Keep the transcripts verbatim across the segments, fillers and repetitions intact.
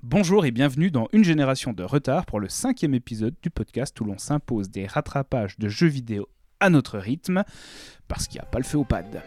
Bonjour et bienvenue dans Une génération de retard pour le cinquième épisode du podcast où l'on s'impose des rattrapages de jeux vidéo à notre rythme, parce qu'il n'y a pas le feu au pad.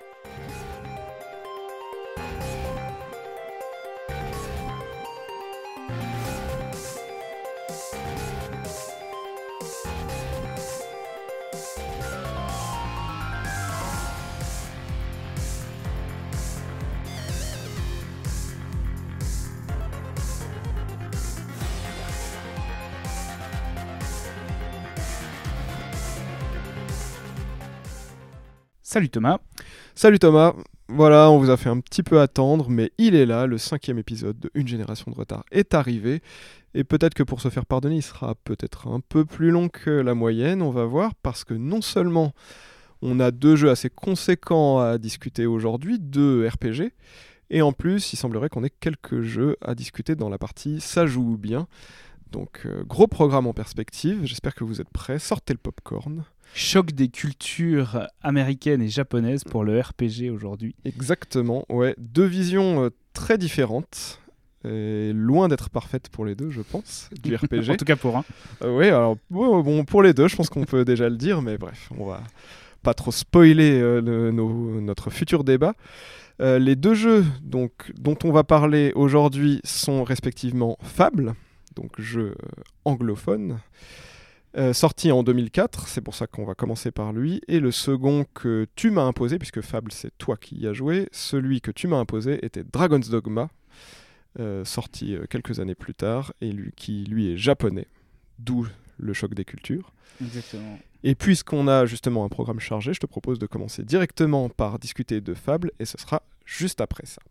Salut Thomas. Salut Thomas. Voilà, on vous a fait un petit peu attendre, mais il est là, le cinquième épisode de Une génération de retard est arrivé. Et peut-être que pour se faire pardonner, il sera peut-être un peu plus long que la moyenne, on va voir, parce que non seulement on a deux jeux assez conséquents à discuter aujourd'hui, deux R P G, et en plus, il semblerait qu'on ait quelques jeux à discuter dans la partie Ça joue bien. Donc, euh, gros programme en perspective, j'espère que vous êtes prêts, sortez le popcorn. Choc des cultures américaines et japonaises pour le R P G aujourd'hui. Exactement, ouais. Deux visions euh, très différentes, et loin d'être parfaites pour les deux, je pense, du R P G. En tout cas pour un. Euh, oui, alors, ouais, bon, pour les deux, je pense qu'on peut déjà le dire, mais bref, on va pas trop spoiler euh, le, nos, notre futur débat. Euh, les deux jeux donc, dont on va parler aujourd'hui sont respectivement Fable, donc jeu euh, anglophone, Euh, sorti en deux mille quatre, c'est pour ça qu'on va commencer par lui, et le second que tu m'as imposé, puisque Fable c'est toi qui y as joué, celui que tu m'as imposé était Dragon's Dogma, euh, sorti euh, quelques années plus tard, et lui, qui lui est japonais, d'où le choc des cultures. Exactement. Et puisqu'on a justement un programme chargé, je te propose de commencer directement par discuter de Fable, et ce sera juste après ça.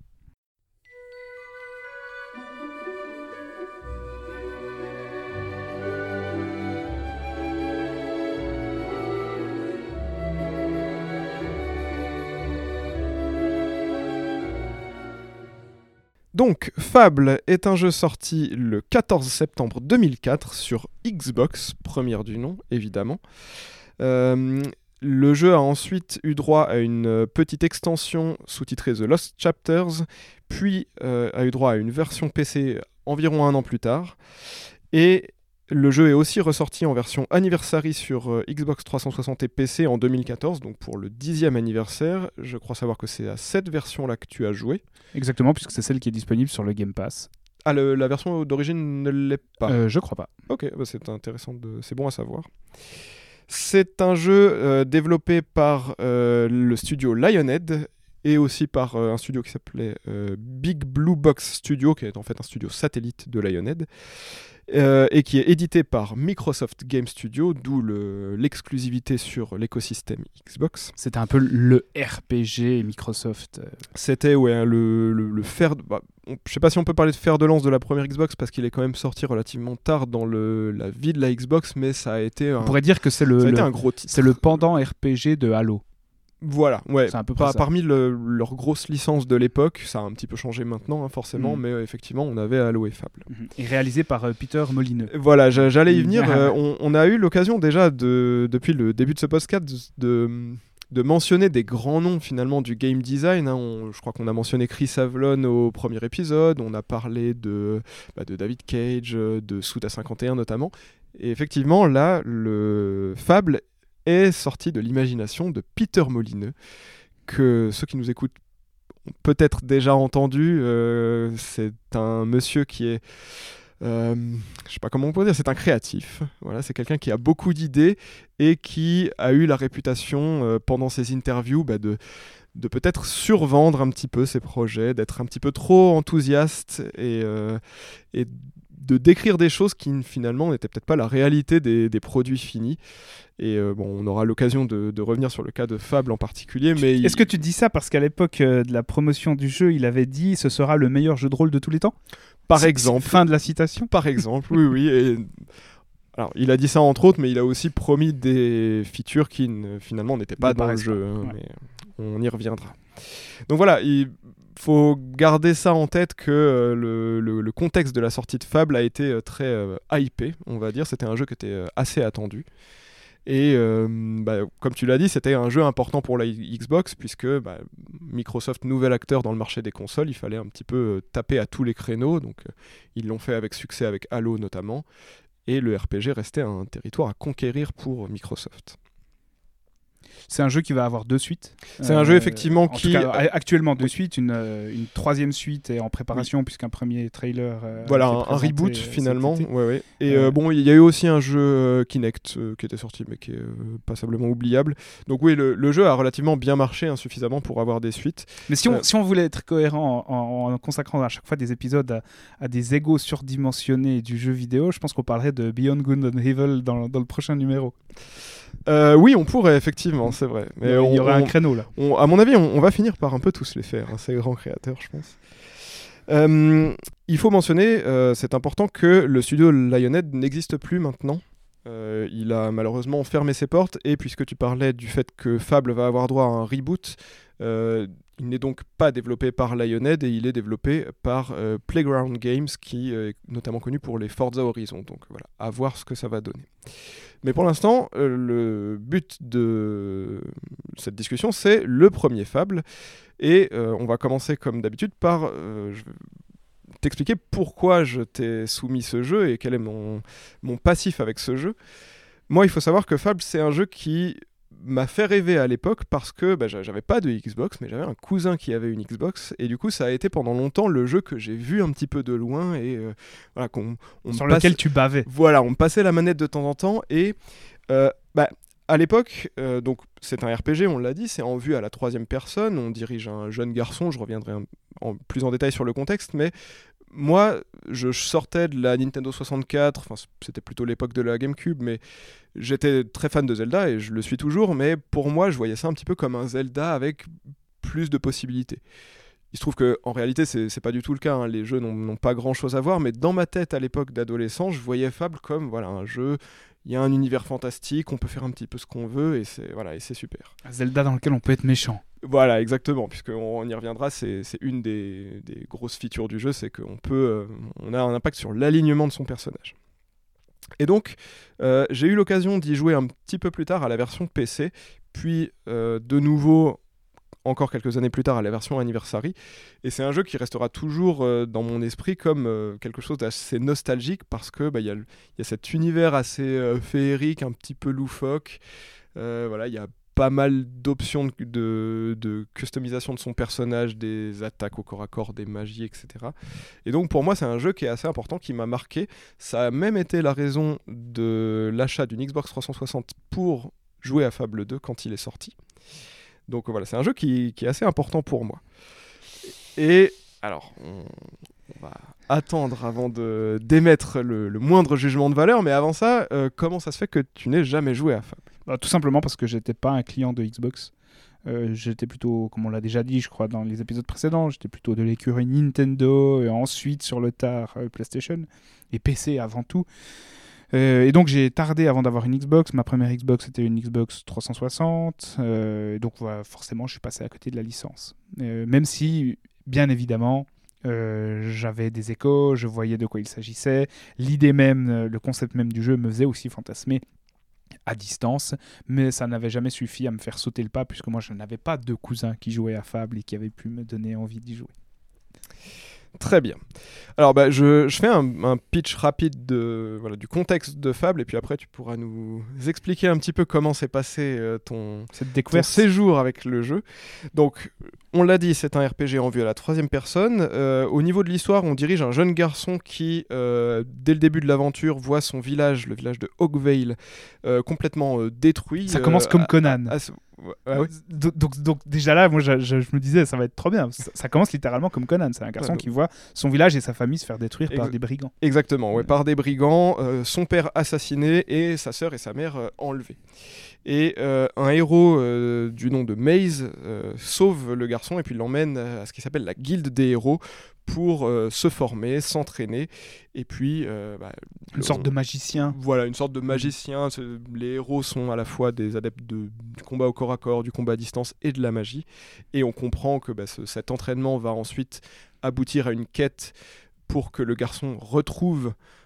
Donc, Fable est un jeu sorti le quatorze septembre deux mille quatre sur Xbox, première du nom, évidemment. Euh, le jeu a ensuite eu droit à une petite extension sous-titrée The Lost Chapters, puis euh, a eu droit à une version P C environ un an plus tard. Et le jeu est aussi ressorti en version Anniversary sur euh, Xbox trois cent soixante et P C en deux mille quatorze, donc pour le dixième anniversaire. Je crois savoir que c'est à cette version-là que tu as joué. Exactement, puisque c'est celle qui est disponible sur le Game Pass. Ah, le, la version d'origine ne l'est pas. Euh, je crois pas. Ok, bah c'est intéressant, de... c'est bon à savoir. C'est un jeu euh, développé par euh, le studio Lionhead et aussi par euh, un studio qui s'appelait euh, Big Blue Box Studio, qui est en fait un studio satellite de Lionhead. Euh, et qui est édité par Microsoft Game Studio, d'où le, l'exclusivité sur l'écosystème Xbox. C'était un peu le R P G Microsoft. C'était ouais, le, le, le fer... De, bah, on, je sais pas si on peut parler de fer de lance de la première Xbox, parce qu'il est quand même sorti relativement tard dans le, la vie de la Xbox, mais ça a été un, on pourrait dire que c'est le, ça a le, été un gros titre. C'est le pendant R P G de Halo. Voilà, ouais. C'est un peu Par, parmi le, leurs grosses licences de l'époque, ça a un petit peu changé maintenant, hein, forcément, mmh. mais euh, effectivement, on avait Halo et Fable. Mmh. Et réalisé par euh, Peter Molineux. Voilà, j'allais y venir. euh, on, on a eu l'occasion déjà, de, depuis le début de ce podcast, de, de, de mentionner des grands noms finalement du game design. Hein. On, je crois qu'on a mentionné Chris Avlon au premier épisode, on a parlé de, bah, de David Cage, de Suda cinquante et un notamment. Et effectivement, là, le Fable est sorti de l'imagination de Peter Molineux, que ceux qui nous écoutent ont peut-être déjà entendu. Euh, c'est un monsieur qui est... Euh, je sais pas comment on peut dire, c'est un créatif. Voilà, c'est quelqu'un qui a beaucoup d'idées et qui a eu la réputation euh, pendant ses interviews bah, de, de peut-être survendre un petit peu ses projets, d'être un petit peu trop enthousiaste et, euh, et de décrire des choses qui finalement n'étaient peut-être pas la réalité des, des produits finis. Et euh, bon, on aura l'occasion de, de revenir sur le cas de Fable en particulier. Mais Est-ce il... que tu dis ça parce qu'à l'époque euh, de la promotion du jeu, il avait dit ce sera le meilleur jeu de rôle de tous les temps ? Par c'est, exemple. C'est fin de la citation. Par exemple, oui, oui. Et... Alors, il a dit ça entre autres, mais il a aussi promis des features qui ne, finalement n'étaient pas dans le jeu. Hein, ouais. Mais on y reviendra. Donc voilà, il faut garder ça en tête que euh, le, le, le contexte de la sortie de Fable a été euh, très euh, hypé, on va dire. C'était un jeu qui était euh, assez attendu. Et euh, bah, comme tu l'as dit, c'était un jeu important pour la Xbox, puisque bah, Microsoft, nouvel acteur dans le marché des consoles, il fallait un petit peu euh, taper à tous les créneaux. Donc, euh, ils l'ont fait avec succès avec Halo notamment. Et le R P G restait un territoire à conquérir pour Microsoft. C'est un jeu qui va avoir deux suites. C'est euh, un jeu effectivement en qui... Tout cas, actuellement deux suites, une, une troisième suite est en préparation oui. puisqu'un premier trailer... Euh, voilà, un, un reboot finalement. Ouais, ouais. Et euh, euh, bon, il y a eu aussi un jeu euh, Kinect euh, qui était sorti mais qui est euh, passablement oubliable. Donc oui, le, le jeu a relativement bien marché, hein, suffisamment pour avoir des suites. Mais si on, euh, si on voulait être cohérent en, en, en consacrant à chaque fois des épisodes à, à des égos surdimensionnés du jeu vidéo, je pense qu'on parlerait de Beyond Good and Evil dans, dans le prochain numéro. Euh, oui, on pourrait, effectivement, c'est vrai. Mais il y, on, il y aurait on, un créneau, là. On, à mon avis, on, on va finir par un peu tous les faire, hein, ces grands créateurs, je pense. Euh, il faut mentionner, euh, c'est important, que le studio Lionhead n'existe plus maintenant. Euh, il a malheureusement fermé ses portes, et puisque tu parlais du fait que Fable va avoir droit à un reboot, euh, il n'est donc pas développé par Lionhead, et il est développé par euh, Playground Games, qui est notamment connu pour les Forza Horizon. Donc voilà, à voir ce que ça va donner. Mais pour l'instant, euh, le but de cette discussion, c'est le premier Fable. Et euh, on va commencer comme d'habitude par euh, je vais t'expliquer pourquoi je t'ai soumis ce jeu et quel est mon, mon passif avec ce jeu. Moi, il faut savoir que Fable, c'est un jeu qui m'a fait rêver à l'époque parce que bah, j'avais pas de Xbox, mais j'avais un cousin qui avait une Xbox, et du coup ça a été pendant longtemps le jeu que j'ai vu un petit peu de loin, et euh, voilà, qu'on, on sur passe... lequel tu bavais. Voilà, on me passait la manette de temps en temps, et euh, bah, à l'époque, euh, donc c'est un R P G, on l'a dit, c'est en vue à la troisième personne, on dirige un jeune garçon, je reviendrai un, en, plus en détail sur le contexte, mais moi, je sortais de la Nintendo soixante-quatre, enfin c'était plutôt l'époque de la GameCube, mais j'étais très fan de Zelda et je le suis toujours, mais pour moi, je voyais ça un petit peu comme un Zelda avec plus de possibilités. Il se trouve qu'en réalité, c'est, c'est pas du tout le cas, hein. Les jeux n'ont, n'ont pas grand-chose à voir, mais dans ma tête à l'époque d'adolescent, je voyais Fable comme voilà, un jeu, il y a un univers fantastique, on peut faire un petit peu ce qu'on veut, et c'est, voilà, et c'est super. Un Zelda dans lequel on peut être méchant. Voilà, exactement, puisqu'on on y reviendra, c'est, c'est une des, des grosses features du jeu, c'est qu'on peut, euh, on a un impact sur l'alignement de son personnage. Et donc, euh, j'ai eu l'occasion d'y jouer un petit peu plus tard à la version P C, puis euh, de nouveau, encore quelques années plus tard, à la version Anniversary. Et c'est un jeu qui restera toujours euh, dans mon esprit comme euh, quelque chose d'assez nostalgique, parce que bah, y a, y a cet univers assez euh, féerique, un petit peu loufoque. Euh, voilà, il y a pas mal d'options de, de, de customisation de son personnage, des attaques au corps à corps, des magies, et cetera. Et donc pour moi, c'est un jeu qui est assez important, qui m'a marqué. Ça a même été la raison de l'achat d'une Xbox trois cent soixante pour jouer à Fable deux quand il est sorti. Donc voilà, c'est un jeu qui, qui est assez important pour moi. Et alors, on, on va attendre avant de, d'émettre le, le moindre jugement de valeur, mais avant ça, euh, comment ça se fait que tu n'aies jamais joué à Fable ? Bah, tout simplement parce que j'étais pas un client de Xbox. Euh, j'étais plutôt, comme on l'a déjà dit, je crois, dans les épisodes précédents, j'étais plutôt de l'écurie Nintendo, et ensuite sur le tard euh, PlayStation, et P C avant tout. Euh, et donc j'ai tardé avant d'avoir une Xbox. Ma première Xbox c'était une Xbox trois cent soixante. Euh, donc voilà, forcément je suis passé à côté de la licence. Euh, même si, bien évidemment, euh, j'avais des échos, je voyais de quoi il s'agissait. L'idée même, le concept même du jeu me faisait aussi fantasmer à distance, mais ça n'avait jamais suffi à me faire sauter le pas, puisque moi je n'avais pas de cousins qui jouaient à Fable et qui avaient pu me donner envie d'y jouer. Très bien. Alors bah, je, je fais un, un pitch rapide de, voilà, du contexte de Fable, et puis après tu pourras nous expliquer un petit peu comment s'est passé euh, ton, Cette découverte. ton séjour avec le jeu. Donc on l'a dit, c'est un R P G en vue à la troisième personne. Euh, au niveau de l'histoire, on dirige un jeune garçon qui, euh, dès le début de l'aventure, voit son village, le village de Oakvale, euh, complètement euh, détruit. Ça commence euh, comme Conan. À, à, à, ouais. donc, donc, donc déjà là, moi je, je, je me disais ça va être trop bien. Ça, ça commence littéralement comme Conan. C'est un garçon ouais, qui voit son village et sa famille se faire détruire Ex- par des brigands. Exactement, ouais, ouais. par des brigands, euh, son père assassiné et sa sœur et sa mère euh, enlevés. Et euh, un héros euh, du nom de Maze euh, sauve le garçon et puis l'emmène à ce qui s'appelle la guilde des héros pour euh, se former, s'entraîner, et puis... Euh, bah, une sorte de magicien. Voilà, une sorte de magicien. Les héros sont à la fois des adeptes de, du combat au corps à corps, du combat à distance et de la magie, et on comprend que bah, ce, cet entraînement va ensuite aboutir à une quête pour que le garçon retrouve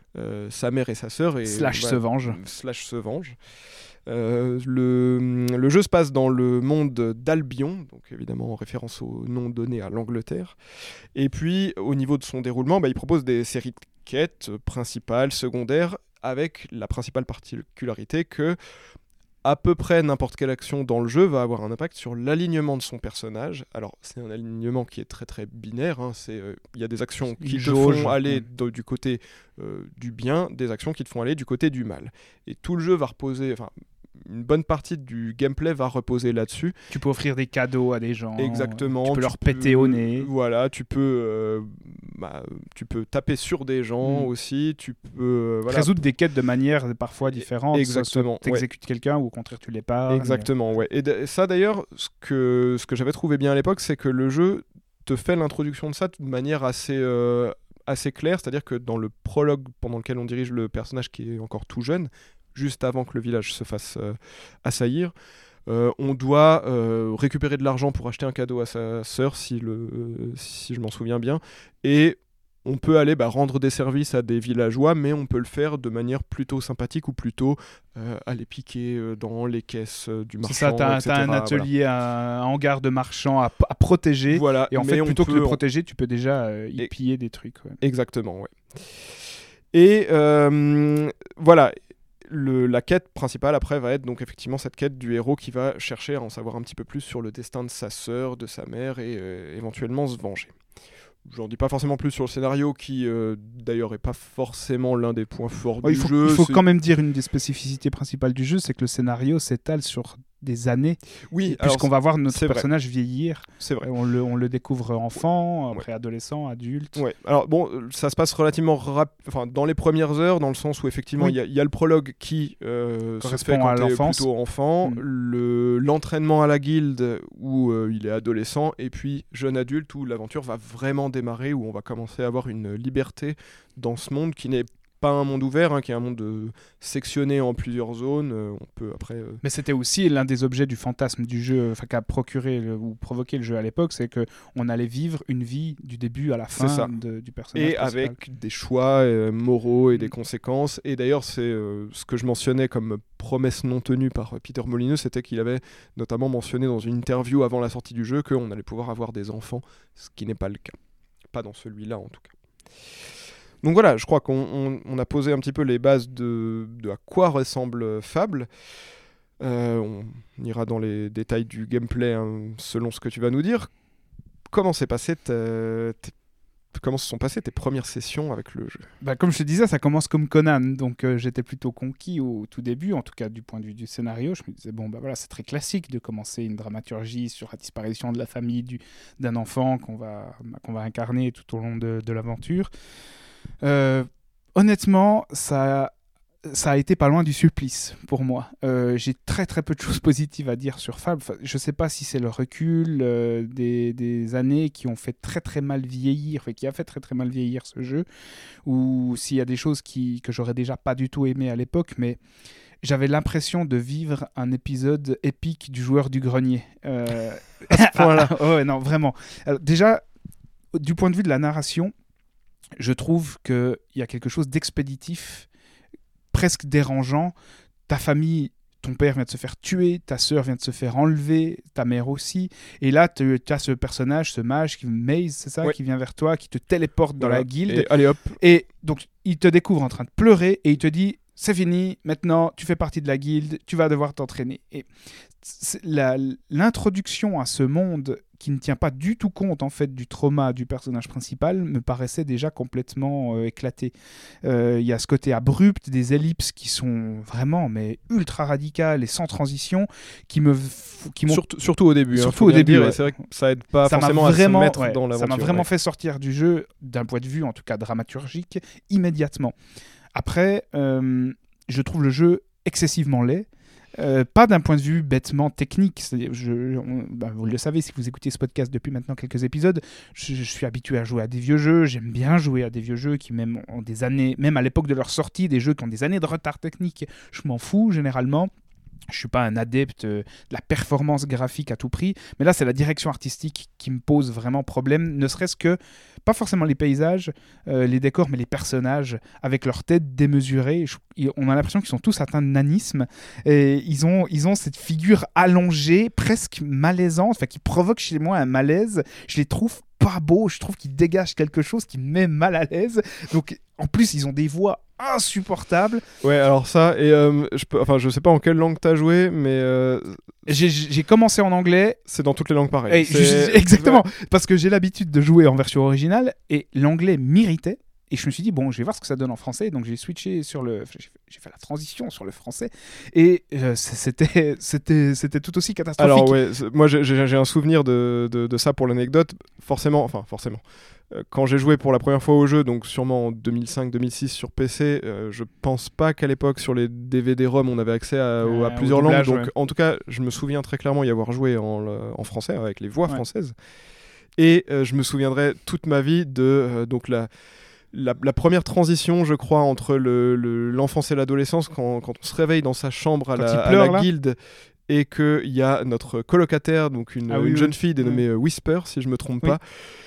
euh, sa mère et sa sœur. Et, slash bah, se venge. Slash se venge. Euh, le, le jeu se passe dans le monde d'Albion, donc évidemment en référence au nom donné à l'Angleterre. Et puis au niveau de son déroulement, bah, il propose des séries de quêtes principales, secondaires, avec la principale particularité que à peu près n'importe quelle action dans le jeu va avoir un impact sur l'alignement de son personnage. Alors c'est un alignement qui est très très binaire, hein. Il euh, y a des actions qui te jauge, font aller ouais. de, du côté euh, du bien, des actions qui te font aller du côté du mal. Et tout le jeu va reposer, enfin une bonne partie du gameplay va reposer là-dessus. Tu peux offrir des cadeaux à des gens. Exactement. Tu peux tu leur peux, péter au nez. Voilà, tu peux, euh, bah, tu peux taper sur des gens mmh. aussi. Tu peux euh, voilà. résoudre des quêtes de manière parfois différente. Exactement. Tu exécutes ouais. quelqu'un ou au contraire tu l'épargnes. Exactement, ouais. Et d- ça d'ailleurs, ce que, ce que j'avais trouvé bien à l'époque, c'est que le jeu te fait l'introduction de ça de manière assez... Euh, assez claire, c'est-à-dire que dans le prologue pendant lequel on dirige le personnage qui est encore tout jeune, juste avant que le village se fasse euh, assaillir, euh, on doit euh, récupérer de l'argent pour acheter un cadeau à sa sœur, si, le, euh, si je m'en souviens bien, et on peut aller bah, rendre des services à des villageois, mais on peut le faire de manière plutôt sympathique ou plutôt euh, aller piquer euh, dans les caisses euh, du marchand. C'est ça, t'as, t'as un atelier, voilà. un hangar de marchand à, à protéger, voilà, et en fait, plutôt peut, que de le protéger, tu peux déjà euh, y et... piller des trucs. Ouais. Exactement, ouais. Et euh, voilà... Le, la quête principale après va être donc effectivement cette quête du héros qui va chercher à en savoir un petit peu plus sur le destin de sa sœur, de sa mère et euh, éventuellement se venger. J'en dis pas forcément plus sur le scénario qui euh, d'ailleurs est pas forcément l'un des points forts oh, du il faut, jeu. Il faut c'est... quand même dire une des spécificités principales du jeu, c'est que le scénario s'étale sur des années. Oui, puisqu'on alors, va voir notre personnage vrai. vieillir. C'est vrai. On le, on le découvre enfant, après ouais. adolescent, adulte. Ouais. Alors bon, ça se passe relativement rap... enfin, dans les premières heures, dans le sens où effectivement il oui. y, y a le prologue qui euh, correspond se fait quand à l'enfance. Plutôt enfant, mm. le, l'entraînement à la guilde où euh, il est adolescent, et puis jeune adulte où l'aventure va vraiment démarrer, où on va commencer à avoir une liberté dans ce monde qui n'est pas un monde ouvert, hein, qui est un monde euh, sectionné en plusieurs zones. Euh, on peut après. Euh... Mais c'était aussi l'un des objets du fantasme du jeu, enfin qu'a procuré le, ou provoqué le jeu à l'époque, c'est que on allait vivre une vie du début à la fin de, du personnage. Et principal. Avec des choix euh, moraux et mmh. des conséquences. Et d'ailleurs, c'est euh, ce que je mentionnais comme promesse non tenue par euh, Peter Molineux, c'était qu'il avait notamment mentionné dans une interview avant la sortie du jeu qu'on allait pouvoir avoir des enfants, ce qui n'est pas le cas. Pas dans celui-là en tout cas. Donc voilà, je crois qu'on on, on a posé un petit peu les bases de, de à quoi ressemble Fable. Euh, on ira dans les détails du gameplay hein, selon ce que tu vas nous dire. Comment s'est passé tes, tes, comment se sont passées tes premières sessions avec le jeu ? Bah, comme je te disais, ça commence comme Conan, donc euh, j'étais plutôt conquis au tout début, en tout cas du point de vue du scénario. Je me disais, bon, bah voilà, c'est très classique de commencer une dramaturgie sur la disparition de la famille du, d'un enfant qu'on va, qu'on va incarner tout au long de, de l'aventure. Euh, honnêtement, ça, ça a été pas loin du supplice pour moi. Euh, j'ai très très peu de choses positives à dire sur Fable. Enfin, je sais pas si c'est le recul euh, des, des années qui ont fait très très mal vieillir, enfin, qui a fait très très mal vieillir ce jeu, ou s'il y a des choses qui, que j'aurais déjà pas du tout aimé à l'époque, mais j'avais l'impression de vivre un épisode épique du Joueur du Grenier. Euh... à ce point-là. ah, ouais, non, vraiment. Alors, déjà, du point de vue de la narration, je trouve qu'il y a quelque chose d'expéditif, presque dérangeant. Ta famille, ton père vient de se faire tuer, ta sœur vient de se faire enlever, ta mère aussi. Et là, tu as ce personnage, ce mage, qui, Maze, c'est ça, ouais. qui vient vers toi, qui te téléporte dans voilà. la guilde. Et allez hop. Et donc, il te découvre en train de pleurer et il te dit... C'est fini, maintenant tu fais partie de la guilde, tu vas devoir t'entraîner. Et la, l'introduction à ce monde qui ne tient pas du tout compte en fait du trauma du personnage principal me paraissait déjà complètement euh, éclaté. Il euh, y a ce côté abrupt, des ellipses qui sont vraiment mais ultra radicales et sans transition, qui me qui m'ont surtout, surtout au début. Surtout hein, au début. Dire, ouais. C'est vrai que ça aide pas ça forcément vraiment, à se mettre ouais, dans l'aventure. Ça m'a vraiment ouais. fait sortir du jeu d'un point de vue en tout cas dramaturgique immédiatement. Après, euh, je trouve le jeu excessivement laid. Euh, pas d'un point de vue bêtement technique. C'est-à-dire, je, on, bah, vous le savez si vous écoutez ce podcast depuis maintenant quelques épisodes, je, je suis habitué à jouer à des vieux jeux. J'aime bien jouer à des vieux jeux qui même ont des années, même à l'époque de leur sortie, des jeux qui ont des années de retard technique. Je m'en fous généralement. je suis pas un adepte de la performance graphique à tout prix, mais là c'est la direction artistique qui me pose vraiment problème, ne serait-ce que, pas forcément les paysages, euh, les décors, mais les personnages, avec leur tête démesurée, je, on a l'impression qu'ils sont tous atteints de nanisme, et ils ont, ils ont cette figure allongée, presque malaisante, enfin qui provoque chez moi un malaise, je les trouve pas beaux, je trouve qu'ils dégagent quelque chose qui me met mal à l'aise, donc en plus ils ont des voix insupportable. Ouais, alors ça, et euh, je peux, enfin, je sais pas en quelle langue t'as joué, mais euh, j'ai, j'ai commencé en anglais. C'est dans toutes les langues pareil. C'est... Exactement, ouais. Parce que j'ai l'habitude de jouer en version originale et l'anglais m'irritait. Et je me suis dit, bon, je vais voir ce que ça donne en français. Donc j'ai switché sur le. J'ai fait la transition sur le français. Et euh, c'était, c'était, c'était tout aussi catastrophique. Alors, ouais, moi j'ai, j'ai un souvenir de, de, de ça pour l'anecdote. Forcément, enfin, forcément. Quand j'ai joué pour la première fois au jeu, donc sûrement en deux mille cinq deux mille six sur P C, euh, je pense pas qu'à l'époque sur les D V D ROM on avait accès à, ouais, à plusieurs doublage, langues. Donc ouais. En tout cas, je me souviens très clairement y avoir joué en, en français avec les voix ouais. françaises. Et euh, je me souviendrai toute ma vie de euh, donc la, la, la première transition, je crois, entre le, le, l'enfance et l'adolescence, quand, quand on se réveille dans sa chambre à quand la, pleure, à la guilde. Et qu'il y a notre colocataire, donc une, ah, oui, une oui. jeune fille dénommée ouais. Whisper, si je me trompe oui. pas,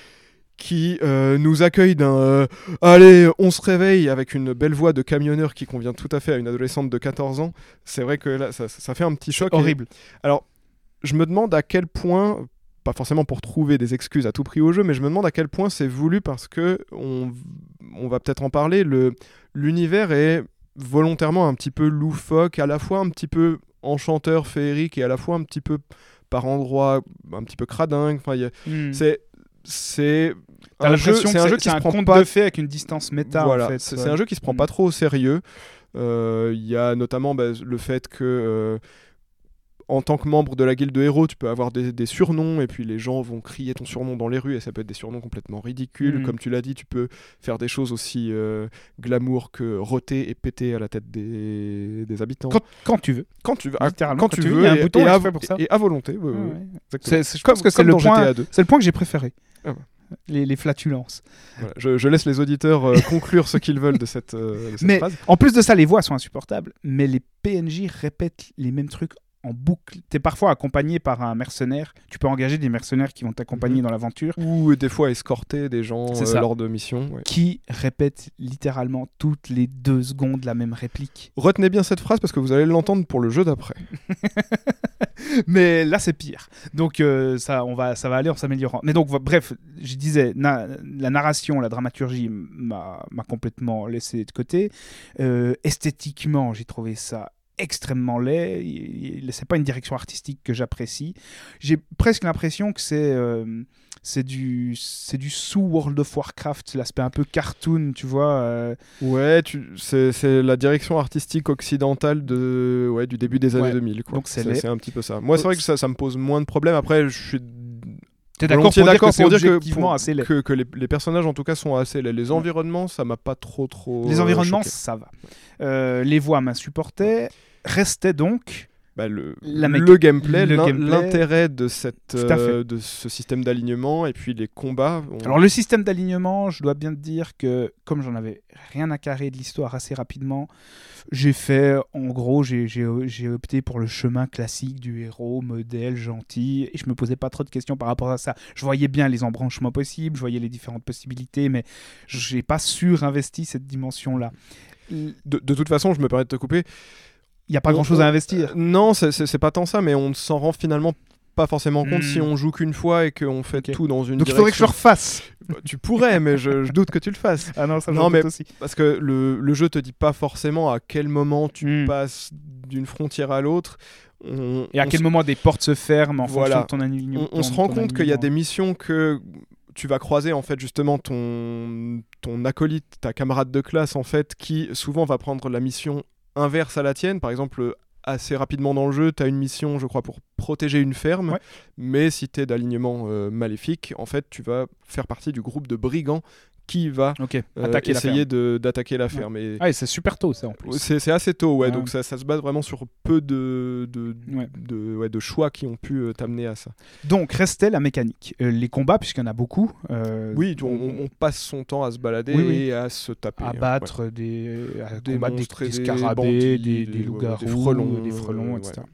qui euh, nous accueille d'un euh, « Allez, on se réveille » avec une belle voix de camionneur qui convient tout à fait à une adolescente de quatorze ans. C'est vrai que là, ça, ça fait un petit choc. Horrible. Et... Alors, je me demande à quel point, pas forcément pour trouver des excuses à tout prix au jeu, mais je me demande à quel point c'est voulu parce que, on, on va peut-être en parler, le, l'univers est volontairement un petit peu loufoque, à la fois un petit peu enchanteur, féerique et à la fois un petit peu, par endroits, un petit peu cradingue. Enfin, y a, mm. c'est... c'est un jeu, c'est un jeu qui se prend conte pas de fait avec une distance méta voilà, en fait. c'est, ouais. c'est un jeu qui se prend pas trop au sérieux. Il euh, y a notamment bah, le fait que euh, en tant que membre de la guilde de héros, tu peux avoir des, des surnoms et puis les gens vont crier ton surnom dans les rues et ça peut être des surnoms complètement ridicules. Mmh. Comme tu l'as dit, tu peux faire des choses aussi euh, glamour que roter et péter à la tête des, des habitants. Quand, quand tu veux. Quand tu veux. Littéralement. Quand, quand tu veux. veux. Il y a un et, bouton et, à, pour ça. et à volonté. Ouais, ah, ouais. ouais. C'est, c'est, je pense comme, que c'est le, point, c'est le point que j'ai préféré. Ah ouais. Les, les flatulences. Voilà, je, je laisse les auditeurs euh, conclure ce qu'ils veulent de cette, euh, de cette mais phrase. En plus de ça, les voix sont insupportables, mais les P N J répètent les mêmes trucs en boucle. Tu es parfois accompagné par un mercenaire. Tu peux engager des mercenaires qui vont t'accompagner mmh. dans l'aventure. Ou des fois escorter des gens euh, lors de missions. Ouais. Qui répètent littéralement toutes les deux secondes la même réplique. Retenez bien cette phrase parce que vous allez l'entendre pour le jeu d'après. Mais là, c'est pire. Donc, euh, ça, on va, ça va aller en s'améliorant. Mais donc, bref, je disais, na- la narration, la dramaturgie m'a, m'a complètement laissé de côté. Euh, esthétiquement, j'ai trouvé ça extrêmement laid. C'est pas une direction artistique que j'apprécie. J'ai presque l'impression que c'est euh, c'est du c'est du sous World of Warcraft, l'aspect un peu cartoon, tu vois. Euh... Ouais, tu, c'est c'est la direction artistique occidentale de ouais du début des années ouais. deux mille. Quoi. Donc c'est, c'est, c'est un petit peu ça. Moi, c'est vrai que ça ça me pose moins de problèmes. Après, je suis T'es d'accord pour d'accord dire que pour c'est dire objectivement que, assez laid. Que, que les, les personnages en tout cas sont assez laids. Les environnements, ça m'a pas trop trop. Les environnements, choqué. Ça va. Euh, les voix m'insupportaient. Restait donc. Bah le, mé- le gameplay, le l'in- gameplay. l'intérêt de, cette, euh, de ce système d'alignement et puis les combats. On... Alors le système d'alignement, je dois bien te dire que comme j'en avais rien à carrer de l'histoire assez rapidement, j'ai fait, en gros, j'ai, j'ai, j'ai opté pour le chemin classique du héros, modèle, gentil, et je me posais pas trop de questions par rapport à ça. Je voyais bien les embranchements possibles, je voyais les différentes possibilités, mais j'ai pas surinvesti cette dimension-là. De, de toute façon, je me permets de te couper. Il n'y a pas grand-chose à investir. Euh, non, c'est, c'est, c'est pas tant ça, mais on ne s'en rend finalement pas forcément compte mmh. si on joue qu'une fois et qu'on fait okay. tout dans une Donc direction. il faudrait que je le refasse. Tu pourrais, mais je, je doute que tu le fasses. Ah non, ça non, me mais doute aussi. Parce que le, le jeu te dit pas forcément à quel moment tu mmh. passes d'une frontière à l'autre. On, et à quel s... moment des portes se ferment en voilà. fonction de ton alignement. On, on se rend compte qu'il y a des missions que tu vas croiser en fait justement ton, ton acolyte, ta camarade de classe en fait, qui souvent va prendre la mission inverse à la tienne. Par exemple, assez rapidement dans le jeu, tu as une mission, je crois, pour protéger une ferme, Ouais. mais si tu es d'alignement euh, maléfique, en fait, tu vas faire partie du groupe de brigands qui va Ok, euh, attaquer essayer la ferme. de, d'attaquer la ferme. Et Ah, et c'est super tôt ça en plus. c'est, c'est assez tôt, ouais, Ouais. donc ça, ça se base vraiment sur peu de, de, Ouais. de, ouais, de choix qui ont pu euh, t'amener à ça. Donc restait la mécanique. Euh, les combats, puisqu'il y en a beaucoup. euh, Oui, on, on- on passe son temps à se balader Oui, oui. et à se taper. à hein, battre des, à Des combattre des, monstres et des des scarabées, bandits, des, des des- ouais, loups-garous, des frelons, des frelons, euh, et cetera. ouais.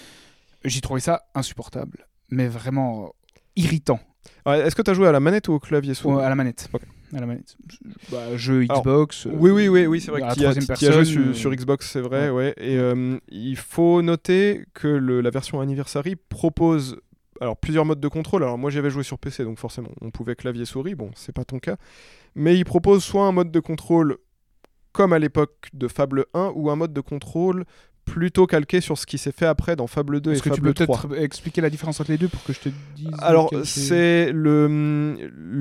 J'ai trouvé ça insupportable, mais vraiment irritant. Ouais. Ouais, est-ce que tu as joué à la manette ou au clavier souris? Ouais, à la manette. Ok. À la manette. Bah, jeu Alors, Xbox. Oui, oui, oui, oui, c'est vrai à que la tu y as, troisième t'y as joué personne, sur, euh, sur Xbox, c'est vrai, ouais. ouais. Et euh, il faut noter que le- la version Anniversary propose alors plusieurs modes de contrôle. Alors moi j'y avais joué sur P C, donc forcément on pouvait clavier souris. Bon, c'est pas ton cas, mais il propose soit un mode de contrôle comme à l'époque de Fable un ou un mode de contrôle plutôt calqué sur ce qui s'est fait après dans Fable deux et Est-ce que tu Fable peux trois. peut-être expliquer la différence entre les deux pour que je te dise Alors, lequel c'est le,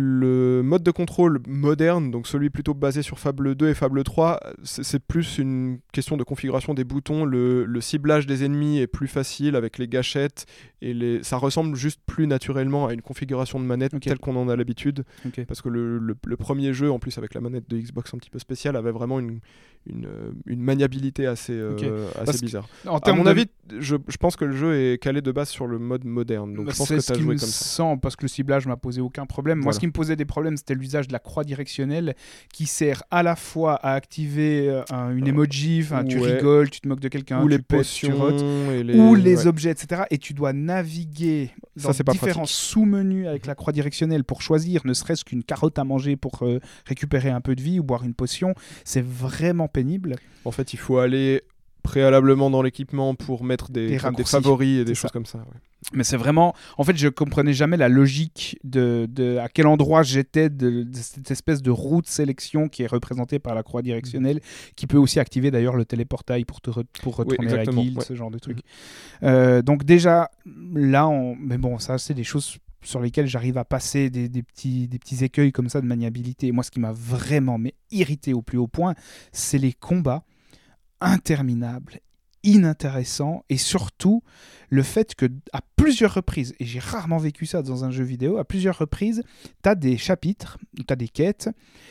le mode de contrôle moderne, donc celui plutôt basé sur Fable deux et Fable trois. C'est, c'est plus une question de configuration des boutons. Le, le ciblage des ennemis est plus facile avec les gâchettes et les, ça ressemble juste plus naturellement à une configuration de manette Ok. telle qu'on en a l'habitude. Ok. Parce que le, le- le premier jeu, en plus avec la manette de Xbox un petit peu spéciale, avait vraiment une, une, euh, une maniabilité assez, euh, Ok. assez Parce que, bizarre. En À termes mon de- avis, je, je pense que le jeu est calé de base sur le mode moderne. Donc Bah, je pense c'est que ce tu as qui joué me comme ça. semble, parce que le ciblage m'a posé aucun problème. Moi, Voilà. ce qui me posait des problèmes, c'était l'usage de la croix directionnelle qui sert à la fois à activer euh, un- une emoji, enfin, tu ouais. rigoles, tu te moques de quelqu'un, Ou tu les pètes, tu rotes, potions et les... ou les ouais. objets, et cetera. Et tu dois naviguer Ça, dans c'est pas différents pratique. sous-menus avec la croix directionnelle pour choisir ne serait-ce qu'une carotte à manger pour euh, récupérer un peu de vie ou boire une potion. C'est vraiment pénible. En fait, il faut aller préalablement dans l'équipement pour mettre des, Des comme des raccourcis. favoris et des C'est choses ça. comme ça. ouais. Mais c'est vraiment... En fait, je comprenais jamais la logique de, de à quel endroit j'étais de, de cette espèce de roue de sélection qui est représentée par la croix directionnelle, qui peut aussi activer d'ailleurs le téléportail pour, te re- pour retourner à la exactement, guilde, ouais. ce genre de truc. Euh, donc déjà, là, on... mais bon, ça, c'est des choses sur lesquelles j'arrive à passer des, des, petits, des petits écueils comme ça de maniabilité. Et moi, ce qui m'a vraiment mais, irrité au plus haut point, c'est les combats interminables, inintéressants, et surtout le fait que à plusieurs reprises, et j'ai rarement vécu ça dans un jeu vidéo, à plusieurs reprises, tu as des chapitres, tu as des quêtes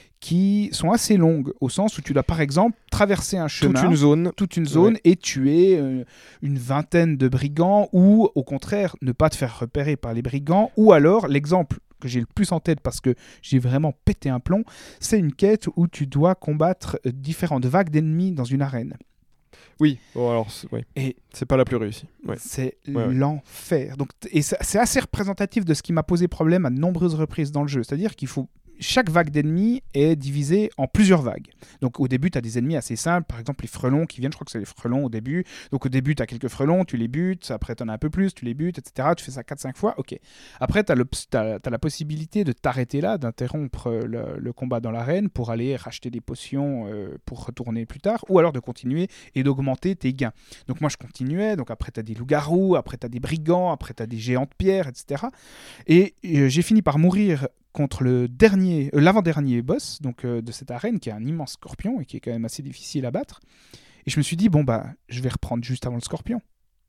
qui sont assez longues, au sens où tu dois par exemple traverser un chemin, Toute une zone. toute une zone Ouais. et tuer euh, une vingtaine de brigands, ou au contraire ne pas te faire repérer par les brigands, ou alors l'exemple que j'ai le plus en tête parce que j'ai vraiment pété un plomb, c'est une quête où tu dois combattre euh, différentes vagues d'ennemis dans une arène. Oui, bon, alors, c'est, ouais. Et c'est pas la plus réussie. Ouais. c'est Ouais, ouais. l'enfer. Donc, t- et ça- c'est assez représentatif de ce qui m'a posé problème à de nombreuses reprises dans le jeu. C'est-à-dire qu'il faut... Chaque vague d'ennemis est divisée en plusieurs vagues. Donc au début, tu as des ennemis assez simples, par exemple les frelons qui viennent, je crois que c'est les frelons au début. Donc au début, tu as quelques frelons, tu les butes, après tu en as un peu plus, tu les butes, et cetera. Tu fais ça quatre cinq fois, ok. Après, tu as la possibilité de t'arrêter là, d'interrompre euh, le, le combat dans l'arène pour aller racheter des potions euh, pour retourner plus tard, ou alors de continuer et d'augmenter tes gains. Donc moi, je continuais, donc après, tu as des loups-garous, après, tu as des brigands, après, tu as des géants de pierre, et cetera. Et euh, j'ai fini par mourir contre le dernier, euh, l'avant-dernier boss donc, euh, de cette arène, qui est un immense scorpion et qui est quand même assez difficile à battre. Et je me suis dit, bon, bah, je vais reprendre juste avant le scorpion.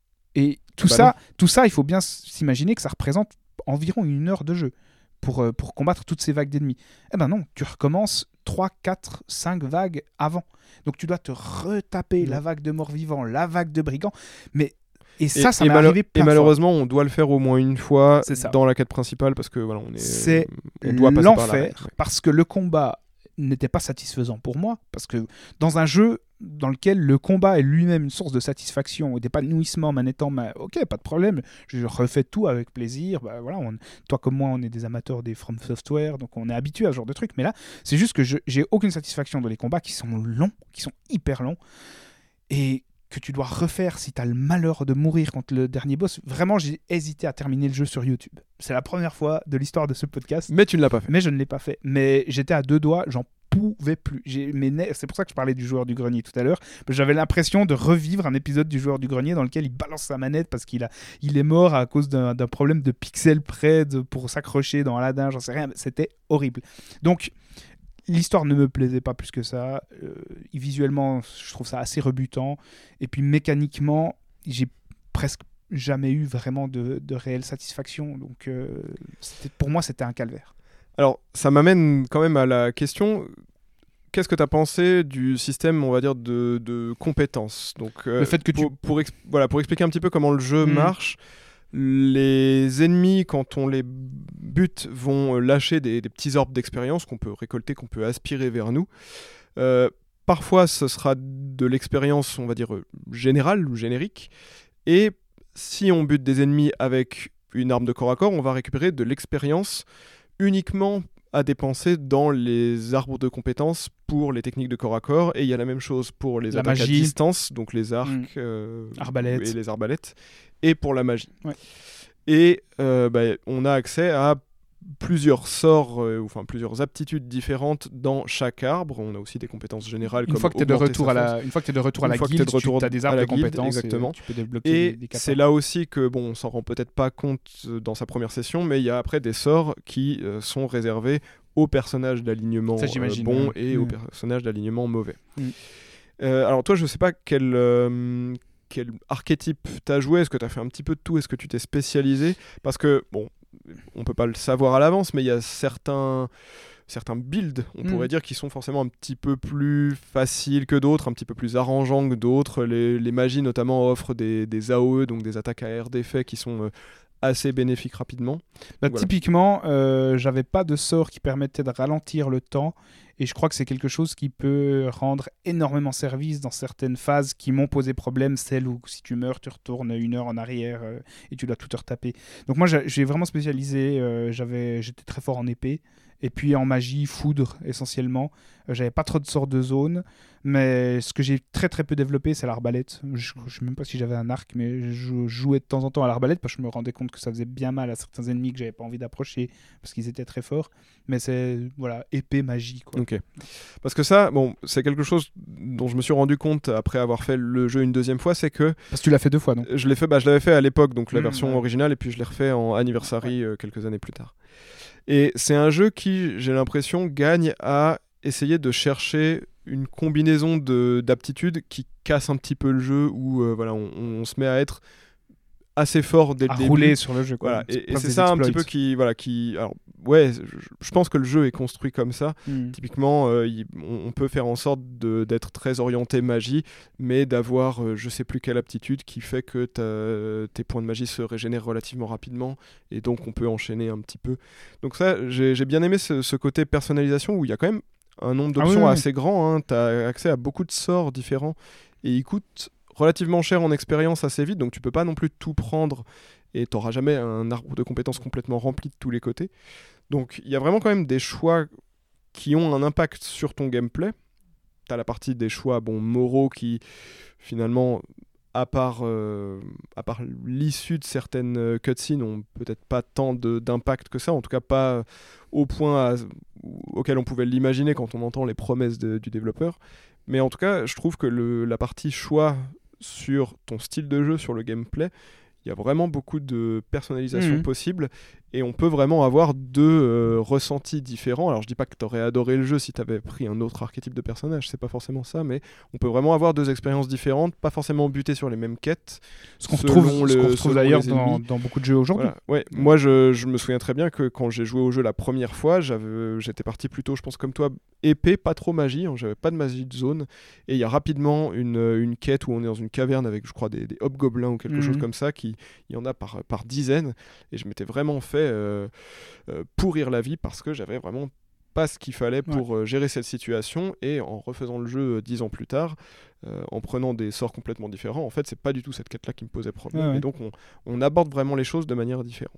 Et tout, Bah ça, tout ça, il faut bien s'imaginer que ça représente environ une heure de jeu pour, euh, pour combattre toutes ces vagues d'ennemis. Eh ben non, tu recommences trois, quatre, cinq vagues avant. Donc tu dois te retaper Mmh. la vague de morts-vivants, la vague de brigands. Mais... Et ça, et, ça et m'est malo- arrivé plein Et de fois. malheureusement, on doit le faire au moins une fois C'est ça. dans la quête principale parce que voilà, on est. C'est on doit passer par là. l'enfer, Ouais. parce que le combat n'était pas satisfaisant pour moi, parce que dans un jeu dans lequel le combat est lui-même une source de satisfaction et d'épanouissement manettant main, ok, pas de problème, je refais tout avec plaisir. Bah, voilà, on, toi comme moi, on est des amateurs des From Software, donc on est habitué à ce genre de trucs, mais là, c'est juste que je, j'ai aucune satisfaction dans les combats qui sont longs, qui sont hyper longs, et que tu dois refaire si tu as le malheur de mourir contre le dernier boss. Vraiment, j'ai hésité à terminer le jeu sur YouTube. C'est la première fois de l'histoire de ce podcast. Mais tu ne l'as pas fait. Mais je ne l'ai pas fait. Mais j'étais à deux doigts, j'en pouvais plus. J'ai, mes nerfs- c'est pour ça que je parlais du joueur du grenier tout à l'heure. J'avais l'impression de revivre un épisode du joueur du grenier dans lequel il balance sa manette parce qu'il a, il est mort à cause d'un, d'un problème de pixels près de, pour s'accrocher dans Aladdin, j'en sais rien. C'était horrible. Donc, l'histoire ne me plaisait pas plus que ça. Euh, visuellement, je trouve ça assez rebutant. Et puis mécaniquement, j'ai presque jamais eu vraiment de, de réelle satisfaction. Donc, euh, pour moi, c'était un calvaire. Alors, ça m'amène quand même à la question... Qu'est-ce que tu as pensé du système, on va dire, de, de compétences? Donc, euh, le fait que pour, tu... pour, ex- voilà, pour expliquer un petit peu comment le jeu mmh. marche, les ennemis, quand on les bute, vont lâcher des, des petits orbes d'expérience qu'on peut récolter, qu'on peut aspirer vers nous. Euh, parfois, ce sera de l'expérience, on va dire, générale ou générique. Et si on bute des ennemis avec une arme de corps à corps, on va récupérer de l'expérience uniquement à dépenser dans les arbres de compétences pour les techniques de corps à corps, et il y a la même chose pour les la attaques magie. à distance, donc les arcs mmh. euh, arbalètes. et les arbalètes, et pour la magie. Ouais. Et euh, bah, on a accès à plusieurs sorts, euh, enfin plusieurs aptitudes différentes dans chaque arbre. On a aussi des compétences générales une comme fois que tu es de augmenter retour sa à force. la une fois que tu es de retour à Une la fois que guilde, t'es de retour tu as des à arbres la de guilde, compétences, exactement. et tu peux débloquer Et des, des c'est là aussi que bon, on s'en rend peut-être pas compte euh, dans sa première session, mais il y a après des sorts qui euh, sont réservés aux personnages d'alignement Ça, euh, j'imagine, bons ouais. et Mmh. aux personnages d'alignement mauvais. Mmh. Euh, alors toi, je sais pas quel euh, quel archétype t'as joué. Est-ce que t'as fait un petit peu de tout? Est-ce que tu t'es spécialisé? Parce que bon, on peut pas le savoir à l'avance, mais il y a certains certains builds, on Mm. pourrait dire, qui sont forcément un petit peu plus faciles que d'autres, un petit peu plus arrangeants que d'autres. Les, les magies notamment offrent des, des A O E, donc des attaques à air d'effet, qui sont euh, assez bénéfiques rapidement. Bah, Donc, voilà. Typiquement, euh, j'avais pas de sort qui permettait de ralentir le temps, et je crois que c'est quelque chose qui peut rendre énormément service dans certaines phases qui m'ont posé problème, celles où si tu meurs, tu retournes une heure en arrière euh, et tu dois tout te retaper. Donc moi, j'ai, j'ai vraiment spécialisé, euh, j'avais, j'étais très fort en épée, et puis en magie, foudre essentiellement. Euh, j'avais pas trop de sorts de zone, mais ce que j'ai très très peu développé, c'est l'arbalète. Je, je sais même pas si j'avais un arc, mais je jouais de temps en temps à l'arbalète parce que je me rendais compte que ça faisait bien mal à certains ennemis que j'avais pas envie d'approcher parce qu'ils étaient très forts. Mais c'est voilà, épée, magie, quoi. Ok. Parce que ça, bon, c'est quelque chose dont je me suis rendu compte après avoir fait le jeu une deuxième fois, c'est que Parce que tu l'as fait deux fois, donc. je l'ai fait, bah, je l'avais fait à l'époque, donc la Mmh, version ouais. originale, et puis je l'ai refait en anniversary euh, quelques années plus tard. Et c'est un jeu qui, j'ai l'impression, gagne à essayer de chercher une combinaison de, d'aptitudes qui casse un petit peu le jeu, où euh, voilà, on, on se met à être assez fort dès le À début. rouler sur le jeu, quoi. Voilà. Et, et Presque c'est des ça un petit exploits. peu qui, voilà, qui, alors ouais, je, je pense que le jeu est construit comme ça. Mmh. Typiquement, euh, il- on, on peut faire en sorte de, d'être très orienté magie, mais d'avoir euh, je sais plus quelle aptitude qui fait que t'as- tes points de magie se régénèrent relativement rapidement, et donc on peut enchaîner un petit peu. Donc ça, j'ai, j'ai bien aimé ce, ce côté personnalisation où il y a quand même un nombre Ah oui, d'options oui, oui. assez grand. Hein. Tu as accès à beaucoup de sorts différents, et ils coûtent relativement cher en expérience assez vite, donc tu peux pas non plus tout prendre, et tu n'auras jamais un arbre de compétences complètement rempli de tous les côtés. Donc il y a vraiment quand même des choix qui ont un impact sur ton gameplay. Tu as la partie des choix bon, moraux qui, finalement, à part, euh, à part l'issue de certaines euh, cutscenes, ont peut-être pas tant de, d'impact que ça, en tout cas pas au point à, auquel on pouvait l'imaginer quand on entend les promesses de, du développeur. Mais en tout cas, je trouve que le, la partie choix sur ton style de jeu, sur le gameplay, il y a vraiment beaucoup de personnalisation Mmh. possible, et on peut vraiment avoir deux euh, ressentis différents. Alors je dis pas que tu aurais adoré le jeu si tu avais pris un autre archétype de personnage, c'est pas forcément ça, mais on peut vraiment avoir deux expériences différentes, pas forcément buter sur les mêmes quêtes. Ce qu'on selon retrouve, ce le- qu'on retrouve selon d'ailleurs les dans, ennemis. dans beaucoup de jeux aujourd'hui. Voilà. Ouais, moi je, je me souviens très bien que quand j'ai joué au jeu la première fois, j'avais, j'étais parti plutôt, je pense comme toi, épée, pas trop magie, hein, j'avais pas de magie de zone, et il y a rapidement une, une quête où on est dans une caverne avec, je crois, des, des hobgoblins ou quelque Mhm. chose comme ça, qui, il y en a par, par dizaines, et je m'étais vraiment fait euh, euh, pourrir la vie parce que j'avais vraiment pas ce qu'il fallait pour euh, gérer cette situation, et en refaisant le jeu euh, dix ans plus tard, euh, en prenant des sorts complètement différents, en fait c'est pas du tout cette quête là qui me posait problème. Ouais, ouais. Et donc on, on aborde vraiment les choses de manière différente.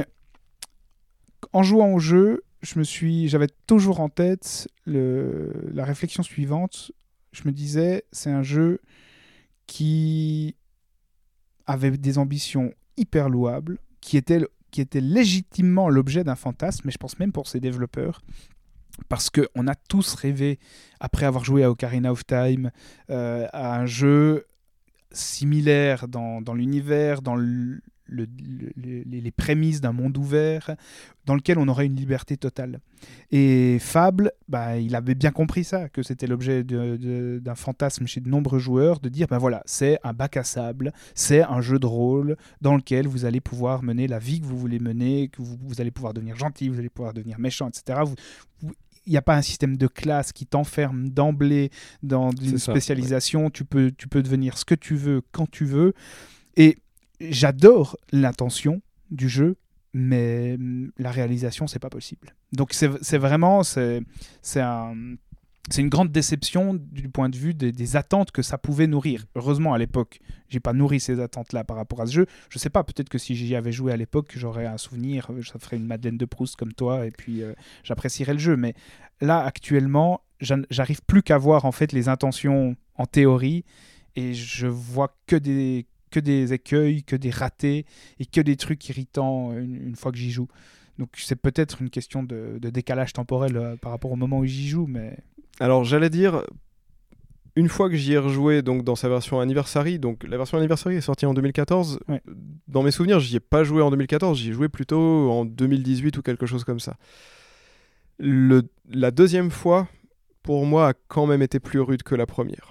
En jouant au jeu, je me suis, j'avais toujours en tête le, la réflexion suivante. Je me disais, c'est un jeu qui avait des ambitions hyper louables, qui était, qui était légitimement l'objet d'un fantasme, mais je pense même pour ses développeurs, parce qu'on a tous rêvé, après avoir joué à Ocarina of Time, euh, à un jeu similaire dans, dans l'univers, dans le, le, le, les, les prémices d'un monde ouvert dans lequel on aurait une liberté totale. Et Fable, bah, il avait bien compris ça, que c'était l'objet de, de, d'un fantasme chez de nombreux joueurs, de dire, ben voilà, c'est un bac à sable, c'est un jeu de rôle dans lequel vous allez pouvoir mener la vie que vous voulez mener, que vous, vous allez pouvoir devenir gentil, vous allez pouvoir devenir méchant, et cetera. Vous, vous, il n'y a pas un système de classe qui t'enferme d'emblée dans une ça, spécialisation. Ouais. Tu peux, tu peux devenir ce que tu veux, quand tu veux. Et j'adore l'intention du jeu, mais la réalisation, c'est pas possible. Donc c'est, c'est vraiment... C'est, c'est un... C'est une grande déception du point de vue des, des attentes que ça pouvait nourrir. Heureusement, à l'époque, j'ai pas nourri ces attentes-là par rapport à ce jeu. Je sais pas, peut-être que si j'y avais joué à l'époque, j'aurais un souvenir, ça ferait une Madeleine de Proust comme toi, et puis euh, j'apprécierais le jeu. Mais là, actuellement, j'arrive plus qu'à voir en fait les intentions en théorie, et je vois que des, que des écueils, que des ratés, et que des trucs irritants une, une fois que j'y joue. Donc c'est peut-être une question de, de décalage temporel euh, par rapport au moment où j'y joue, mais... Alors j'allais dire, une fois que j'y ai rejoué donc, dans sa version Anniversary, donc la version Anniversary est sortie en deux mille quatorze, ouais. Dans mes souvenirs j'y ai pas joué en deux mille quatorze, j'y ai joué plutôt en deux mille dix-huit ou quelque chose comme ça. Le, la deuxième fois, pour moi, a quand même été plus rude que la première.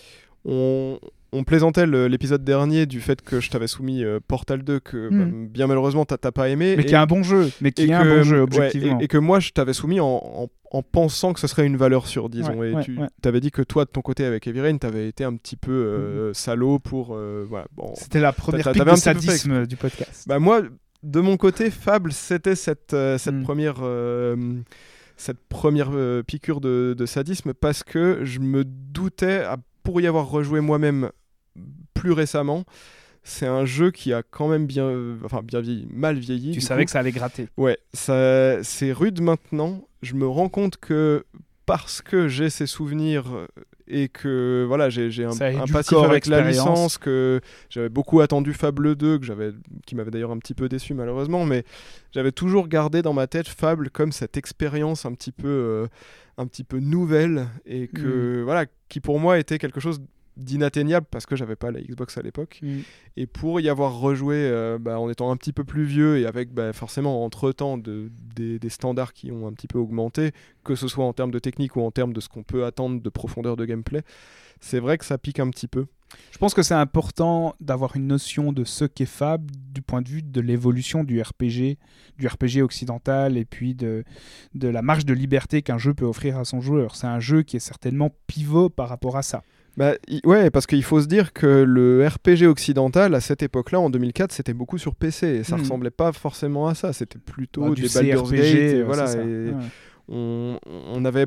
On... On plaisantait le, l'épisode dernier du fait que je t'avais soumis euh, Portal deux, que mmh. bah, bien malheureusement t'as, t'as pas aimé. Mais qui est un bon jeu, mais qui est que, un bon jeu, objectivement. Ouais, et, et que moi je t'avais soumis en, en, en pensant que ce serait une valeur sûre, disons. Ouais, et ouais, tu ouais. t'avais dit que toi, de ton côté, avec Heavy Rain, t'avais été un petit peu euh, mmh. salaud pour... Euh, voilà, bon, c'était la première pique de sadisme du podcast. Bah, moi, de mon côté, Fable, c'était cette, euh, cette mmh. première... Euh, cette première euh, piqûre de, de sadisme, parce que je me doutais, à, pour y avoir rejoué moi-même plus récemment, c'est un jeu qui a quand même bien, euh, enfin bien vieilli, mal vieilli. Tu savais coup. que ça allait gratter. Ouais, ça, c'est rude maintenant. Je me rends compte que parce que j'ai ces souvenirs et que voilà, j'ai, j'ai un, un passif avec la licence, que j'avais beaucoup attendu Fable deux, que j'avais, qui m'avait d'ailleurs un petit peu déçu malheureusement, mais j'avais toujours gardé dans ma tête Fable comme cette expérience un petit peu, euh, un petit peu nouvelle et que mmh. voilà, qui pour moi était quelque chose d'inatteignable parce que j'avais pas la Xbox à l'époque. Mm. Et pour y avoir rejoué euh, bah, en étant un petit peu plus vieux et avec bah, forcément entre-temps de, des, des standards qui ont un petit peu augmenté, que ce soit en termes de technique ou en termes de ce qu'on peut attendre de profondeur de gameplay, c'est vrai que ça pique un petit peu. Je pense que c'est important d'avoir une notion de ce qu'est Fable du point de vue de l'évolution du R P G, du R P G occidental et puis de, de la marge de liberté qu'un jeu peut offrir à son joueur. C'est un jeu qui est certainement pivot par rapport à ça. Bah, y- ouais, parce qu'il faut se dire que le R P G occidental, à cette époque-là, en deux mille quatre, c'était beaucoup sur P C, et ça mmh. ressemblait pas forcément à ça, c'était plutôt bah, des Baldur's Gate, et voilà, et ouais. on, on avait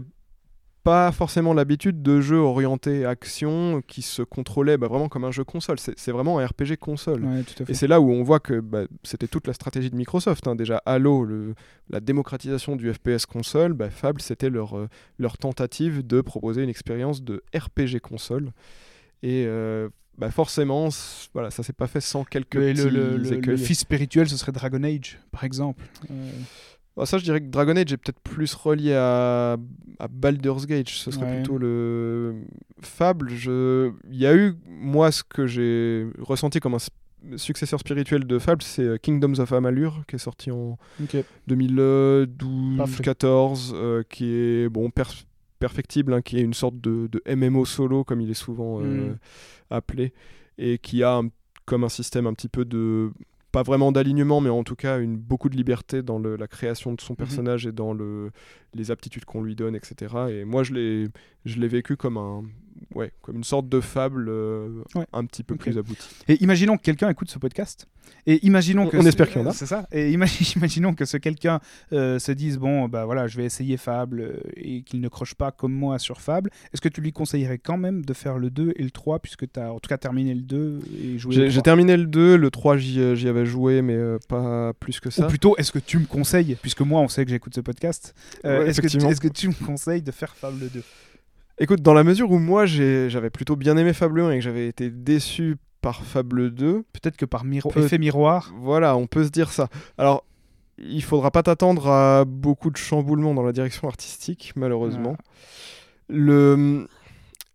pas forcément l'habitude de jeux orientés action qui se contrôlaient bah, vraiment comme un jeu console. C'est, c'est vraiment un R P G console. Ouais, tout à fait. Et c'est là où on voit que bah, c'était toute la stratégie de Microsoft. Hein. Déjà, Halo, le, la démocratisation du F P S console, bah, Fable, c'était leur, euh, leur tentative de proposer une expérience de R P G console. Et euh, bah, forcément, voilà, ça s'est pas fait sans quelques le, petits le, le, écueils. Le fils spirituel, ce serait Dragon Age, par exemple. Euh... Bah ça, je dirais que Dragon Age est peut-être plus relié à, à Baldur's Gate. Ce serait ouais. plutôt le Fable. Je... Il y a eu, moi, ce que j'ai ressenti comme un successeur spirituel de Fable, c'est Kingdoms of Amalur, qui est sorti en okay. deux mille douze deux mille quatorze, euh, qui est bon, per- perfectible, hein, qui est une sorte de, de M M O solo, comme il est souvent euh, mm. appelé, et qui a un, comme un système un petit peu de... pas vraiment d'alignement, mais en tout cas une, beaucoup de liberté dans le, la création de son personnage mmh. et dans le, les aptitudes qu'on lui donne, et cetera. Et moi, je l'ai, je l'ai vécu comme, un, ouais, comme une sorte de Fable euh, ouais. un petit peu okay. plus aboutie. Et imaginons que quelqu'un écoute ce podcast. Et imaginons on, que on espère qu'il y en a. C'est ça. Et imagine, imaginons que ce quelqu'un euh, se dise bon, bah voilà, je vais essayer Fable euh, et qu'il ne croche pas comme moi sur Fable. Est-ce que tu lui conseillerais quand même de faire le deux et le trois, puisque tu as en tout cas terminé le deux et joué j'ai, le trois. J'ai terminé le deux, le trois j'y, j'y avais joué, mais euh, pas plus que ça. Ou plutôt, est-ce que tu me conseilles, puisque moi on sait que j'écoute ce podcast, euh, ouais, est-ce, que tu, est-ce que tu me conseilles de faire Fable deux? Écoute, dans la mesure où moi j'ai, j'avais plutôt bien aimé Fable un et que j'avais été déçu par Fable deux. Peut-être que par miro- peut... effet miroir. Voilà, on peut se dire ça. Alors, il faudra pas t'attendre à beaucoup de chamboulements dans la direction artistique, malheureusement. Ah. Le...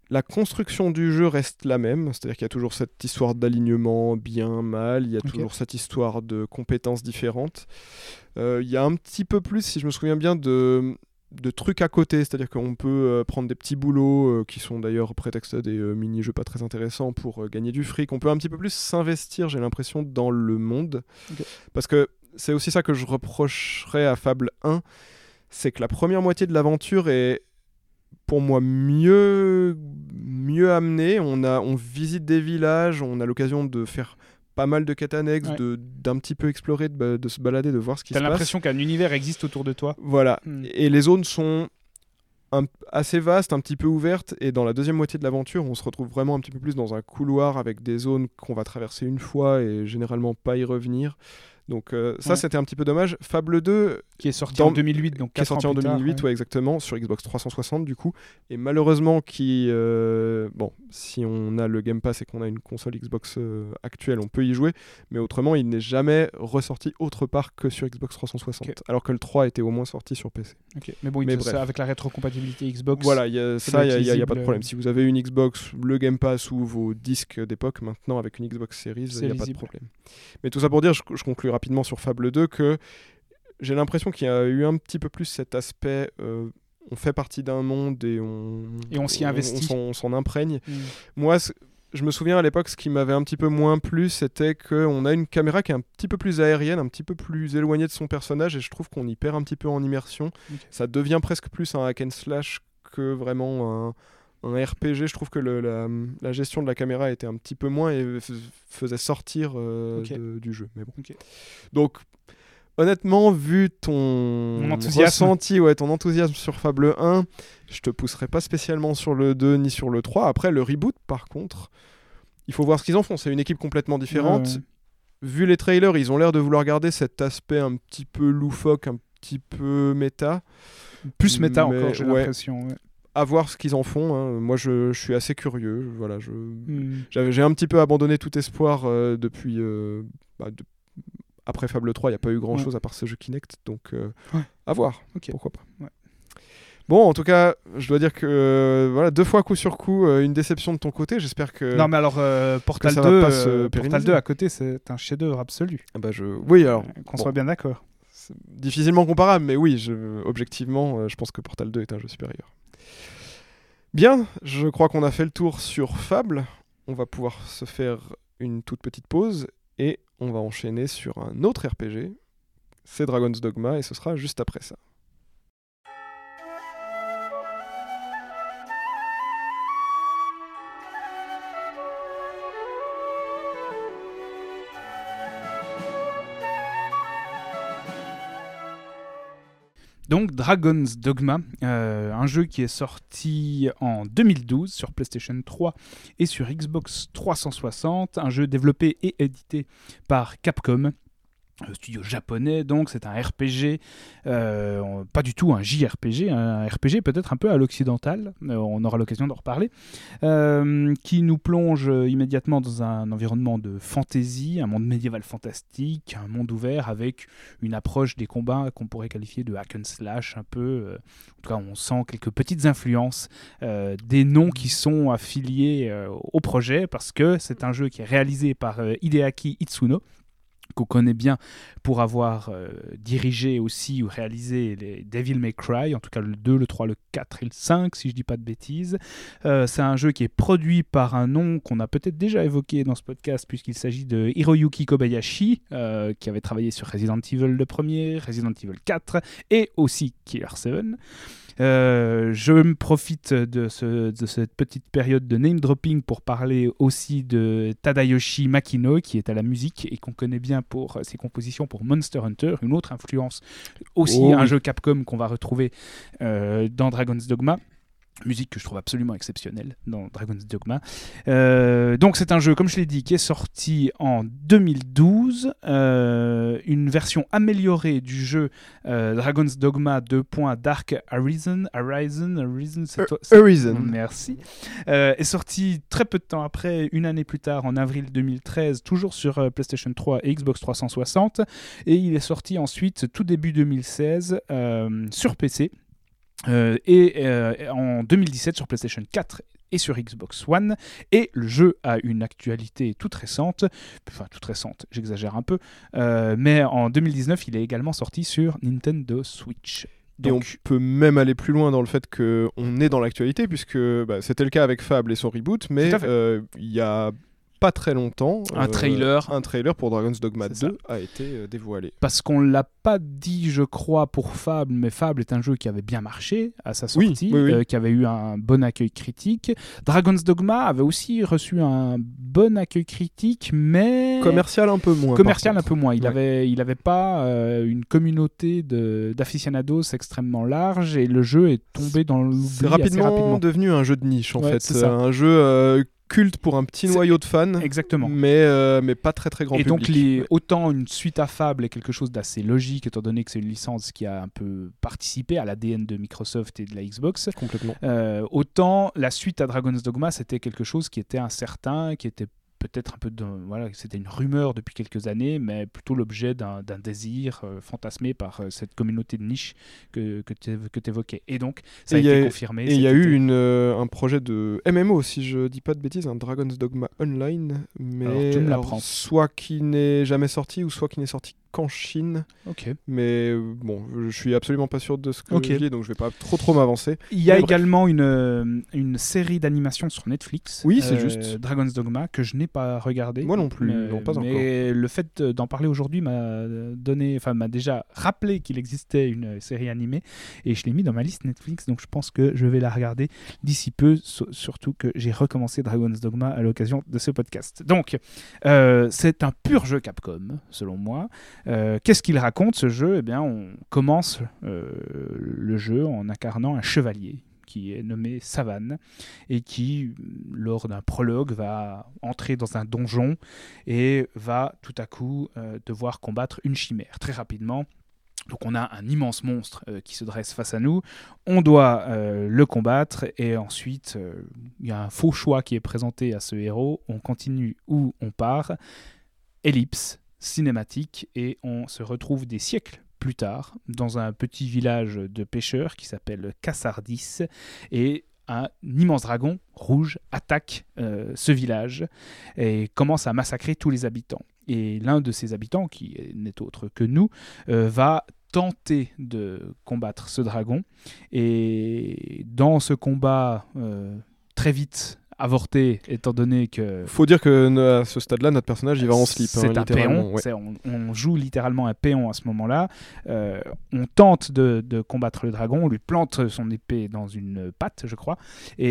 La construction du jeu reste la même, c'est-à-dire qu'il y a toujours cette histoire d'alignement bien, mal, il y a okay. toujours cette histoire de compétences différentes. Euh, il y a un petit peu plus, si je me souviens bien, de, de trucs à côté, c'est-à-dire qu'on peut euh, prendre des petits boulots euh, qui sont d'ailleurs prétexte à des euh, mini-jeux pas très intéressants pour euh, gagner du fric. On peut un petit peu plus s'investir, j'ai l'impression, dans le monde. Okay. Parce que c'est aussi ça que je reprocherais à Fable un, c'est que la première moitié de l'aventure est... pour moi, mieux, mieux amené. On, a, on visite des villages, on a l'occasion de faire pas mal de quêtes annexes, ouais. de, d'un petit peu explorer, de, de se balader, de voir ce qui T'as se passe. T'as l'impression qu'un univers existe autour de toi. Voilà. Hmm. Et les zones sont un, assez vastes, un petit peu ouvertes. Et dans la deuxième moitié de l'aventure, on se retrouve vraiment un petit peu plus dans un couloir avec des zones qu'on va traverser une fois et généralement pas y revenir. Donc euh, ça, ouais. c'était un petit peu dommage. Fable deux... Qui est sorti dans... en deux mille huit, donc qui est sorti en deux mille huit, tard, ouais. ouais, exactement, sur Xbox trois cent soixante, du coup. Et malheureusement, qui... Euh... Bon, si on a le Game Pass et qu'on a une console Xbox euh, actuelle, on peut y jouer. Mais autrement, il n'est jamais ressorti autre part que sur Xbox trois cent soixante. Okay. Alors que le trois était au moins sorti sur P C. Okay. Mais bon, il mais bref. Ça, avec la rétrocompatibilité Xbox... Voilà, y a, ça, il n'y a, a, a pas de problème. Si vous avez une Xbox, le Game Pass ou vos disques d'époque, maintenant, avec une Xbox Series, il n'y a pas de problème. Mais tout ça pour dire, je, je conclue rapidement sur Fable deux, que j'ai l'impression qu'il y a eu un petit peu plus cet aspect euh, on fait partie d'un monde et on, et on s'y investit, on, on, s'en, on s'en imprègne. Mmh. Moi, je me souviens à l'époque, ce qui m'avait un petit peu moins plu, c'était qu'on a une caméra qui est un petit peu plus aérienne, un petit peu plus éloignée de son personnage, et je trouve qu'on y perd un petit peu en immersion. Okay. Ça devient presque plus un hack and slash que vraiment un, un R P G. Je trouve que le, la, la gestion de la caméra était un petit peu moins et f- faisait sortir euh, okay. de, du jeu. Mais bon. Okay. Donc, honnêtement, vu ton Mon enthousiasme. ressenti, ouais, ton enthousiasme sur Fable un, je te pousserai pas spécialement sur le deux ni sur le trois. Après, le reboot, par contre, il faut voir ce qu'ils en font. C'est une équipe complètement différente. Ouais, ouais. Vu les trailers, ils ont l'air de vouloir garder cet aspect un petit peu loufoque, un petit peu méta. Plus méta Mais, encore, j'ai ouais, l'impression. Ouais. À voir ce qu'ils en font. Hein. Moi, je, je suis assez curieux. Voilà, je, mm. j'avais, j'ai un petit peu abandonné tout espoir euh, depuis... Euh, bah, de, Après Fable trois, il n'y a pas eu grand-chose ouais. à part ce jeu Kinect, donc euh, ouais. à voir, okay. pourquoi pas. Ouais. Bon, en tout cas, je dois dire que euh, voilà, deux fois coup sur coup, euh, une déception de ton côté. J'espère que. Non, mais alors euh, Portal deux, euh, Portal deux à côté, c'est un chef-d'œuvre absolu. Ah bah je, oui alors. Euh, qu'on bon. soit bien d'accord. C'est difficilement comparable, mais oui, je... objectivement, euh, je pense que Portal deux est un jeu supérieur. Bien, je crois qu'on a fait le tour sur Fable. On va pouvoir se faire une toute petite pause. Et on va enchaîner sur un autre R P G, c'est Dragon's Dogma, et ce sera juste après ça. Donc Dragon's Dogma, euh, un jeu qui est sorti en deux mille douze sur PlayStation trois et sur Xbox trois cent soixante, un jeu développé et édité par Capcom. Studio japonais, donc c'est un R P G, euh, pas du tout un J R P G, un R P G peut-être un peu à l'occidental, euh, on aura l'occasion d'en reparler, euh, qui nous plonge immédiatement dans un environnement de fantasy, un monde médiéval fantastique, un monde ouvert avec une approche des combats qu'on pourrait qualifier de hack and slash un peu, euh, en tout cas on sent quelques petites influences euh, des noms qui sont affiliés euh, au projet, parce que c'est un jeu qui est réalisé par euh, Hideaki Itsuno, qu'on connaît bien pour avoir euh, dirigé aussi ou réalisé les Devil May Cry, en tout cas le deux, le trois, le quatre et le cinq, si je ne dis pas de bêtises. Euh, c'est un jeu qui est produit par un nom qu'on a peut-être déjà évoqué dans ce podcast, puisqu'il s'agit de Hiroyuki Kobayashi, euh, qui avait travaillé sur Resident Evil le premier, Resident Evil quatre et aussi Killer sept. Euh, je me profite de, ce, de cette petite période de name dropping pour parler aussi de Tadayoshi Makino, qui est à la musique et qu'on connaît bien pour ses compositions pour Monster Hunter, une autre influence aussi, oh, un oui. jeu Capcom qu'on va retrouver euh, dans Dragon's Dogma. Musique que je trouve absolument exceptionnelle dans Dragon's Dogma. Euh, donc c'est un jeu, comme je l'ai dit, qui est sorti en deux mille douze. Euh, une version améliorée du jeu euh, Dragon's Dogma deux. Dark Arisen. Arisen, Arisen c'est toi, c'est... Arisen. Merci. Euh, est sorti très peu de temps après, une année plus tard, en avril deux mille treize, toujours sur euh, PlayStation trois et Xbox trois cent soixante. Et il est sorti ensuite, tout début deux mille seize, euh, sur P C. Euh, et euh, en deux mille dix-sept sur PlayStation quatre et sur Xbox One. Et le jeu a une actualité toute récente, enfin toute récente, j'exagère un peu, euh, mais en deux mille dix-neuf, il est également sorti sur Nintendo Switch. Donc, et on peut même aller plus loin dans le fait qu'on est dans l'actualité, puisque bah, c'était le cas avec Fable et son reboot, mais il euh, y a pas très longtemps, un, euh, trailer. un trailer pour Dragon's Dogma deux a été euh, dévoilé. Parce qu'on ne l'a pas dit, je crois, pour Fable, mais Fable est un jeu qui avait bien marché à sa sortie, oui, oui, oui. Euh, qui avait eu un bon accueil critique. Dragon's Dogma avait aussi reçu un bon accueil critique, mais... Commercial un peu moins. Commercial un peu moins. Il n'avait ouais. il avait pas euh, une communauté de, d'aficionados extrêmement large, et le jeu est tombé dans l'oubli C'est rapidement, assez rapidement devenu un jeu de niche, en ouais, fait. C'est ça. Un jeu... Euh, culte pour un petit c'est... noyau de fans, exactement. Mais, euh, mais pas très très grand et public. Et donc les... autant une suite à Fable est quelque chose d'assez logique, étant donné que c'est une licence qui a un peu participé à l'A D N de Microsoft et de la Xbox. Complètement. Euh, autant la suite à Dragon's Dogma, c'était quelque chose qui était incertain, qui était peut-être un peu de, voilà, c'était une rumeur depuis quelques années, mais plutôt l'objet d'un, d'un désir euh, fantasmé par euh, cette communauté de niche que, que tu évoquais. Et donc, ça et a été a, confirmé. Et il y a été... eu une, euh, un projet de M M O, si je dis pas de bêtises, un Dragon's Dogma Online, mais alors, tu me l'apprends. Soit qui n'est jamais sorti, ou soit qui n'est sorti qu'en Chine. Okay. Mais euh, bon, je suis absolument pas sûr de ce que okay. je dis, donc je vais pas trop trop m'avancer. Il y a mais également une, une série d'animations sur Netflix. Oui, c'est euh, juste. Dragon's Dogma, que je n'ai pas regardé. Moi non plus, mais, non pas mais encore. Mais le fait d'en parler aujourd'hui m'a donné, enfin m'a déjà rappelé qu'il existait une série animée, et je l'ai mis dans ma liste Netflix, donc je pense que je vais la regarder d'ici peu, so- surtout que j'ai recommencé Dragon's Dogma à l'occasion de ce podcast. Donc, euh, c'est un pur jeu Capcom, selon moi. Euh, qu'est-ce qu'il raconte, ce jeu ? Eh bien, on commence euh, le jeu en incarnant un chevalier qui est nommé Savane et qui, lors d'un prologue, va entrer dans un donjon et va tout à coup euh, devoir combattre une chimère très rapidement. Donc on a un immense monstre euh, qui se dresse face à nous, on doit euh, le combattre, et ensuite il euh, y a un faux choix qui est présenté à ce héros, on continue ou on part, ellipse, cinématique, et on se retrouve des siècles plus tard dans un petit village de pêcheurs qui s'appelle Cassardis, et un immense dragon rouge attaque euh, ce village et commence à massacrer tous les habitants. Et l'un de ces habitants, qui n'est autre que nous, euh, va tenter de combattre ce dragon, et dans ce combat euh, très vite avorté, étant donné que... Faut dire que à ce stade-là, notre personnage, il va en slip. C'est hein, un péon, ouais. c'est, on, on joue littéralement un péon à ce moment-là. Euh, on tente de, de combattre le dragon, on lui plante son épée dans une patte, je crois,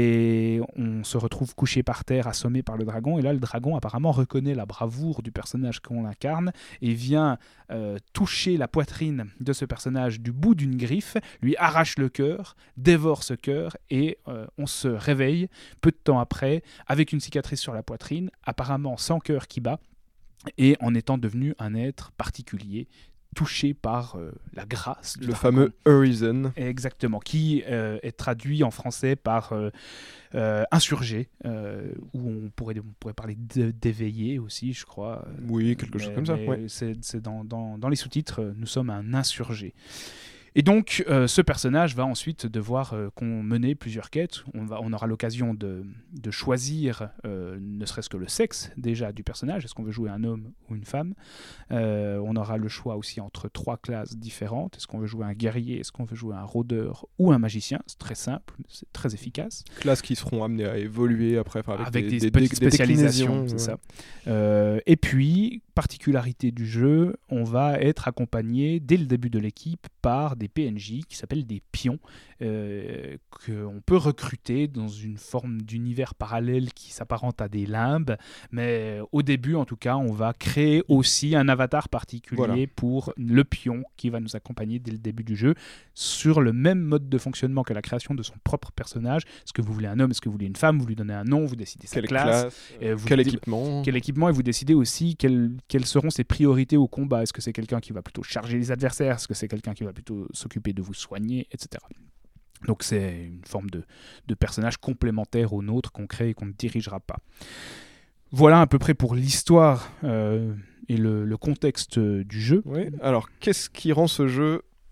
et on se retrouve couché par terre, assommé par le dragon, et là, le dragon apparemment reconnaît la bravoure du personnage qu'on incarne, et vient euh, toucher la poitrine de ce personnage du bout d'une griffe, lui arrache le cœur, dévore ce cœur, et euh, on se réveille peu de temps après, avec une cicatrice sur la poitrine, apparemment sans cœur qui bat, et en étant devenu un être particulier, touché par euh, la grâce. Le fameux Horizon. Exactement, qui euh, est traduit en français par euh, euh, insurgé, euh, où on pourrait, on pourrait parler d'éveillé aussi, je crois. Oui, quelque mais, chose comme ça. Ouais. C'est, c'est dans, dans, dans les sous-titres, nous sommes un insurgé. Et donc, euh, ce personnage va ensuite devoir euh, qu'on mener plusieurs quêtes. On, va, on aura l'occasion de, de choisir, euh, ne serait-ce que le sexe déjà du personnage. Est-ce qu'on veut jouer un homme ou une femme ? euh, On aura le choix aussi entre trois classes différentes. Est-ce qu'on veut jouer un guerrier ? Est-ce qu'on veut jouer un rôdeur ou un magicien ? C'est très simple, c'est très efficace. Classes qui seront amenées à évoluer après, avec, avec des, des, des petites des, spécialisations, des c'est ouais. ça. Euh, et puis, particularité du jeu, on va être accompagné dès le début de l'équipe par des P N J qui s'appellent des pions, euh, qu'on peut recruter dans une forme d'univers parallèle qui s'apparente à des limbes, mais au début en tout cas on va créer aussi un avatar particulier voilà. pour le pion qui va nous accompagner dès le début du jeu sur le même mode de fonctionnement que la création de son propre personnage. Est-ce que vous voulez un homme, est-ce que vous voulez une femme, vous lui donnez un nom, vous décidez sa quelle classe, classe euh, vous quel dé- équipement quel équipement, et vous décidez aussi quelles, quelles seront ses priorités au combat. Est-ce que c'est quelqu'un qui va plutôt charger les adversaires, est-ce que c'est quelqu'un qui va plutôt s'occuper de vous soigner, et cetera. Donc c'est une forme de, de personnage complémentaire au nôtre qu'on crée et qu'on ne dirigera pas. Voilà à peu près pour l'histoire euh, et le, le contexte du jeu. Oui. Alors qu'est-ce qui rend ce jeu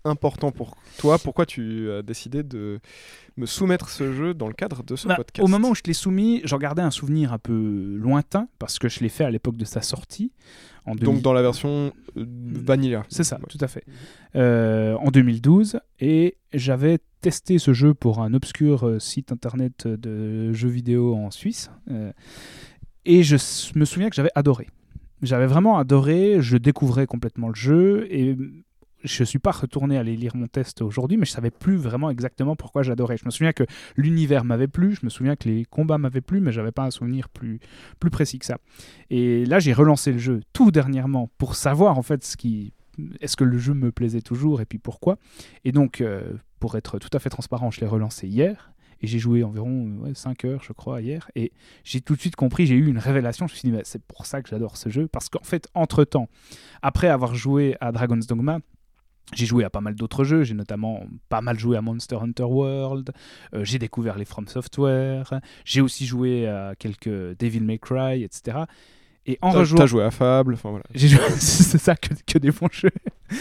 important pour toi. Pourquoi tu as décidé de me soumettre ce jeu dans le cadre de ce bah, podcast? Au moment où je te l'ai soumis, j'en gardais un souvenir un peu lointain parce que je l'ai fait à l'époque de sa sortie. En deux mille... Donc dans la version euh, vanilla. C'est ça, ouais. tout à fait. Euh, en deux mille douze, et j'avais testé ce jeu pour un obscur euh, site internet de jeux vidéo en Suisse. Euh, et je s- me souviens que j'avais adoré. J'avais vraiment adoré, je découvrais complètement le jeu et je ne suis pas retourné aller lire mon test aujourd'hui, mais je ne savais plus vraiment exactement pourquoi j'adorais. Je me souviens que l'univers m'avait plu, je me souviens que les combats m'avaient plu, mais je n'avais pas un souvenir plus, plus précis que ça. Et là, j'ai relancé le jeu tout dernièrement pour savoir en fait ce qui... est-ce que le jeu me plaisait toujours et puis pourquoi. Et donc, euh, pour être tout à fait transparent, je l'ai relancé hier. Et j'ai joué environ ouais, cinq heures, je crois, hier. Et j'ai tout de suite compris, j'ai eu une révélation. Je me suis dit, bah, c'est pour ça que j'adore ce jeu. Parce qu'en fait, entre-temps, après avoir joué à Dragon's Dogma, j'ai joué à pas mal d'autres jeux. J'ai notamment pas mal joué à Monster Hunter World. Euh, j'ai découvert les From Software. J'ai aussi joué à quelques Devil May Cry, et cetera. Et en T'as, rejouant... t'as joué à Fable, enfin voilà. J'ai joué... c'est ça, que, que des bons jeux.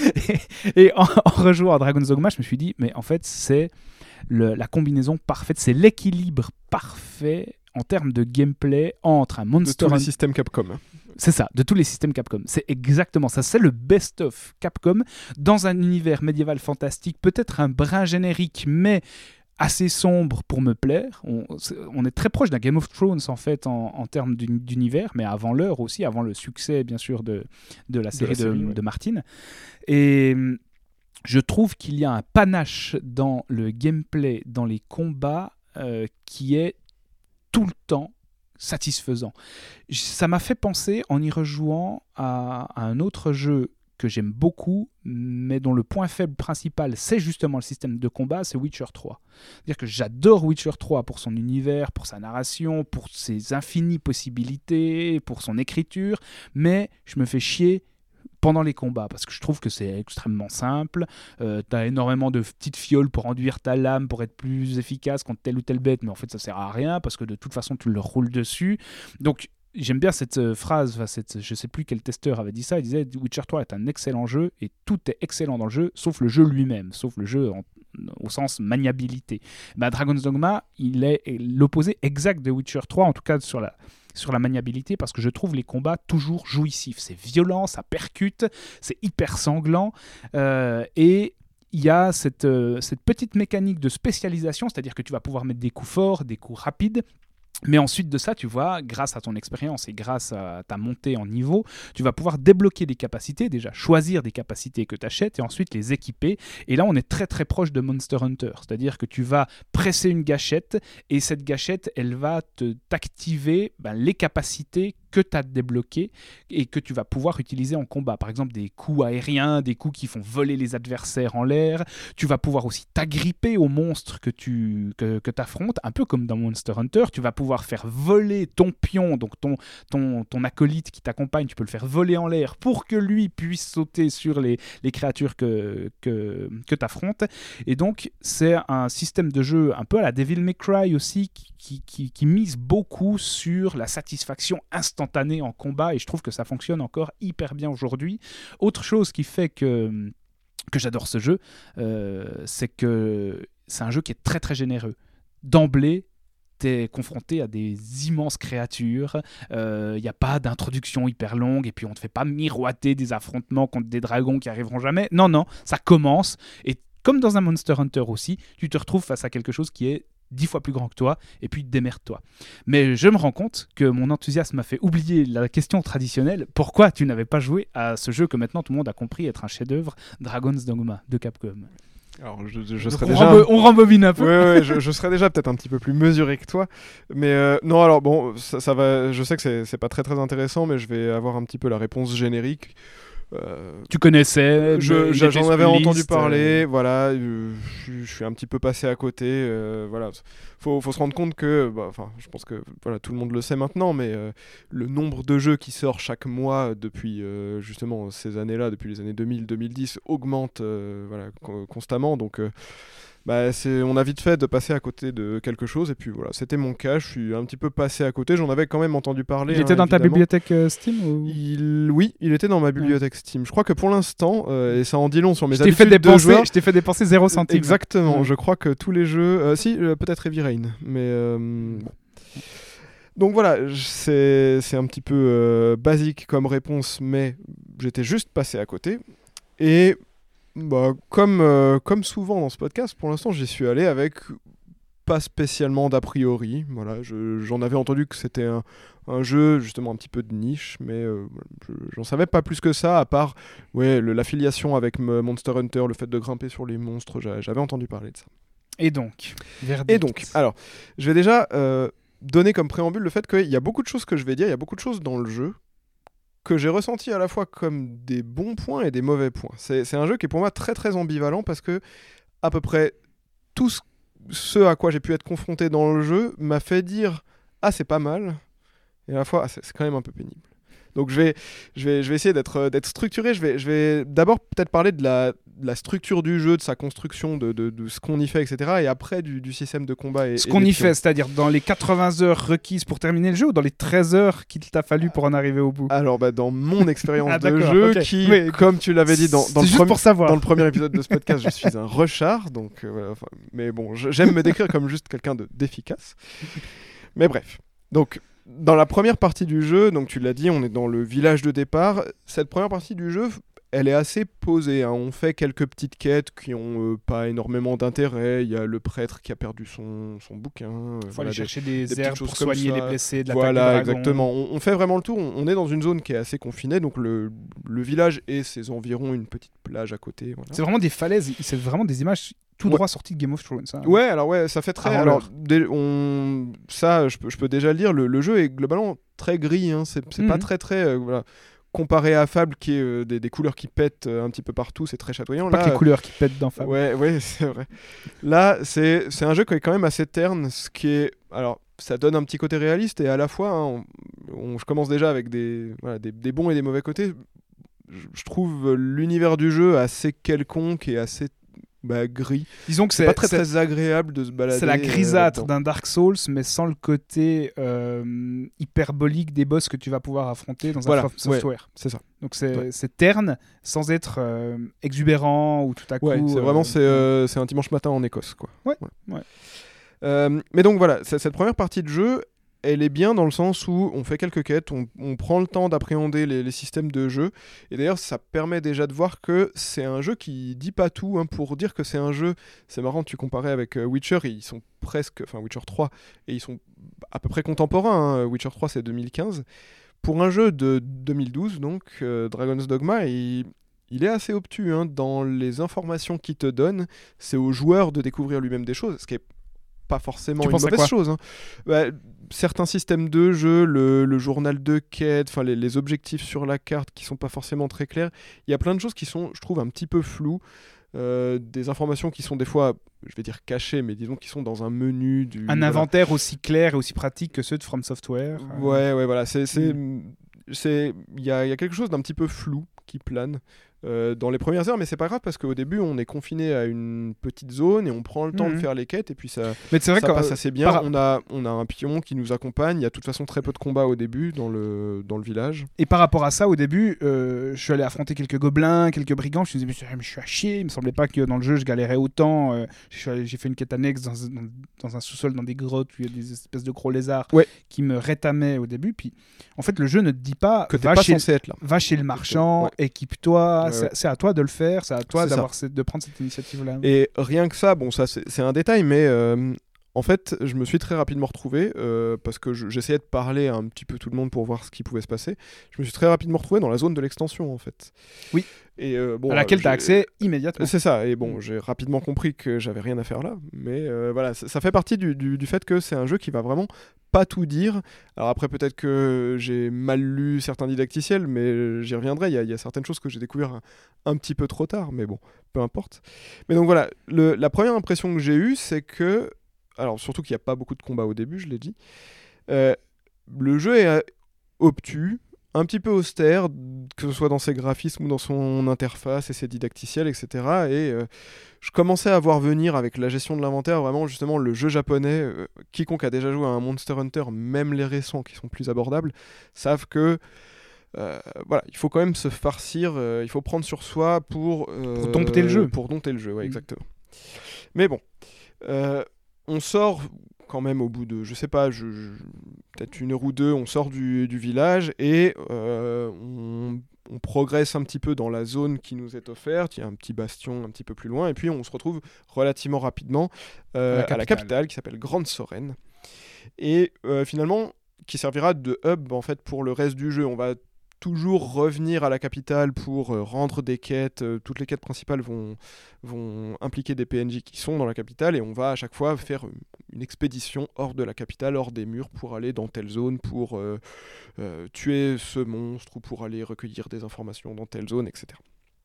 et et en, en rejouant à Dragon's Dogma, je me suis dit, mais en fait, c'est... Le, la combinaison parfaite, c'est l'équilibre parfait en termes de gameplay entre un Monster De tous les Hunter... systèmes Capcom. C'est ça, de tous les systèmes Capcom. C'est exactement ça. C'est le best-of Capcom dans un univers médiéval fantastique, peut-être un brin générique, mais assez sombre pour me plaire. On, on est très proche d'un Game of Thrones en fait en, en termes d'univers, mais avant l'heure aussi, avant le succès bien sûr de, de la série de, la série, de, ouais. de Martin. Et... je trouve qu'il y a un panache dans le gameplay, dans les combats, euh, qui est tout le temps satisfaisant. Ça m'a fait penser, en y rejouant, à, à un autre jeu que j'aime beaucoup, mais dont le point faible principal, c'est justement le système de combat, c'est Witcher trois. C'est-à-dire que j'adore Witcher trois pour son univers, pour sa narration, pour ses infinies possibilités, pour son écriture, mais je me fais chier pendant les combats, parce que je trouve que c'est extrêmement simple. Euh, tu as énormément de petites fioles pour enduire ta lame, pour être plus efficace contre telle ou telle bête, mais en fait ça sert à rien, parce que de toute façon tu le roules dessus. Donc j'aime bien cette euh, phrase, enfin, cette, je ne sais plus quel testeur avait dit ça, il disait « Witcher trois est un excellent jeu, et tout est excellent dans le jeu, sauf le jeu lui-même, sauf le jeu en, au sens maniabilité. » Bah, Dragon's Dogma, il est l'opposé exact de Witcher trois, en tout cas sur la... sur la maniabilité, parce que je trouve les combats toujours jouissifs. C'est violent, ça percute, c'est hyper sanglant, euh, et il y a cette, euh, cette petite mécanique de spécialisation, c'est-à-dire que tu vas pouvoir mettre des coups forts, des coups rapides, mais ensuite de ça, tu vois, grâce à ton expérience et grâce à ta montée en niveau, tu vas pouvoir débloquer des capacités, déjà choisir des capacités que tu achètes et ensuite les équiper. Et là, on est très très proche de Monster Hunter, c'est-à-dire que tu vas presser une gâchette et cette gâchette, elle va te, t'activer ben, les capacités que tu as débloquées et que tu vas pouvoir utiliser en combat. Par exemple, des coups aériens, des coups qui font voler les adversaires en l'air. Tu vas pouvoir aussi t'agripper aux monstres que tu que, que affrontes, un peu comme dans Monster Hunter. Tu vas pouvoir faire voler ton pion, donc ton, ton, ton acolyte qui t'accompagne, tu peux le faire voler en l'air pour que lui puisse sauter sur les, les créatures que, que, que tu affrontes. Et donc, c'est un système de jeu un peu à la Devil May Cry aussi, qui, qui, qui, qui mise beaucoup sur la satisfaction instantanée en combat, et je trouve que ça fonctionne encore hyper bien aujourd'hui. Autre chose qui fait que, que j'adore ce jeu, euh, c'est que c'est un jeu qui est très très généreux. D'emblée, t'es confronté à des immenses créatures, il euh, n'y a pas d'introduction hyper longue, et puis on te fait pas miroiter des affrontements contre des dragons qui arriveront jamais. Non, non, ça commence, et comme dans un Monster Hunter aussi, tu te retrouves face à quelque chose qui est dix fois plus grand que toi, et puis démerde-toi. Mais je me rends compte que mon enthousiasme m'a fait oublier la question traditionnelle. Pourquoi tu n'avais pas joué à ce jeu que maintenant tout le monde a compris être un chef-d'œuvre, Dragon's Dogma de Capcom? Alors, je, je, je serais on, déjà... rembo- on rembobine un peu. Ouais, ouais, je, je serais déjà peut-être un petit peu plus mesuré que toi. Mais euh, non, alors bon, ça, ça va. Je sais que c'est, c'est pas très très intéressant, mais je vais avoir un petit peu la réponse générique. Euh, tu connaissais, je, j'en avais entendu liste, parler, euh... voilà, euh, je, je suis un petit peu passé à côté, euh, voilà. Faut, faut se rendre compte que, enfin, bah, je pense que voilà, tout le monde le sait maintenant, mais euh, le nombre de jeux qui sort chaque mois depuis euh, justement ces années-là, depuis les années deux mille deux mille dix, augmente euh, voilà, co- constamment, donc. Euh, bah, c'est, on a vite fait de passer à côté de quelque chose, et puis voilà, c'était mon cas, je suis un petit peu passé à côté, j'en avais quand même entendu parler. Il hein, était dans évidemment. ta bibliothèque euh, Steam ou... il... Oui, il était dans ma bibliothèque ouais. Steam. Je crois que pour l'instant, euh, et ça en dit long sur mes je habitudes fait dépenser, de joueur... Je t'ai fait dépenser zéro centime. Exactement, ouais. je crois que tous les jeux... Euh, si, euh, peut-être Heavy Rain, mais euh, bon... Donc voilà, c'est, c'est un petit peu euh, basique comme réponse, mais j'étais juste passé à côté. Et bah, comme, euh, comme souvent dans ce podcast, pour l'instant, j'y suis allé avec pas spécialement d'a priori. Voilà, je, j'en avais entendu que c'était un, un jeu justement un petit peu de niche, mais euh, je, j'en savais pas plus que ça, à part ouais, le, l'affiliation avec Monster Hunter, le fait de grimper sur les monstres, j'avais entendu parler de ça. Et donc, verdict. Et donc, alors, je vais déjà... Euh, donner comme préambule le fait qu'il y a beaucoup de choses que je vais dire, il y a beaucoup de choses dans le jeu que j'ai ressenti à la fois comme des bons points et des mauvais points. C'est, c'est un jeu qui est pour moi très très ambivalent parce que à peu près tout ce, ce à quoi j'ai pu être confronté dans le jeu m'a fait dire « Ah, c'est pas mal » et à la fois ah, c'est, c'est quand même un peu pénible. Donc je vais, je vais, je vais essayer d'être, d'être structuré. Je vais, je vais d'abord peut-être parler de la, de la structure du jeu, de sa construction, de, de, de ce qu'on y fait, et cetera. Et après du, du système de combat. Et, ce et qu'on y pions. fait, c'est-à-dire dans les quatre-vingts heures requises pour terminer le jeu ou dans les treize heures qu'il t'a fallu pour en arriver au bout? Alors bah, dans mon expérience ah, de jeu, okay. qui, oui. comme tu l'avais dit dans, dans, le, premi- dans le premier épisode de ce podcast, je suis un rushard. Donc, euh, voilà, enfin, mais bon, je, j'aime me décrire comme juste quelqu'un de, d'efficace. Mais bref, donc... Dans la première partie du jeu, donc tu l'as dit, on est dans le village de départ. Cette première partie du jeu, elle est assez posée. Hein. On fait quelques petites quêtes qui ont euh, pas énormément d'intérêt. Il y a le prêtre qui a perdu son, son bouquin. Il faut voilà, aller chercher des, des herbes pour soigner les blessés de l'attaque Voilà, des dragons. exactement. On, on fait vraiment le tour. On, on est dans une zone qui est assez confinée. Donc le, le village et ses environs, une petite plage à côté. Voilà. C'est vraiment des falaises. C'est vraiment des images... tout droit ouais. sorti de Game of Thrones. Ça. Ouais, alors ouais, ça fait très... Avant alors, dé- on... Ça, je peux, je peux déjà le dire, le, le jeu est globalement très gris, hein. c'est, c'est mmh. pas très très... Euh, voilà. Comparé à Fable, qui est euh, des, des couleurs qui pètent euh, un petit peu partout, c'est très chatoyant. Pas là, que les couleurs qui pètent dans Fable. Ouais, ouais, c'est vrai. Là, c'est, c'est un jeu qui est quand même assez terne, ce qui est... Alors, ça donne un petit côté réaliste, et à la fois, hein, on, on, je commence déjà avec des, voilà, des, des bons et des mauvais côtés. Je, je trouve l'univers du jeu assez quelconque et assez... Bah, gris. Disons que c'est, c'est pas très c'est, très agréable de se balader. C'est la grisâtre euh, d'un Dark Souls, mais sans le côté euh, hyperbolique des boss que tu vas pouvoir affronter dans voilà, un software. Ouais, c'est ça. Donc c'est, ouais. c'est terne, sans être euh, exubérant ou tout à coup. Ouais, c'est euh, vraiment c'est, euh, c'est un dimanche matin en Écosse, quoi. Ouais. ouais. Euh, mais donc voilà, cette première partie de jeu, elle est bien dans le sens où on fait quelques quêtes, on, on prend le temps d'appréhender les, les systèmes de jeu, et d'ailleurs ça permet déjà de voir que c'est un jeu qui dit pas tout, hein. Pour dire que c'est un jeu, c'est marrant, tu comparais avec Witcher, et ils sont presque, enfin Witcher trois, et ils sont à peu près contemporains, hein. Witcher trois c'est deux mille quinze, pour un jeu de deux mille douze, donc euh, Dragon's Dogma, il, il est assez obtus, hein. Dans les informations qu'il te donne, c'est au joueur de découvrir lui-même des choses, ce qui est pas forcément tu une mauvaise chose. Hein. Bah, certains systèmes de jeu, le, le journal de quête, les, les objectifs sur la carte qui sont pas forcément très clairs. Il y a plein de choses qui sont, je trouve, un petit peu floues. Euh, des informations qui sont des fois, je vais dire cachées, mais disons qui sont dans un menu. Du, un voilà. inventaire aussi clair et aussi pratique que ceux de From Software. Ouais, ouais, voilà. C'est, c'est, mm. c'est, il y a, y a quelque chose d'un petit peu flou qui plane. Euh, dans les premières heures, mais c'est pas grave parce qu'au début on est confiné à une petite zone et on prend le temps mmh. de faire les quêtes et puis ça, mais c'est vrai ça que, passe assez bien. Par... On, a, on a un pion qui nous accompagne, il y a de toute façon très peu de combats au début dans le, dans le village. Et par rapport à ça, au début, euh, je suis allé affronter quelques gobelins, quelques brigands, je me disais mais je suis à chier, il me semblait pas que dans le jeu je galérais autant. Euh, allé, j'ai fait une quête annexe dans, dans, dans un sous-sol, dans des grottes où il y a des espèces de gros lézards ouais. qui me rétamaient au début, puis en fait le jeu ne te dit pas que t'es pas censé être là. Va chez le marchand, ouais. équipe-toi, ouais, c'est, ouais. c'est à toi de le faire, c'est à toi c'est d'avoir cette, de prendre cette initiative-là. Et rien que ça, bon ça c'est, c'est un détail, mais euh, en fait je me suis très rapidement retrouvé, euh, parce que je, j'essayais de parler à un petit peu tout le monde pour voir ce qui pouvait se passer, je me suis très rapidement retrouvé dans la zone de l'extension en fait. Oui. Et euh, bon, à laquelle euh, tu as accès immédiatement. C'est ça, et bon, j'ai rapidement compris que j'avais rien à faire là, mais euh, voilà, ça, ça fait partie du, du, du fait que c'est un jeu qui va vraiment pas tout dire. Alors après, peut-être que j'ai mal lu certains didacticiels, mais j'y reviendrai, il y, y a certaines choses que j'ai découvert un, un petit peu trop tard, mais bon, peu importe. Mais donc voilà, le, la première impression que j'ai eue, c'est que, alors surtout qu'il n'y a pas beaucoup de combats au début, je l'ai dit, euh, le jeu est obtus, un petit peu austère, que ce soit dans ses graphismes ou dans son interface et ses didacticiels, et cetera. Et euh, je commençais à voir venir avec la gestion de l'inventaire vraiment justement le jeu japonais. Euh, quiconque a déjà joué à un Monster Hunter, même les récents qui sont plus abordables, savent que euh, voilà, il faut quand même se farcir, euh, il faut prendre sur soi pour... Euh, pour dompter le jeu. Pour dompter le jeu, ouais, mmh. exactement. Mais bon, euh, on sort... quand même au bout de, je sais pas, je, je, peut-être une heure ou deux, on sort du, du village et euh, on, on progresse un petit peu dans la zone qui nous est offerte. Il y a un petit bastion un petit peu plus loin et puis on se retrouve relativement rapidement euh, à, la à la capitale qui s'appelle Grande Sorène et euh, finalement qui servira de hub en fait pour le reste du jeu. On va toujours revenir à la capitale pour euh, rendre des quêtes. Euh, toutes les quêtes principales vont, vont impliquer des P N J qui sont dans la capitale et on va à chaque fois faire une expédition hors de la capitale, hors des murs pour aller dans telle zone, pour euh, euh, tuer ce monstre ou pour aller recueillir des informations dans telle zone, et cetera.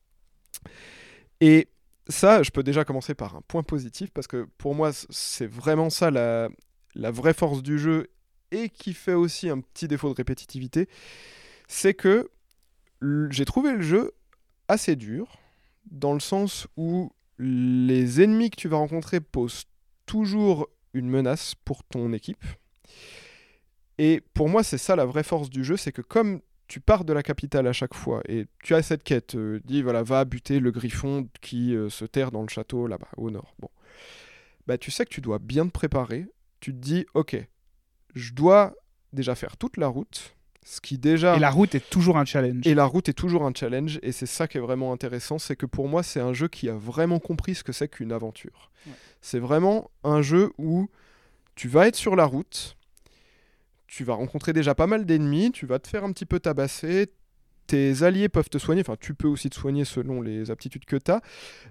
Et ça, je peux déjà commencer par un point positif parce que pour moi, c'est vraiment ça la, la vraie force du jeu et qui fait aussi un petit défaut de répétitivité. C'est que j'ai trouvé le jeu assez dur, dans le sens où les ennemis que tu vas rencontrer posent toujours une menace pour ton équipe. Et pour moi, c'est ça la vraie force du jeu, c'est que comme tu pars de la capitale à chaque fois, et tu as cette quête, euh, dis voilà, va buter le griffon qui euh, se terre dans le château là-bas, au nord. Bon. Bah, tu sais que tu dois bien te préparer, tu te dis, ok, je dois déjà faire toute la route, ce qui déjà... Et la route est toujours un challenge. Et la route est toujours un challenge, et c'est ça qui est vraiment intéressant, c'est que pour moi, c'est un jeu qui a vraiment compris ce que c'est qu'une aventure. Ouais. C'est vraiment un jeu où tu vas être sur la route, tu vas rencontrer déjà pas mal d'ennemis, tu vas te faire un petit peu tabasser, tes alliés peuvent te soigner, enfin tu peux aussi te soigner selon les aptitudes que tu as,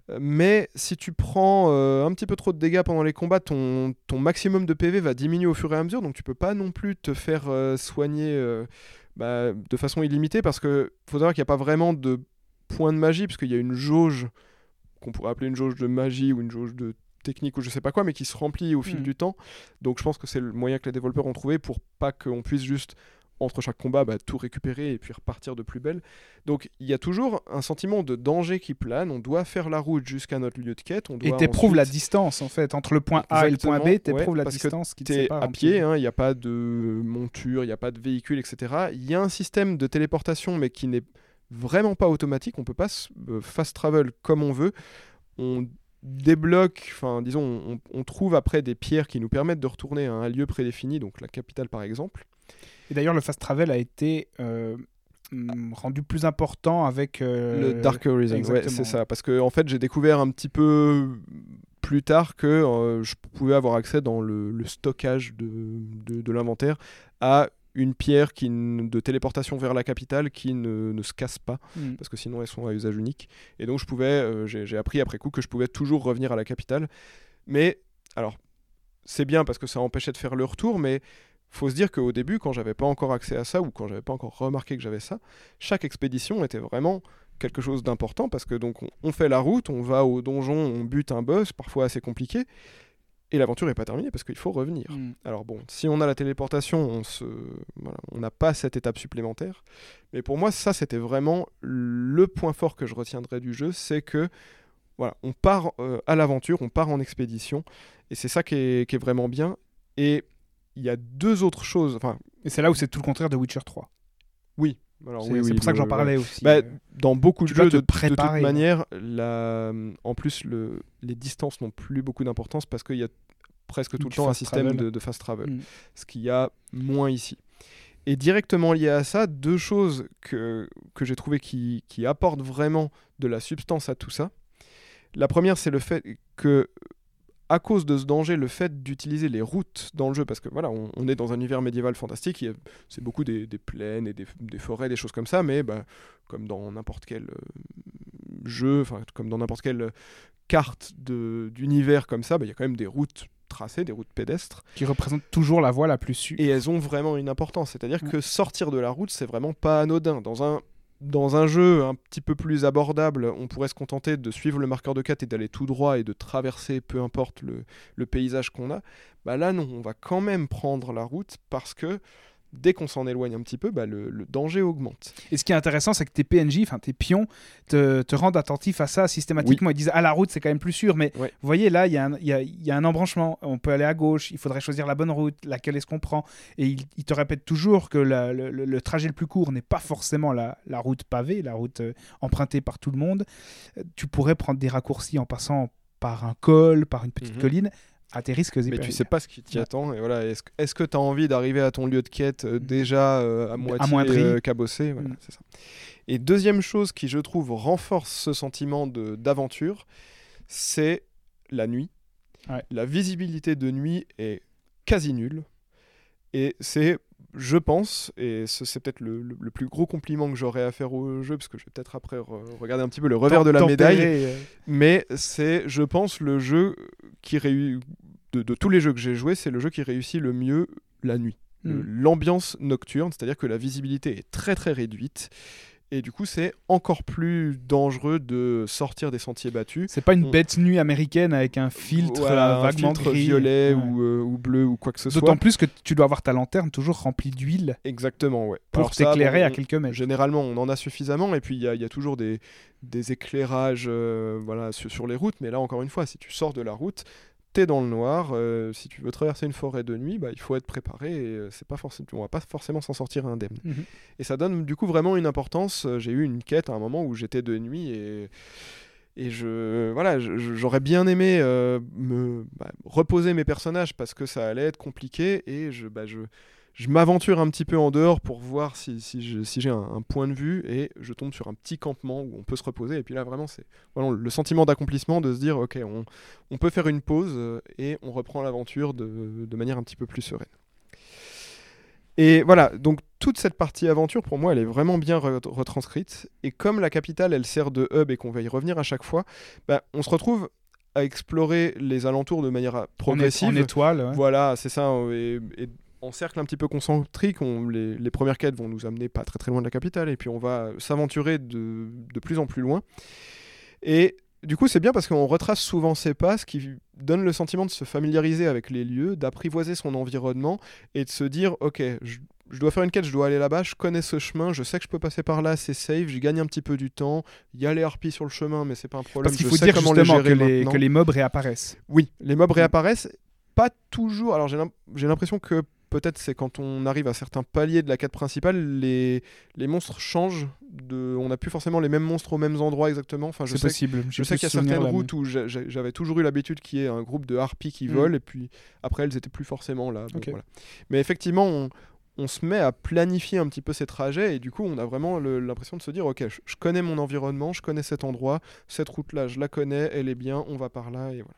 mais si tu prends euh, un petit peu trop de dégâts pendant les combats, ton, ton maximum de P V va diminuer au fur et à mesure, donc tu peux pas non plus te faire euh, soigner euh, bah, de façon illimitée, parce que faut savoir qu'il n'y a pas vraiment de points de magie, parce qu'il y a une jauge qu'on pourrait appeler une jauge de magie ou une jauge de technique ou je sais pas quoi, mais qui se remplit au fil mmh. du temps, donc je pense que c'est le moyen que les développeurs ont trouvé pour pas qu'on puisse juste entre chaque combat, bah, tout récupérer et puis repartir de plus belle. Donc il y a toujours un sentiment de danger qui plane, on doit faire la route jusqu'à notre lieu de quête. On doit et t'éprouves ensuite... la distance en fait, entre le point A Exactement, et le point B, t'éprouves ouais, la distance qui te sépare. À pied, il hein, n'y a pas de monture, il n'y a pas de véhicule, et cetera. Il y a un système de téléportation, mais qui n'est vraiment pas automatique, on peut pas fast travel comme on veut. On débloque, enfin disons, on, on trouve après des pierres qui nous permettent de retourner à un lieu prédéfini, donc la capitale par exemple. Et d'ailleurs, le fast travel a été euh, rendu plus important avec... Euh... Le Dark Horizon, ouais, c'est ça. Parce que en fait, j'ai découvert un petit peu plus tard que euh, je pouvais avoir accès dans le, le stockage de, de, de l'inventaire à une pierre qui n- de téléportation vers la capitale qui ne, ne se casse pas, mmh. parce que sinon elles sont à usage unique. Et donc je pouvais, euh, j'ai, j'ai appris après coup que je pouvais toujours revenir à la capitale. Mais, alors, c'est bien parce que ça empêchait de faire le retour, mais faut se dire qu'au début, quand j'avais pas encore accès à ça, ou quand j'avais pas encore remarqué que j'avais ça, chaque expédition était vraiment quelque chose d'important, parce que donc on, on fait la route, on va au donjon, on bute un boss, parfois assez compliqué, et l'aventure n'est pas terminée parce qu'il faut revenir. Mmh. Alors bon, si on a la téléportation, on se, voilà, on n'a pas cette étape supplémentaire, mais pour moi, ça c'était vraiment le point fort que je retiendrai du jeu, c'est que voilà, on part euh, à l'aventure, on part en expédition, et c'est ça qui est, qui est vraiment bien, et il y a deux autres choses. Enfin, et c'est là où c'est tout le contraire de Witcher trois. Oui. Alors, c'est oui, c'est oui, pour ça le, que j'en parlais aussi. Bah, dans beaucoup tu de jeux, te de, de toute ouais. manière, la... en plus, le... les distances n'ont plus beaucoup d'importance parce qu'il y a presque tout le temps un système de, de fast travel, mm. ce qu'il y a moins ici. Et directement lié à ça, deux choses que, que j'ai trouvées qui, qui apportent vraiment de la substance à tout ça. La première, c'est le fait que à cause de ce danger, le fait d'utiliser les routes dans le jeu, parce que voilà, on, on est dans un univers médiéval fantastique, a, c'est beaucoup des, des plaines et des, des forêts, des choses comme ça, mais bah, comme dans n'importe quel euh, jeu, enfin comme dans n'importe quelle carte de, d'univers comme ça, il bah, y a quand même des routes tracées, des routes pédestres. Qui représentent toujours la voie la plus sûre. Et elles ont vraiment une importance, c'est-à-dire ouais. que sortir de la route, c'est vraiment pas anodin. Dans un Dans un jeu un petit peu plus abordable, on pourrait se contenter de suivre le marqueur de quête et d'aller tout droit et de traverser, peu importe le, le paysage qu'on a. Bah là, non, on va quand même prendre la route parce que dès qu'on s'en éloigne un petit peu, bah, le, le danger augmente. Et ce qui est intéressant, c'est que tes P N J, enfin tes pions, te, te rendent attentif à ça systématiquement. Oui. Ils disent, ah, la route, c'est quand même plus sûr, mais ouais. vous voyez, là, il y, y, a, y a un embranchement, on peut aller à gauche, il faudrait choisir la bonne route, laquelle est-ce qu'on prend. Et ils il te répètent toujours que la, le, le, le trajet le plus court n'est pas forcément la, la route pavée, la route euh, empruntée par tout le monde. Tu pourrais prendre des raccourcis en passant par un col, par une petite mm-hmm. colline, à tes risques et mais périls. Tu sais pas ce qui t'y ouais. attend. Et voilà, est-ce, est-ce que tu as envie d'arriver à ton lieu de quête euh, déjà euh, à moitié euh, cabossé voilà, mm. c'est ça. Et deuxième chose qui, je trouve, renforce ce sentiment de, d'aventure, c'est la nuit. Ouais. La visibilité de nuit est quasi nulle. Et c'est, je pense, et ce, c'est peut-être le, le, le plus gros compliment que j'aurais à faire au jeu, parce que je vais peut-être après re- regarder un petit peu le revers Tant, de la médaille, euh... mais c'est, je pense, le jeu qui réussit, de, de tous les jeux que j'ai joués, c'est le jeu qui réussit le mieux la nuit. Mm. Le, l'ambiance nocturne, c'est-à-dire que la visibilité est très très réduite. Et du coup, c'est encore plus dangereux de sortir des sentiers battus. C'est pas une On... bête nuit américaine avec un filtre voilà, vaguement un filtre gris. violet ouais. ou, euh, ou bleu ou quoi que ce D'autant soit. D'autant plus que tu dois avoir ta lanterne toujours remplie d'huile. Exactement, ouais. Pour Alors t'éclairer ça, bon, à quelques mètres. Généralement, on en a suffisamment. Et puis, il y, y a toujours des, des éclairages euh, voilà, sur, sur les routes. Mais là, encore une fois, si tu sors de la route, t'es dans le noir, euh, si tu veux traverser une forêt de nuit, bah, il faut être préparé et euh, c'est pas forcément, on va pas forcément s'en sortir indemne. Mmh. Et ça donne du coup vraiment une importance. J'ai eu une quête à un moment où j'étais de nuit et, et je, voilà, je, j'aurais bien aimé euh, me bah, reposer mes personnages parce que ça allait être compliqué et je, bah, je, je m'aventure un petit peu en dehors pour voir si, si, je, si j'ai un, un point de vue et je tombe sur un petit campement où on peut se reposer. Et puis là, vraiment, c'est voilà, le sentiment d'accomplissement de se dire, ok, on, on peut faire une pause et on reprend l'aventure de, de manière un petit peu plus sereine. Et voilà, donc toute cette partie aventure, pour moi, elle est vraiment bien re- retranscrite. Et comme la capitale, elle sert de hub et qu'on va y revenir à chaque fois, bah, on se retrouve à explorer les alentours de manière progressive. En, é- en étoile, ouais. Voilà, c'est ça. Et, et en cercle un petit peu concentrique, on, les, les premières quêtes vont nous amener pas très très loin de la capitale et puis on va s'aventurer de, de plus en plus loin. Et du coup, c'est bien parce qu'on retrace souvent ses pas, ce qui donne le sentiment de se familiariser avec les lieux, d'apprivoiser son environnement et de se dire, ok, je, je dois faire une quête, je dois aller là-bas, je connais ce chemin, je sais que je peux passer par là, c'est safe, je gagne un petit peu du temps, il y a les harpies sur le chemin, mais c'est pas un problème. Parce qu'il faut dire justement les que, les, que les mobs réapparaissent. Oui, les mobs réapparaissent, pas toujours. Alors j'ai, l'im- j'ai l'impression que peut-être c'est quand on arrive à certains paliers de la quête principale, les, les monstres changent. De... On n'a plus forcément les mêmes monstres aux mêmes endroits exactement. Enfin, je c'est sais possible. Que, je sais qu'il y a certaines routes où j'ai, j'avais toujours eu l'habitude qu'il y ait un groupe de harpies qui mmh. volent, et puis après elles n'étaient plus forcément là. Bon, okay. Voilà. Mais effectivement, on, on se met à planifier un petit peu ces trajets, et du coup on a vraiment le, l'impression de se dire, ok, je, je connais mon environnement, je connais cet endroit, cette route-là, je la connais, elle est bien, on va par là, et voilà.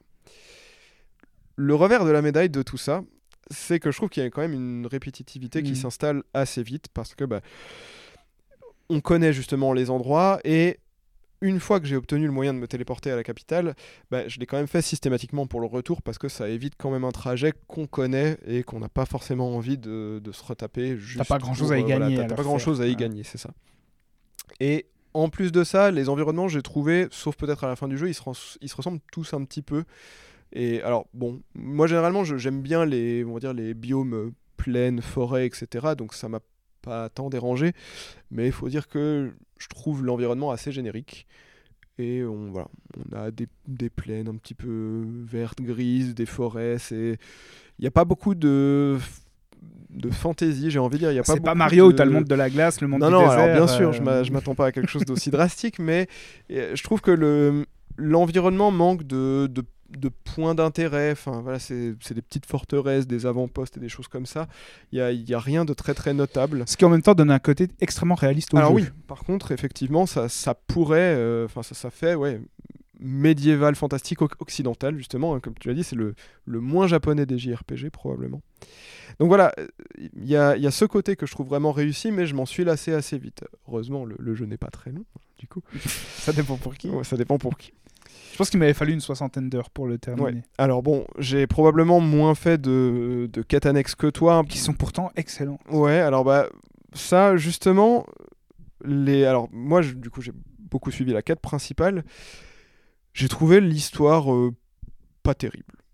Le revers de la médaille de tout ça, c'est que je trouve qu'il y a quand même une répétitivité mmh. qui s'installe assez vite parce que bah, on connaît justement les endroits et une fois que j'ai obtenu le moyen de me téléporter à la capitale, bah, je l'ai quand même fait systématiquement pour le retour parce que ça évite quand même un trajet qu'on connaît et qu'on n'a pas forcément envie de, de se retaper. Juste t'as pas grand chose à y gagner. Voilà, t'as, t'as pas grand chose à y ouais. gagner, c'est ça. Et en plus de ça, les environnements, j'ai trouvé, sauf peut-être à la fin du jeu, ils se, res- ils se ressemblent tous un petit peu. Et alors, bon, moi généralement, je, j'aime bien les, on va dire, les biomes plaines, forêts, et cetera. Donc ça m'a pas tant dérangé. Mais il faut dire que je trouve l'environnement assez générique. Et on, voilà, on a des, des plaines un petit peu vertes, grises, des forêts. C'est... Il n'y a pas beaucoup de... de fantaisie, j'ai envie de dire. Y a c'est pas, pas Mario de... où t'as le monde de la glace, le monde non, du non, désert. Non, alors bien euh... sûr, je, m'a, je m'attends pas à quelque chose d'aussi drastique, mais je trouve que le, l'environnement manque de, de, de points d'intérêt. Enfin, voilà, c'est, c'est des petites forteresses, des avant-postes et des choses comme ça. Il y a, y a rien de très très notable. Ce qui en même temps donne un côté extrêmement réaliste au alors jeu. Alors oui, par contre, effectivement, ça, ça pourrait, enfin euh, ça, ça fait, ouais, médiéval, fantastique, occidental, justement, hein, comme tu l'as dit, c'est le, le moins japonais des J R P G, probablement. Donc voilà, il y a, y a ce côté que je trouve vraiment réussi, mais je m'en suis lassé assez vite. Heureusement, le, le jeu n'est pas très long, du coup. Ça dépend pour qui. Ouais, ça dépend pour qui. Je pense qu'il m'avait fallu une soixantaine d'heures pour le terminer. Ouais. Alors bon, j'ai probablement moins fait de, de quêtes annexes que toi. Qui sont pourtant excellents. Ouais, alors bah, ça, justement, les... alors moi, je, du coup, j'ai beaucoup suivi la quête principale. J'ai trouvé l'histoire euh, pas terrible.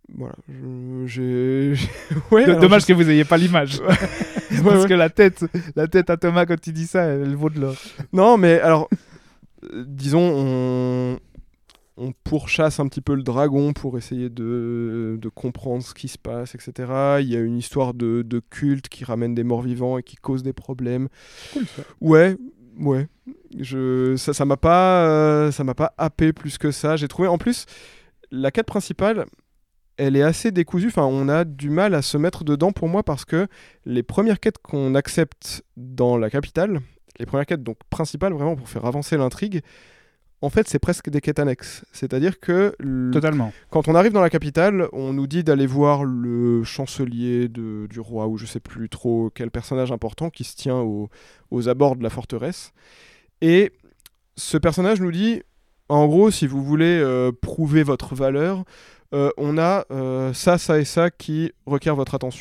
voilà, je, j'ai... ouais, D- alors, Dommage je... que vous n'ayez pas l'image. ouais, Parce ouais. que la tête, la tête à Thomas, quand il dit ça, elle vaut de l'or. Non, mais alors, euh, disons, on... on pourchasse un petit peu le dragon pour essayer de, de comprendre ce qui se passe, et cetera. Il y a une histoire de, de culte qui ramène des morts vivants et qui cause des problèmes. Cool ça. Ouais, ouais. Je, ça, ça m'a pas, euh, ça m'a pas happé plus que ça. J'ai trouvé, en plus, la quête principale, elle est assez décousue. Enfin, on a du mal à se mettre dedans pour moi parce que les premières quêtes qu'on accepte dans la capitale, les premières quêtes donc principales vraiment pour faire avancer l'intrigue, en fait, c'est presque des quêtes annexes. C'est-à-dire que l- Totalement. quand on arrive dans la capitale, on nous dit d'aller voir le chancelier de- du roi, ou je sais plus trop quel personnage important qui se tient au- aux abords de la forteresse. Et ce personnage nous dit, en gros, si vous voulez euh, prouver votre valeur, euh, on a euh, ça, ça et ça qui requiert votre attention.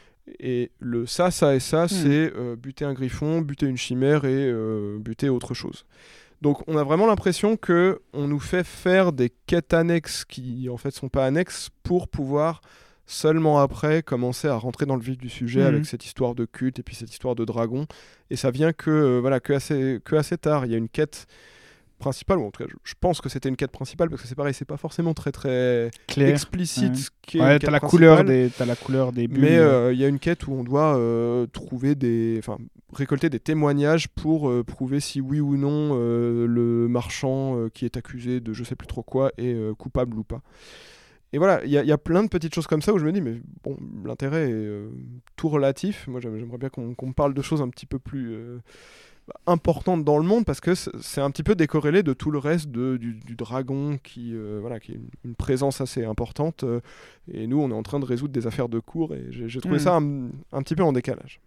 Et le ça, ça et ça, Hmm. c'est euh, buter un griffon, buter une chimère et euh, buter autre chose. Donc on a vraiment l'impression que on nous fait faire des quêtes annexes qui en fait sont pas annexes pour pouvoir seulement après commencer à rentrer dans le vif du sujet Mhm. avec cette histoire de culte et puis cette histoire de dragon. Et ça vient que euh, voilà que assez que assez tard. Il y a une quête principale, ou en tout cas je, je pense que c'était une quête principale parce que c'est pareil, c'est pas forcément très très Claire. explicite Ouais. ce qu'est une Ouais, quête t'as la principale. couleur des, t'as la couleur des bulles. Mais euh, il y a une quête où on doit euh, trouver des, enfin, récolter des témoignages pour euh, prouver si oui ou non euh, le marchand euh, qui est accusé de je sais plus trop quoi est euh, coupable ou pas. Et voilà, il y, a- il y a plein de petites choses comme ça où je me dis, mais bon, l'intérêt est euh, tout relatif. Moi, j'aime- j'aimerais bien qu'on qu'on me parle de choses un petit peu plus euh, importante dans le monde parce que c'est c'est un petit peu décorrélé de tout le reste de, du, du dragon qui, euh, voilà, qui est une, une présence assez importante euh, et nous on est en train de résoudre des affaires de cour et j'ai j'ai trouvé Mhm. ça un, un petit peu en décalage.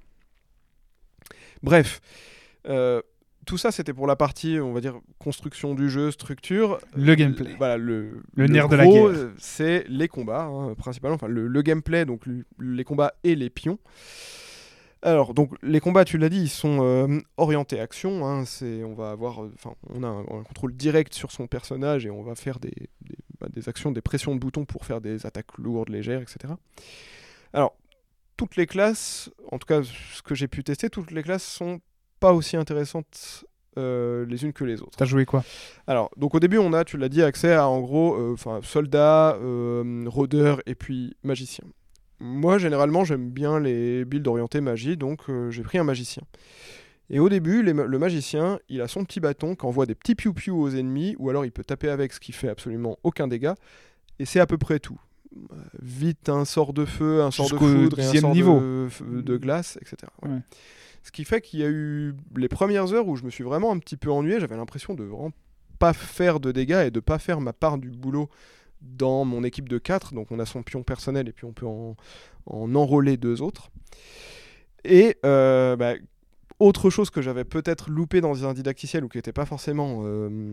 Bref, euh, tout ça c'était pour la partie on va dire construction du jeu, structure. Le gameplay. L- voilà, le, Le nerf de la gros, guerre. euh, c'est les combats hein, principalement, enfin le, le gameplay, donc le- les combats et les pions. Alors, donc les combats, tu l'as dit, ils sont euh, orientés action. Hein, c'est, on va avoir, enfin, on a un, un contrôle direct sur son personnage et on va faire des, des, bah, des actions, des pressions de boutons pour faire des attaques lourdes, légères, et cetera. Alors, toutes les classes, en tout cas ce que j'ai pu tester, toutes les classes sont pas aussi intéressantes euh, les unes que les autres. T'as joué quoi? Alors, donc au début, on a, tu l'as dit, accès à en gros, euh, enfin, soldat, euh, rôdeur et puis magicien. Moi, généralement, j'aime bien les builds orientés magie, donc euh, j'ai pris un magicien. Et au début, les ma- le magicien, il a son petit bâton qui envoie des petits piou-piou aux ennemis, ou alors il peut taper avec, ce qui fait absolument aucun dégât, et c'est à peu près tout. Euh, Vite un sort de feu, un sort de Jusqu'au foudre et un dixième sort niveau. de, f- de glace, et cetera. Ouais. Ouais. Ce qui fait qu'il y a eu les premières heures où je me suis vraiment un petit peu ennuyé, j'avais l'impression de vraiment pas faire de dégâts et de pas faire ma part du boulot dans mon équipe de quatre, donc on a son pion personnel et puis on peut en, en enrôler deux autres. Et euh, bah, autre chose que j'avais peut-être loupé dans un didacticiel ou qui n'était pas forcément euh,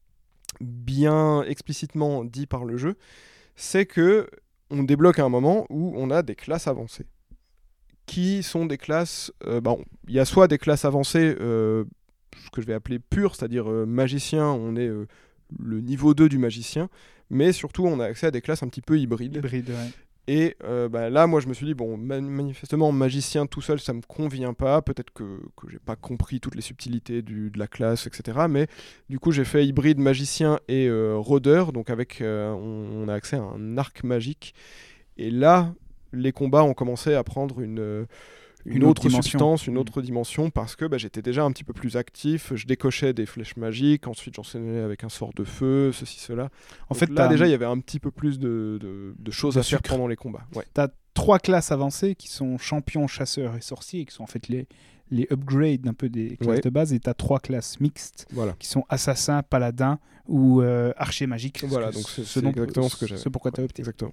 bien explicitement dit par le jeu, c'est que on débloque à un moment où on a des classes avancées. Qui sont des classes... euh, bah, on- il y a soit des classes avancées, euh, ce que je vais appeler pures, c'est-à-dire euh, magicien, on est euh, le niveau deux du magicien, mais surtout on a accès à des classes un petit peu hybrides. Hybride, ouais. Et euh, bah, là, moi, je me suis dit, bon, ma- manifestement, magicien tout seul, ça me convient pas. Peut-être que, que j'ai pas compris toutes les subtilités du, de la classe, et cetera. Mais du coup, j'ai fait hybride magicien et euh, rôdeur. Donc, avec, euh, on, on a accès à un arc magique. Et là, les combats ont commencé à prendre une, euh, une, Une autre autre, dimension. substance, une Mm. autre dimension, parce que bah, j'étais déjà un petit peu plus actif. Je décochais des flèches magiques. Ensuite, j'enchaînais avec un sort de feu, ceci, cela. En Donc fait, là, t'as- déjà, il y avait un petit peu plus de, de, de choses de à faire sucre. pendant les combats. Ouais. T'as trois classes avancées qui sont champions, chasseurs et sorciers, qui sont en fait les, les upgrades un peu des classes Ouais. de base. Et t'as trois classes mixtes Voilà. qui sont assassins, paladins ou euh, archers magiques. Voilà, Parce que donc c'est- ce c'est dont- exactement ce que j'avais. C'est pourquoi t'as Ouais, opté. Exactement.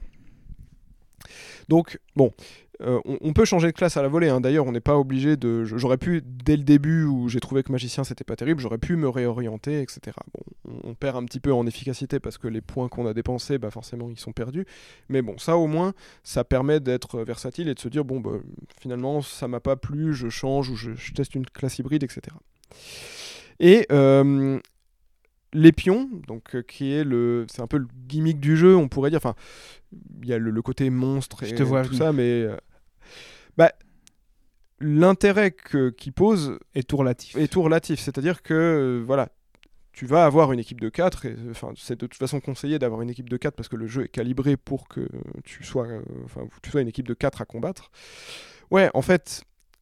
Donc, bon, euh, on, on peut changer de classe à la volée. Hein. D'ailleurs, on n'est pas obligé de. je- J'aurais pu, dès le début où j'ai trouvé que magicien c'était pas terrible, j'aurais pu me réorienter, et cetera. Bon, on, on perd un petit peu en efficacité parce que les points qu'on a dépensés, bah forcément, ils sont perdus. Mais bon, ça au moins, ça permet d'être versatile et de se dire bon, bah, finalement, ça m'a pas plu, je change ou je, je teste une classe hybride, et cetera. Et euh, les pions, donc euh, qui est le, c'est un peu le gimmick du jeu, on pourrait dire. Enfin, il y a le, le côté monstre et Je te vois tout venir. ça, mais euh, bah, l'intérêt que, qu'il pose est tout relatif. Est tout relatif, c'est-à-dire que euh, voilà, tu vas avoir une équipe de quatre, et, enfin, c'est de toute façon conseillé d'avoir une équipe de quatre parce que le jeu est calibré pour que tu sois, euh, enfin, tu sois une équipe de quatre à combattre. Ouais, en fait,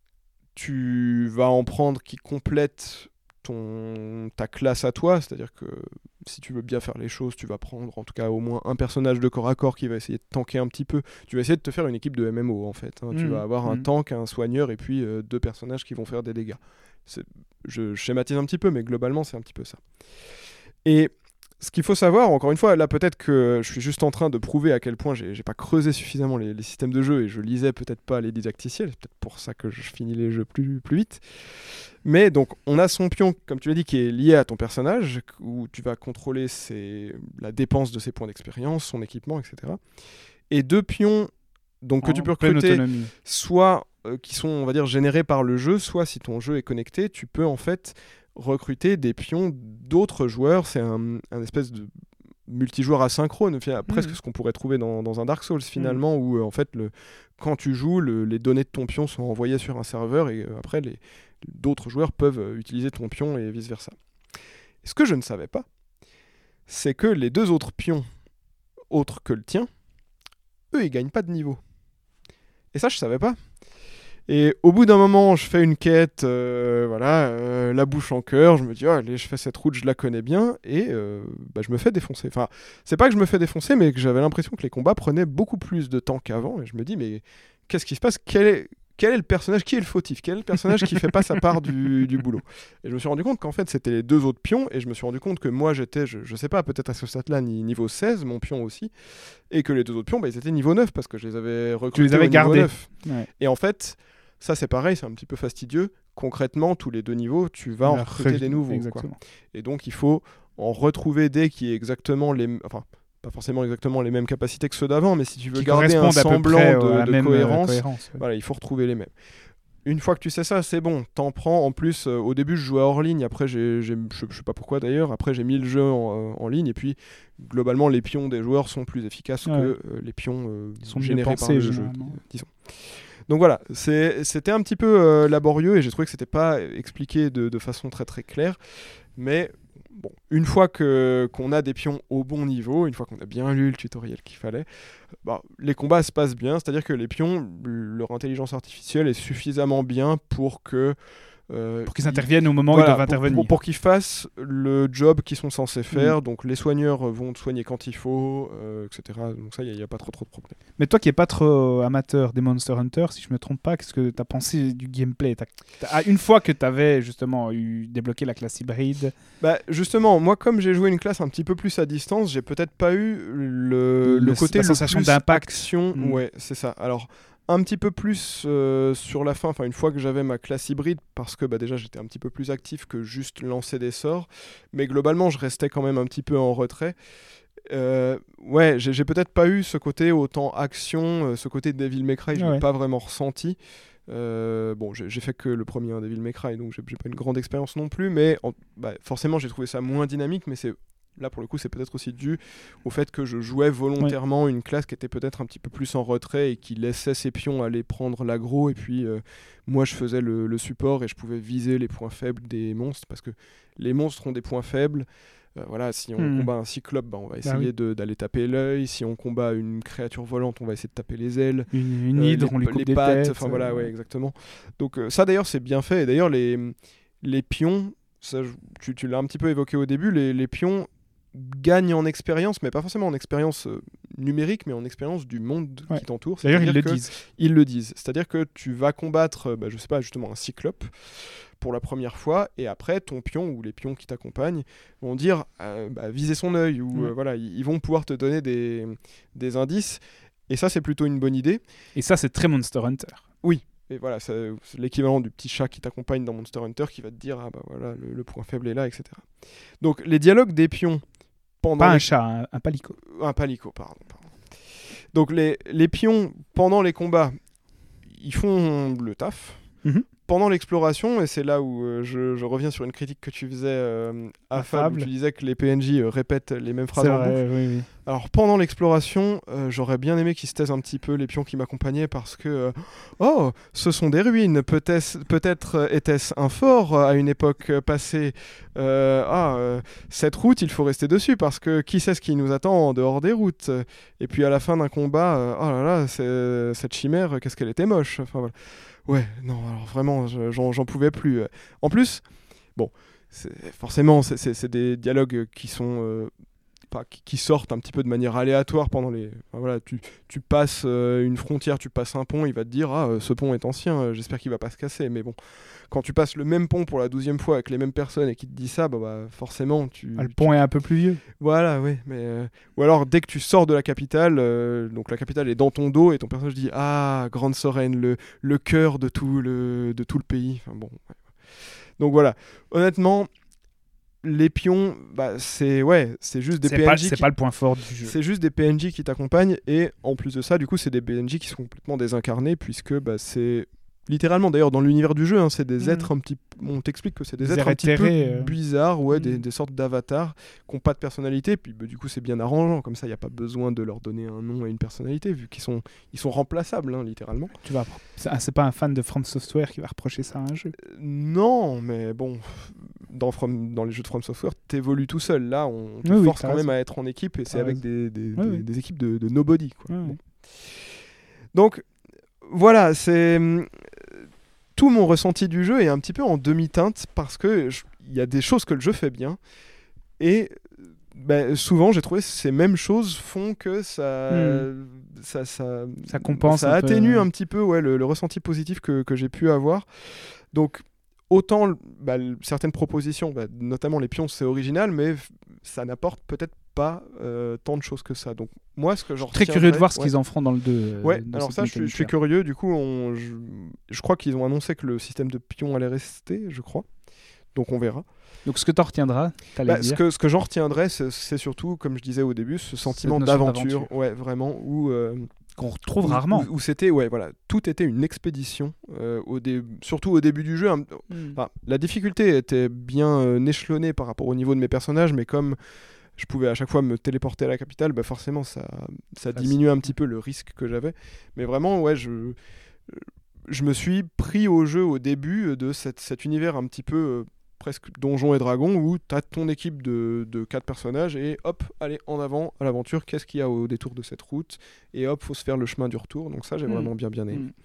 tu vas en prendre qui complète ton, ta classe à toi, c'est-à-dire que si tu veux bien faire les choses, tu vas prendre en tout cas au moins un personnage de corps à corps qui va essayer de tanker un petit peu. Tu vas essayer de te faire une équipe de M M O en fait. Hein. Mmh, tu vas avoir mmh. un tank, un soigneur et puis euh, deux personnages qui vont faire des dégâts. C'est, je schématise un petit peu, mais globalement c'est un petit peu ça. Et ce qu'il faut savoir, encore une fois, là peut-être que je suis juste en train de prouver à quel point j'ai, j'ai pas creusé suffisamment les, les systèmes de jeu et je lisais peut-être pas les didacticiels, c'est peut-être pour ça que je finis les jeux plus, plus vite. Mais donc on a son pion, comme tu l'as dit, qui est lié à ton personnage, où tu vas contrôler ses, la dépense de ses points d'expérience, son équipement, et cetera. Et deux pions donc, que tu peux recruter, soit euh, qui sont, on va dire, générés par le jeu, soit si ton jeu est connecté, tu peux en fait recruter des pions d'autres joueurs. C'est un, un espèce de multijoueur asynchrone, mmh. presque ce qu'on pourrait trouver dans, dans un Dark Souls finalement, mmh. où euh, en fait le, quand tu joues, le, les données de ton pion sont envoyées sur un serveur et euh, après les, d'autres joueurs peuvent euh, utiliser ton pion et vice versa. Et ce que je ne savais pas, c'est que les deux autres pions autres que le tien, eux ils gagnent pas de niveau. Et ça je savais pas. Et au bout d'un moment, je fais une quête, euh, voilà, euh, la bouche en cœur, je me dis, oh, allez, je fais cette route, je la connais bien, et euh, bah, je me fais défoncer. Enfin, c'est pas que je me fais défoncer, mais que j'avais l'impression que les combats prenaient beaucoup plus de temps qu'avant, et je me dis, mais qu'est-ce qui se passe ? Quel est, quel est le personnage ? Qui est le fautif ? Quel est le personnage qui fait pas sa part du, du boulot ? Et je me suis rendu compte qu'en fait, c'était les deux autres pions, et je me suis rendu compte que moi, j'étais, je, je sais pas, peut-être à ce stade-là, niveau seize, mon pion aussi, et que les deux autres pions, bah, ils étaient niveau neuf, parce que je les avais recrutés. Tu les avais gardés. neuf. Ouais. Et en fait... ça, c'est pareil, c'est un petit peu fastidieux. Concrètement, tous les deux niveaux, tu vas en recruter des nouveaux. Quoi. Et donc, il faut en retrouver des qui aient exactement les... Enfin, pas forcément exactement les mêmes capacités que ceux d'avant, mais si tu veux qui garder un semblant de, de cohérence, cohérence ouais. Voilà, il faut retrouver les mêmes. Une fois que tu sais ça, c'est bon, t'en prends. En plus, euh, au début, je jouais hors ligne. Après, j'ai, j'ai, je, je sais pas pourquoi d'ailleurs. Après, j'ai mis le jeu en, euh, en ligne. Et puis, globalement, les pions des joueurs sont plus efficaces ouais. que euh, les pions euh, sont générés pensés, par le jeu, disons. Donc voilà, c'est, c'était un petit peu euh, laborieux et j'ai trouvé que c'était pas expliqué de, de façon très très claire. Mais bon, une fois que, qu'on a des pions au bon niveau, une fois qu'on a bien lu le tutoriel qu'il fallait, bah, les combats se passent bien. C'est-à-dire que les pions, leur intelligence artificielle est suffisamment bien pour que... Euh, pour qu'ils interviennent au moment voilà, où ils doivent pour, intervenir. Pour, pour qu'ils fassent le job qu'ils sont censés faire. Mmh. Donc les soigneurs vont te soigner quand il faut, euh, et cetera. Donc ça, il n'y a, a pas trop, trop de problèmes. Mais toi qui n'es pas trop amateur des Monster Hunter, si je ne me trompe pas, qu'est-ce que tu as pensé du gameplay ? t'as, t'as, Une fois que tu avais justement eu, débloqué la classe hybride... Bah justement, moi comme j'ai joué une classe un petit peu plus à distance, j'ai peut-être pas eu le, le, le côté... La le sensation plus d'impact. Action. Mmh. Ouais, c'est ça. Alors... un petit peu plus euh, sur la fin, enfin une fois que j'avais ma classe hybride, parce que bah, déjà j'étais un petit peu plus actif que juste lancer des sorts, mais globalement je restais quand même un petit peu en retrait. Euh, ouais, j'ai, j'ai peut-être pas eu ce côté autant action, euh, ce côté Devil May Cry, je ouais. l'ai pas vraiment ressenti. Euh, bon, j'ai, j'ai fait que le premier hein, Devil May Cry, donc j'ai, j'ai pas une grande expérience non plus, mais en, bah, forcément j'ai trouvé ça moins dynamique, mais c'est... là, pour le coup, c'est peut-être aussi dû au fait que je jouais volontairement ouais. une classe qui était peut-être un petit peu plus en retrait et qui laissait ses pions aller prendre l'aggro. Et puis, euh, moi, je faisais le, le support et je pouvais viser les points faibles des monstres parce que les monstres ont des points faibles. Euh, voilà, si on mmh. combat un cyclope, bah, on va essayer bah oui. de, d'aller taper l'œil. Si on combat une créature volante, on va essayer de taper les ailes. Une, une hydre, euh, les, on lui coupe les des pattes. têtes. Enfin, voilà, ouais, exactement. Donc, euh, ça, d'ailleurs, c'est bien fait. Et d'ailleurs, les, les pions, ça, tu, tu l'as un petit peu évoqué au début, les, les pions gagnent en expérience, mais pas forcément en expérience euh, numérique, mais en expérience du monde ouais. qui t'entoure. D'ailleurs, C'est-à-dire ils le disent. Ils le disent. C'est-à-dire que tu vas combattre, bah, je sais pas, justement un cyclope pour la première fois, et après, ton pion ou les pions qui t'accompagnent vont dire euh, bah, viser son œil, ou ouais. euh, voilà, ils vont pouvoir te donner des, des indices, et ça, c'est plutôt une bonne idée. Et ça, c'est très Monster Hunter. Oui. Et voilà, c'est, c'est l'équivalent du petit chat qui t'accompagne dans Monster Hunter qui va te dire ah bah voilà, le, le point faible est là, et cetera. Donc, les dialogues des pions pendant pas les... un chat, un, un palico. Un palico, pardon. pardon. Donc les, les pions, pendant les combats, ils font le taf. Mm-hmm. pendant l'exploration, et c'est là où euh, je, je reviens sur une critique que tu faisais euh, à Fable, où tu disais que les P N J euh, répètent les mêmes phrases c'est en vrai, boucle. oui, oui. Alors pendant l'exploration, euh, j'aurais bien aimé qu'ils se taisent un petit peu les pions qui m'accompagnaient parce que euh, oh, ce sont des ruines. Peut-être, peut-être euh, était-ce un fort euh, à une époque euh, passée. Euh, ah, euh, cette route, il faut rester dessus parce que qui sait ce qui nous attend en dehors des routes. Et puis à la fin d'un combat, euh, oh là là, c'est, cette chimère, qu'est-ce qu'elle était moche. Enfin voilà. Ouais, non, alors vraiment, je, j'en, j'en pouvais plus. En plus, bon, c'est, forcément, c'est, c'est, c'est des dialogues qui sont euh, pas, qui, qui sortent un petit peu de manière aléatoire pendant les. Enfin, voilà, tu, tu passes euh, une frontière, tu passes un pont, il va te dire ah, euh, ce pont est ancien, euh, j'espère qu'il va pas se casser. Mais bon, quand tu passes le même pont pour la douzième fois avec les mêmes personnes et qu'il te dit ça, bah, bah forcément, tu. Ah, le pont tu... est un peu plus vieux. Voilà, oui, mais euh, ou alors dès que tu sors de la capitale, euh, donc la capitale est dans ton dos et ton personnage dit ah, Grande Sorène, le le cœur de tout le de tout le pays. Enfin bon. Ouais. Donc voilà, honnêtement, les pions, bah c'est ouais, c'est juste des c'est P N J. Pas, qui... c'est pas le point fort du jeu. C'est juste des P N J qui t'accompagnent et en plus de ça, du coup, c'est des P N J qui sont complètement désincarnés puisque bah c'est littéralement d'ailleurs dans l'univers du jeu, hein, c'est des mmh. êtres un petit, on t'explique que c'est des, des êtres un petit peu euh... bizarres, ouais, mmh. des, des sortes d'avatars qui n'ont pas de personnalité. Puis bah, du coup, c'est bien arrangeant, comme ça, il y a pas besoin de leur donner un nom et une personnalité vu qu'ils sont, ils sont remplaçables, hein, littéralement. Tu vas, c'est, c'est pas un fan de From Software qui va reprocher ça à un jeu. Euh, non, mais bon, dans From, dans les jeux de From Software, t'évolues tout seul. Là, on te oui, force oui, quand raison. même à être en équipe et c'est avec des, des, oui, des, oui. des équipes de, de nobody, quoi. Oui, bon. oui. Donc voilà, c'est tout mon ressenti du jeu est un petit peu en demi-teinte parce que il y a des choses que le jeu fait bien et bah, souvent j'ai trouvé que ces mêmes choses font que ça mm. ça, ça, ça compense ça un atténue peu... un petit peu ouais, le, le ressenti positif que, que j'ai pu avoir. Donc autant bah, certaines propositions, bah, notamment les pions, c'est original, mais ça n'apporte peut-être pas euh, tant de choses que ça. Donc moi, ce que j'en très curieux de voir ce ouais. qu'ils en feront dans le deux. Euh, ouais, alors ça, je suis, je suis curieux. Du coup, on, je, je crois qu'ils ont annoncé que le système de pions allait rester, je crois. Donc on verra. Donc ce que tu en retiendras, bah, ce que ce que j'en retiendrai, c'est, c'est surtout, comme je disais au début, ce sentiment d'aventure, d'aventure, ouais, vraiment, où euh, qu'on retrouve où, rarement. Où, où c'était, ouais, voilà, tout était une expédition, euh, au dé... surtout au début du jeu. Hein, mm. La difficulté était bien euh, échelonnée par rapport au niveau de mes personnages, mais comme je pouvais à chaque fois me téléporter à la capitale, bah forcément ça, ça diminuait un petit peu le risque que j'avais. Mais vraiment, ouais, je, je me suis pris au jeu au début de cette, cet univers un petit peu euh, presque Donjons et Dragons où tu as ton équipe de, de quatre personnages et hop, allez, en avant à l'aventure, qu'est-ce qu'il y a au détour de cette route et hop, faut se faire le chemin du retour. Donc ça, j'ai mmh. vraiment bien bien aimé. Mmh.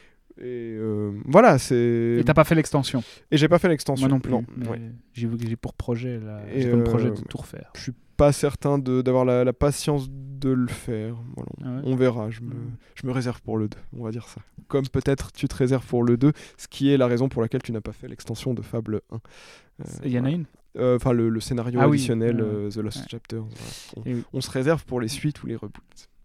Et euh, voilà, c'est. Et t'as pas fait l'extension. Et j'ai pas fait l'extension. Moi non plus. Non, mais ouais. j'ai, j'ai pour projet là. Et j'ai comme euh, projet de tout refaire. Je suis pas certain de, d'avoir la, la patience de le faire. Voilà, on, ah ouais. on verra. Je me, mmh. je me réserve pour le deux. On va dire ça. Comme peut-être tu te réserves pour le deux, ce qui est la raison pour laquelle tu n'as pas fait l'extension de Fable un. Il euh, y en voilà. a une. Enfin, euh, le, le scénario ah additionnel, oui. euh, The Lost ouais. Chapter. Voilà. On, oui. on se réserve pour les suites ou les reboots.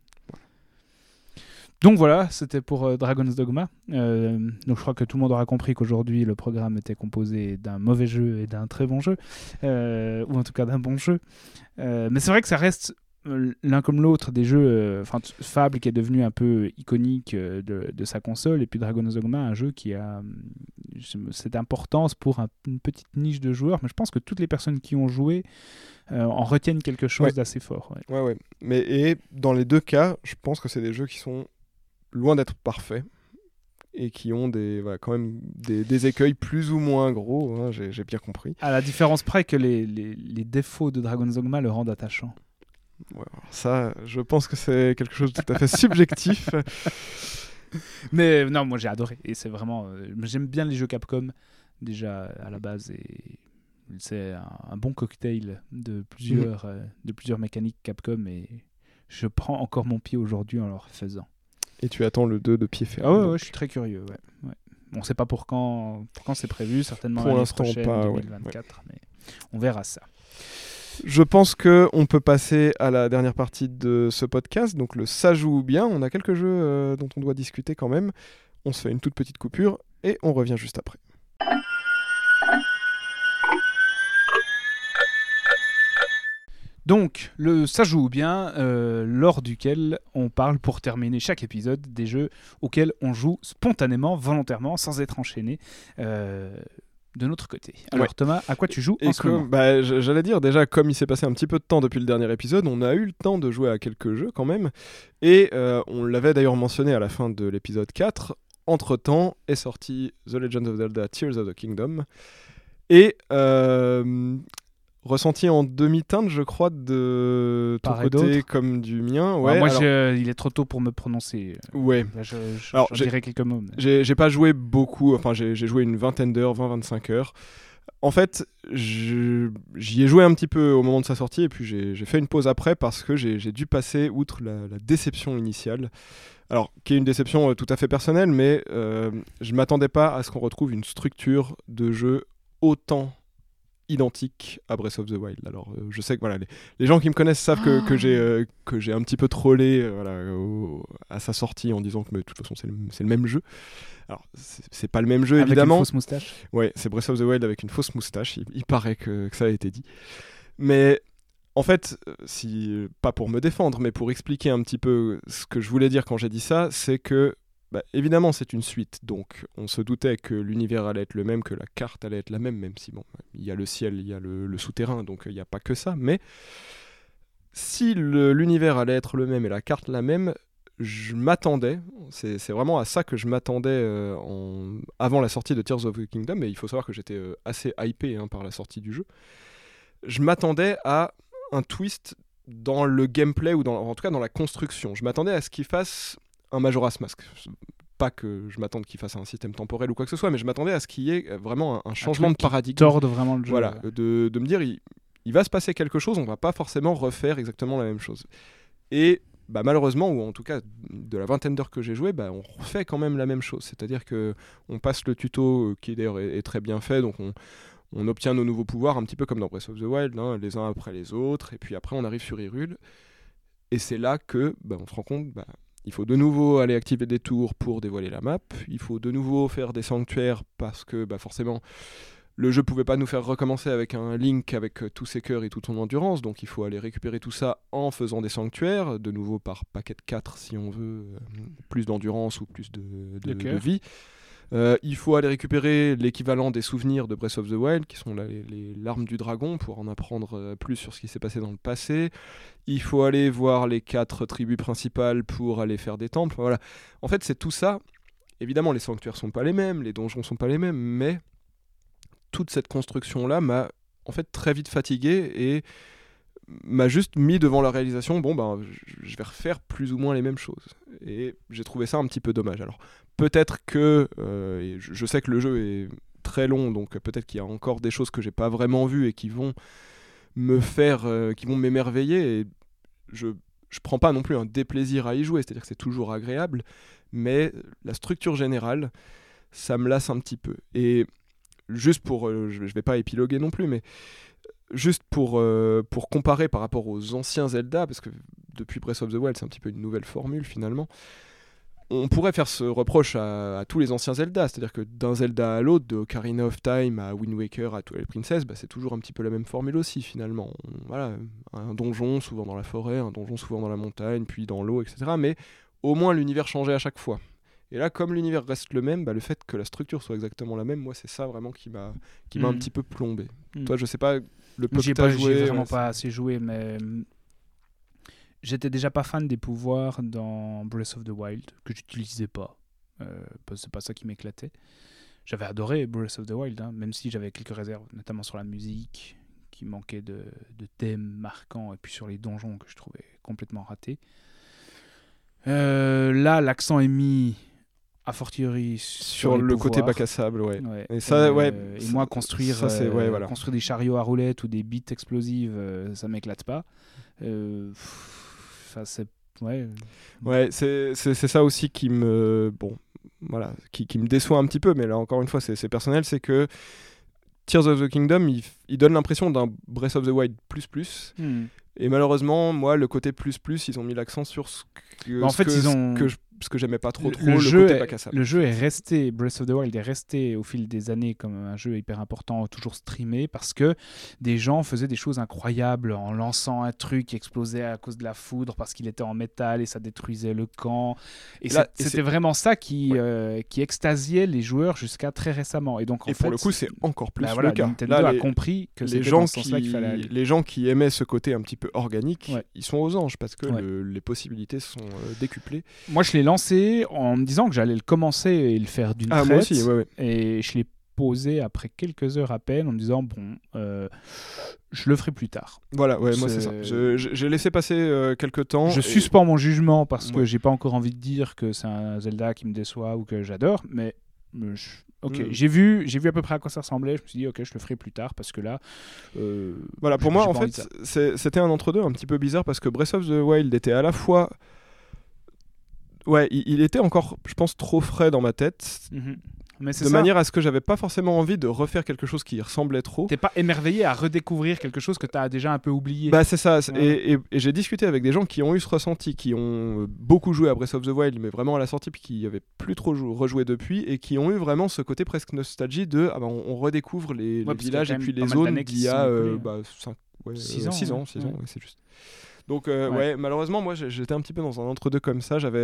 Donc voilà, c'était pour euh, Dragon's Dogma. Euh, donc je crois que tout le monde aura compris qu'aujourd'hui le programme était composé d'un mauvais jeu et d'un très bon jeu, euh, ou en tout cas d'un bon jeu. Euh, mais c'est vrai que ça reste euh, l'un comme l'autre des jeux. Enfin, euh, Fable qui est devenu un peu iconique euh, de, de sa console, et puis Dragon's Dogma, un jeu qui a euh, cette importance pour un, une petite niche de joueurs. Mais je pense que toutes les personnes qui ont joué euh, en retiennent quelque chose ouais. d'assez fort. Ouais. ouais, ouais. Mais et dans les deux cas, je pense que c'est des jeux qui sont loin d'être parfaits et qui ont des, voilà, quand même des, des écueils plus ou moins gros, hein, j'ai, j'ai bien compris. À la différence près que les, les, les défauts de Dragon's Dogma le rendent attachant. Ouais, ça, je pense que c'est quelque chose de tout à fait subjectif. Mais non, moi j'ai adoré. Et c'est vraiment... Euh, j'aime bien les jeux Capcom, déjà à la base. Et c'est un, un bon cocktail de plusieurs, mmh. euh, de plusieurs mécaniques Capcom. Et je prends encore mon pied aujourd'hui en le refaisant. Et tu attends le deux de pied ferme. Ah ouais, ouais, je suis très curieux. Ouais. Ouais. On ne sait pas pour quand, pour quand c'est prévu, certainement pour l'année prochaine, pas, deux mille vingt-quatre, ouais. Mais on verra ça. Je pense qu'on peut passer à la dernière partie de ce podcast, donc le ça joue bien. On a quelques jeux euh, dont on doit discuter quand même. On se fait une toute petite coupure et on revient juste après. Donc, le ça joue bien, euh, lors duquel on parle pour terminer chaque épisode des jeux auxquels on joue spontanément, volontairement, sans être enchaîné euh, de notre côté. Alors ouais. Thomas, à quoi tu joues Et en ce comme, moment ? bah, J'allais dire, déjà, comme il s'est passé un petit peu de temps depuis le dernier épisode, on a eu le temps de jouer à quelques jeux quand même. Et euh, on l'avait d'ailleurs mentionné à la fin de l'épisode quatre. Entre-temps est sorti The Legend of Zelda Tears of the Kingdom. Et... Euh, ressenti en demi-teinte, je crois, de ton Part et côté d'autre. comme du mien. Ouais, Ouais, moi, alors... je, il est trop tôt pour me prononcer. Ouais. Là, je, je, alors, j'en j'ai... dirai quelques mots. Mais... J'ai, j'ai pas joué beaucoup, enfin, j'ai, j'ai joué une vingtaine d'heures, vingt à vingt-cinq heures. En fait, je... j'y ai joué un petit peu au moment de sa sortie, et puis j'ai, j'ai fait une pause après parce que j'ai, j'ai dû passer outre la, la déception initiale. Alors, qui est une déception euh, tout à fait personnelle, mais euh, je m'attendais pas à ce qu'on retrouve une structure de jeu autant identique à Breath of the Wild. Alors, euh, je sais que voilà, les, les gens qui me connaissent savent que, que, j'ai, euh, que j'ai un petit peu trollé euh, voilà, au, à sa sortie en disant que mais, de toute façon c'est le, c'est le même jeu. Alors, c'est, c'est pas le même jeu avec évidemment. Avec une fausse moustache. Ouais, c'est Breath of the Wild avec une fausse moustache. Il, il paraît que, que ça a été dit. Mais en fait, si, pas pour me défendre, mais pour expliquer un petit peu ce que je voulais dire quand j'ai dit ça, c'est que bah, évidemment, c'est une suite, donc on se doutait que l'univers allait être le même, que la carte allait être la même, même si bon, il y a le ciel, il y a le, le souterrain, donc il n'y a pas que ça. Mais si le, l'univers allait être le même et la carte la même, je m'attendais, c'est, c'est vraiment à ça que je m'attendais euh, en, avant la sortie de Tears of the Kingdom, et il faut savoir que j'étais euh, assez hypé hein, par la sortie du jeu. Je m'attendais à un twist dans le gameplay, ou dans, en tout cas dans la construction. Je m'attendais à ce qu'il fasse un Majora's Mask. Pas que je m'attende qu'il fasse un système temporel ou quoi que ce soit, mais je m'attendais à ce qu'il y ait vraiment un, un changement un de paradigme. Torde vraiment le jeu. Voilà, de, de me dire, il, il va se passer quelque chose, on va pas forcément refaire exactement la même chose. Et bah, malheureusement, ou en tout cas de la vingtaine d'heures que j'ai joué, bah, on refait quand même la même chose. C'est-à-dire qu'on passe le tuto, qui d'ailleurs est, est très bien fait, donc on, on obtient nos nouveaux pouvoirs, un petit peu comme dans Breath of the Wild, hein, les uns après les autres, et puis après on arrive sur Hyrule, et c'est là que bah, on se rend compte... Bah, il faut de nouveau aller activer des tours pour dévoiler la map. Il faut de nouveau faire des sanctuaires parce que bah forcément le jeu pouvait pas nous faire recommencer avec un Link avec tous ses cœurs et toute son endurance. Donc il faut aller récupérer tout ça en faisant des sanctuaires, de nouveau par paquet de quatre si on veut, euh, plus d'endurance ou plus de, de, de vie. Euh, il faut aller récupérer l'équivalent des souvenirs de Breath of the Wild, qui sont là, les, les larmes du dragon, pour en apprendre euh, plus sur ce qui s'est passé dans le passé. Il faut aller voir les quatre tribus principales pour aller faire des temples. Voilà. En fait, c'est tout ça. Évidemment, les sanctuaires sont pas les mêmes, les donjons sont pas les mêmes, mais toute cette construction-là m'a en fait très vite fatigué et m'a juste mis devant la réalisation, bon ben, je vais refaire plus ou moins les mêmes choses. Et j'ai trouvé ça un petit peu dommage. Alors, peut-être que, euh, et je sais que le jeu est très long, donc peut-être qu'il y a encore des choses que j'ai pas vraiment vues et qui vont me faire, euh, qui vont m'émerveiller. Et je, je prends pas non plus un déplaisir à y jouer, c'est-à-dire que c'est toujours agréable, mais la structure générale, ça me lasse un petit peu. Et juste pour, euh, je, je vais pas épiloguer non plus, mais juste pour, euh, pour comparer par rapport aux anciens Zelda, parce que depuis Breath of the Wild, c'est un petit peu une nouvelle formule finalement, on pourrait faire ce reproche à, à tous les anciens Zelda, c'est-à-dire que d'un Zelda à l'autre, de Ocarina of Time à Wind Waker à Twilight Princess, bah, c'est toujours un petit peu la même formule aussi finalement. On, voilà, un donjon souvent dans la forêt, un donjon souvent dans la montagne, puis dans l'eau, et cetera. Mais au moins l'univers changeait à chaque fois. Et là, comme l'univers reste le même, bah, le fait que la structure soit exactement la même, moi c'est ça vraiment qui m'a, qui m'a mmh. un petit peu plombé. Mmh. Toi, je sais pas, le peu j'ai que t'as pas, joué... J'ai vraiment ouais, pas assez joué, mais... J'étais déjà pas fan des pouvoirs dans Breath of the Wild, que j'utilisais pas. Euh, c'est pas ça qui m'éclatait. J'avais adoré Breath of the Wild, hein, même si j'avais quelques réserves, notamment sur la musique, qui manquait de, de thèmes marquants, et puis sur les donjons que je trouvais complètement ratés. Euh, là, l'accent est mis a fortiori sur, sur le pouvoirs. Côté bac à sable, ouais. ouais. Et ça, et, ouais. Euh, et ça, moi, construire, ça, c'est, ouais, voilà. euh, construire des chariots à roulettes ou des bites explosives, euh, ça m'éclate pas. Euh, Enfin, c'est... Ouais, ouais c'est, c'est, c'est ça aussi qui me, bon, voilà, qui, qui me déçoit un petit peu, mais là encore une fois c'est, c'est personnel, c'est que Tears of the Kingdom, il, il donne l'impression d'un Breath of the Wild plus plus, mm. et malheureusement, moi, le côté plus plus, ils ont mis l'accent sur ce que, bah, en ce fait, que, ils ont... ce que je ce que j'aimais pas trop le, trop, le, le jeu côté est, bac à sable. Le jeu est resté, Breath of the Wild est resté au fil des années comme un jeu hyper important, toujours streamé, parce que des gens faisaient des choses incroyables en lançant un truc qui explosait à cause de la foudre parce qu'il était en métal et ça détruisait le camp. Et, Là, c'est, et c'était c'est... vraiment ça qui, ouais. euh, qui extasiait les joueurs jusqu'à très récemment. Et, donc, en et fait, pour le coup, c'est encore plus bah le voilà, cas. Nintendo Là, a les... compris que les c'était gens dans ce sens-là qui... qu'il fallait aller. Les gens qui aimaient ce côté un petit peu organique, Ouais. ils sont aux anges parce que Ouais. le... les possibilités sont euh, décuplées. Moi, je l'ai lancé en me disant que j'allais le commencer et le faire d'une ah, traite. Moi aussi, ouais, ouais. Et je l'ai posé après quelques heures à peine en me disant bon, euh, je le ferai plus tard. Voilà, ouais, c'est... moi c'est ça. Je, je, j'ai laissé passer euh, quelques temps. Je et... suspends mon jugement parce ouais. que j'ai pas encore envie de dire que c'est un Zelda qui me déçoit ou que j'adore, mais je... ok, mm. j'ai vu, j'ai vu à peu près à quoi ça ressemblait. Je me suis dit ok, je le ferai plus tard parce que là, euh, voilà, pour moi en fait, c'est, c'était un entre-deux un petit peu bizarre parce que Breath of the Wild était à la fois ouais, il, il était encore, je pense, trop frais dans ma tête. Mm-hmm. Mais c'est de ça. manière à ce que j'avais pas forcément envie de refaire quelque chose qui y ressemblait trop. T'es pas émerveillé à redécouvrir quelque chose que t'as déjà un peu oublié. Bah c'est ça, ouais. et, et, et j'ai discuté avec des gens qui ont eu ce ressenti, qui ont beaucoup joué à Breath of the Wild, mais vraiment à la sortie, puis qui n'avaient plus trop jou- rejoué depuis, et qui ont eu vraiment ce côté presque nostalgie de ah bah, on, on redécouvre les, ouais, les villages et puis les zones d'il y a six ans, six ans, six ans, ouais, c'est juste. Donc euh, ouais. ouais, malheureusement, moi j'étais un petit peu dans un entre-deux comme ça. J'avais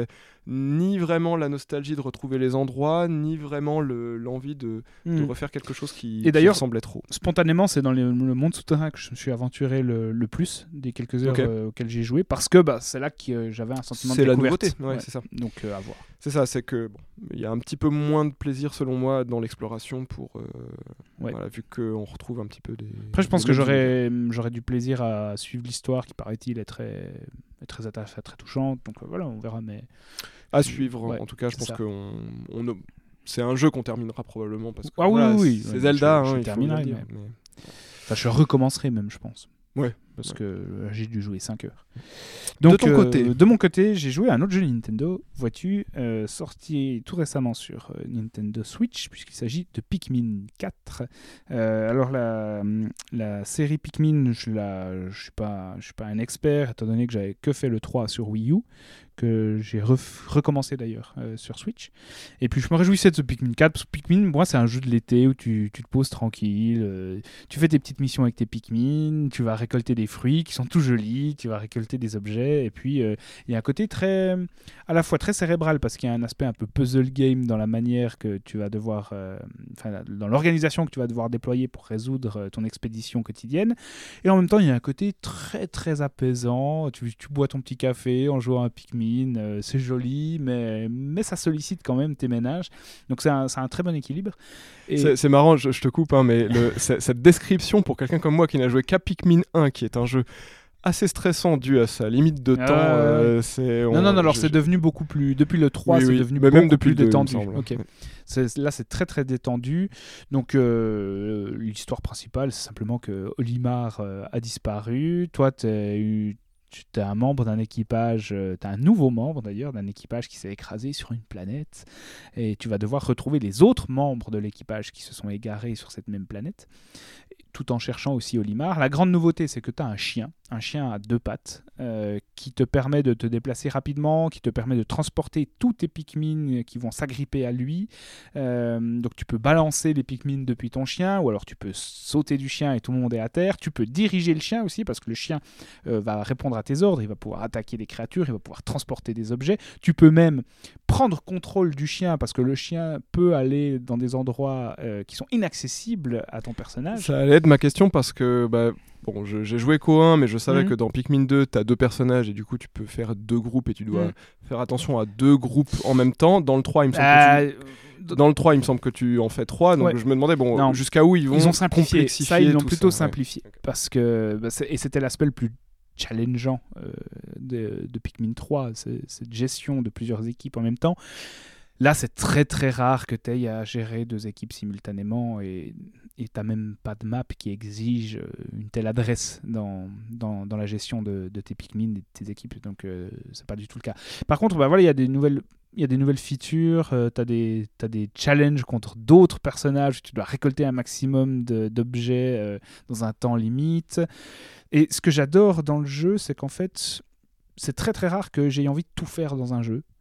ni vraiment la nostalgie de retrouver les endroits, ni vraiment le, l'envie de, mmh. de refaire quelque chose qui, et d'ailleurs, qui ressemblait trop. Spontanément, c'est dans les, le monde souterrain que je me suis aventuré le, le plus des quelques heures okay. euh, auxquelles j'ai joué, parce que bah, c'est là que euh, j'avais un sentiment c'est de découverte. C'est la nouveauté, ouais, ouais. c'est ça. Donc euh, à voir. C'est ça, c'est que bon, il y a un petit peu moins de plaisir selon moi dans l'exploration pour euh, ouais. voilà, vu qu'on retrouve un petit peu des. Après, je pense que j'aurais, j'aurais du plaisir à suivre l'histoire qui paraît-il est très, est très, très, très touchante. Donc euh, voilà, on verra. Mais à suivre. Ouais, en tout cas, je pense que on, c'est un jeu qu'on terminera probablement parce que ah, voilà, oui, oui, c'est oui, Zelda. Je, hein, je terminerai, dire, mais... mais... Enfin, je recommencerai même, je pense. Ouais. Parce ouais. que euh, j'ai dû jouer cinq heures. Donc, de ton euh, côté De mon côté, j'ai joué à un autre jeu Nintendo, vois-tu, euh, sorti tout récemment sur euh, Nintendo Switch, puisqu'il s'agit de Pikmin quatre. Euh, alors, la, la série Pikmin, je ne suis pas, je suis pas un expert, étant donné que j'avais que fait le trois sur Wii U, que j'ai ref- recommencé d'ailleurs euh, sur Switch. Et puis je me réjouissais de ce Pikmin quatre, parce que Pikmin, moi, c'est un jeu de l'été où tu, tu te poses tranquille, euh, tu fais tes petites missions avec tes Pikmin, tu vas récolter des fruits qui sont tout jolis, tu vas récolter des objets, et puis il euh, y a un côté très, à la fois très cérébral, parce qu'il y a un aspect un peu puzzle game dans la manière que tu vas devoir, euh, enfin, dans l'organisation que tu vas devoir déployer pour résoudre ton expédition quotidienne, et en même temps, il y a un côté très très apaisant, tu, tu bois ton petit café en jouant à Pikmin. Euh, c'est joli, mais, mais ça sollicite quand même tes ménages. Donc c'est un, c'est un très bon équilibre. Et... C'est, c'est marrant, je, je te coupe, hein, mais le, cette description pour quelqu'un comme moi qui n'a joué qu'à Pikmin un, qui est un jeu assez stressant dû à sa limite de ah, temps. Euh, ouais. c'est, on, non, non, non, alors je, c'est devenu beaucoup plus... Depuis le trois, oui, c'est oui, devenu mais beaucoup même depuis plus le deux, détendu. il me semble. Okay. Ouais. C'est, là, c'est très, très détendu. Donc, euh, l'histoire principale, c'est simplement que Olimar euh, a disparu. Toi, tu as eu... Tu es un membre d'un équipage, euh, tu es un nouveau membre d'ailleurs, d'un équipage qui s'est écrasé sur une planète, et tu vas devoir retrouver les autres membres de l'équipage qui se sont égarés sur cette même planète, tout en cherchant aussi Olimar. La grande nouveauté, c'est que tu as un chien, un chien à deux pattes, euh, qui te permet de te déplacer rapidement, qui te permet de transporter tous tes Pikmin qui vont s'agripper à lui. Euh, donc tu peux balancer les Pikmin depuis ton chien, ou alors tu peux sauter du chien et tout le monde est à terre. Tu peux diriger le chien aussi, parce que le chien euh, va répondre à tes ordres, il va pouvoir attaquer des créatures, il va pouvoir transporter des objets. Tu peux même prendre contrôle du chien, parce que le chien peut aller dans des endroits euh, qui sont inaccessibles à ton personnage. Ça allait être ma question, parce que bah, bon, je, j'ai joué qu'au un, mais je savais mmh. que dans Pikmin deux, tu as deux personnages, et du coup tu peux faire deux groupes, et tu dois mmh. faire attention à deux groupes en même temps. Dans le trois, il me semble euh... que tu... Dans le trois, il me semble que tu en fais trois, donc ouais. je me demandais bon, non. jusqu'à où ils vont ils ont simplifié. complexifier ça, ils l'ont tout plutôt ça, simplifié, ouais. parce que bah, et c'était l'aspect le plus challengeant euh, de, de Pikmin trois, c'est, cette gestion de plusieurs équipes en même temps. Là, c'est très très rare que tu aies à gérer deux équipes simultanément, et tu n'as même pas de map qui exige une telle adresse dans, dans, dans la gestion de, de tes Pikmin et de tes équipes, donc euh, c'est pas du tout le cas. Par contre, bah, voilà, il y a des nouvelles... Il y a des nouvelles features, euh, tu as des, t'as des challenges contre d'autres personnages, tu dois récolter un maximum de, d'objets euh, dans un temps limite. Et ce que j'adore dans le jeu, c'est qu'en fait, c'est très très rare que j'ai envie de tout faire dans un jeu.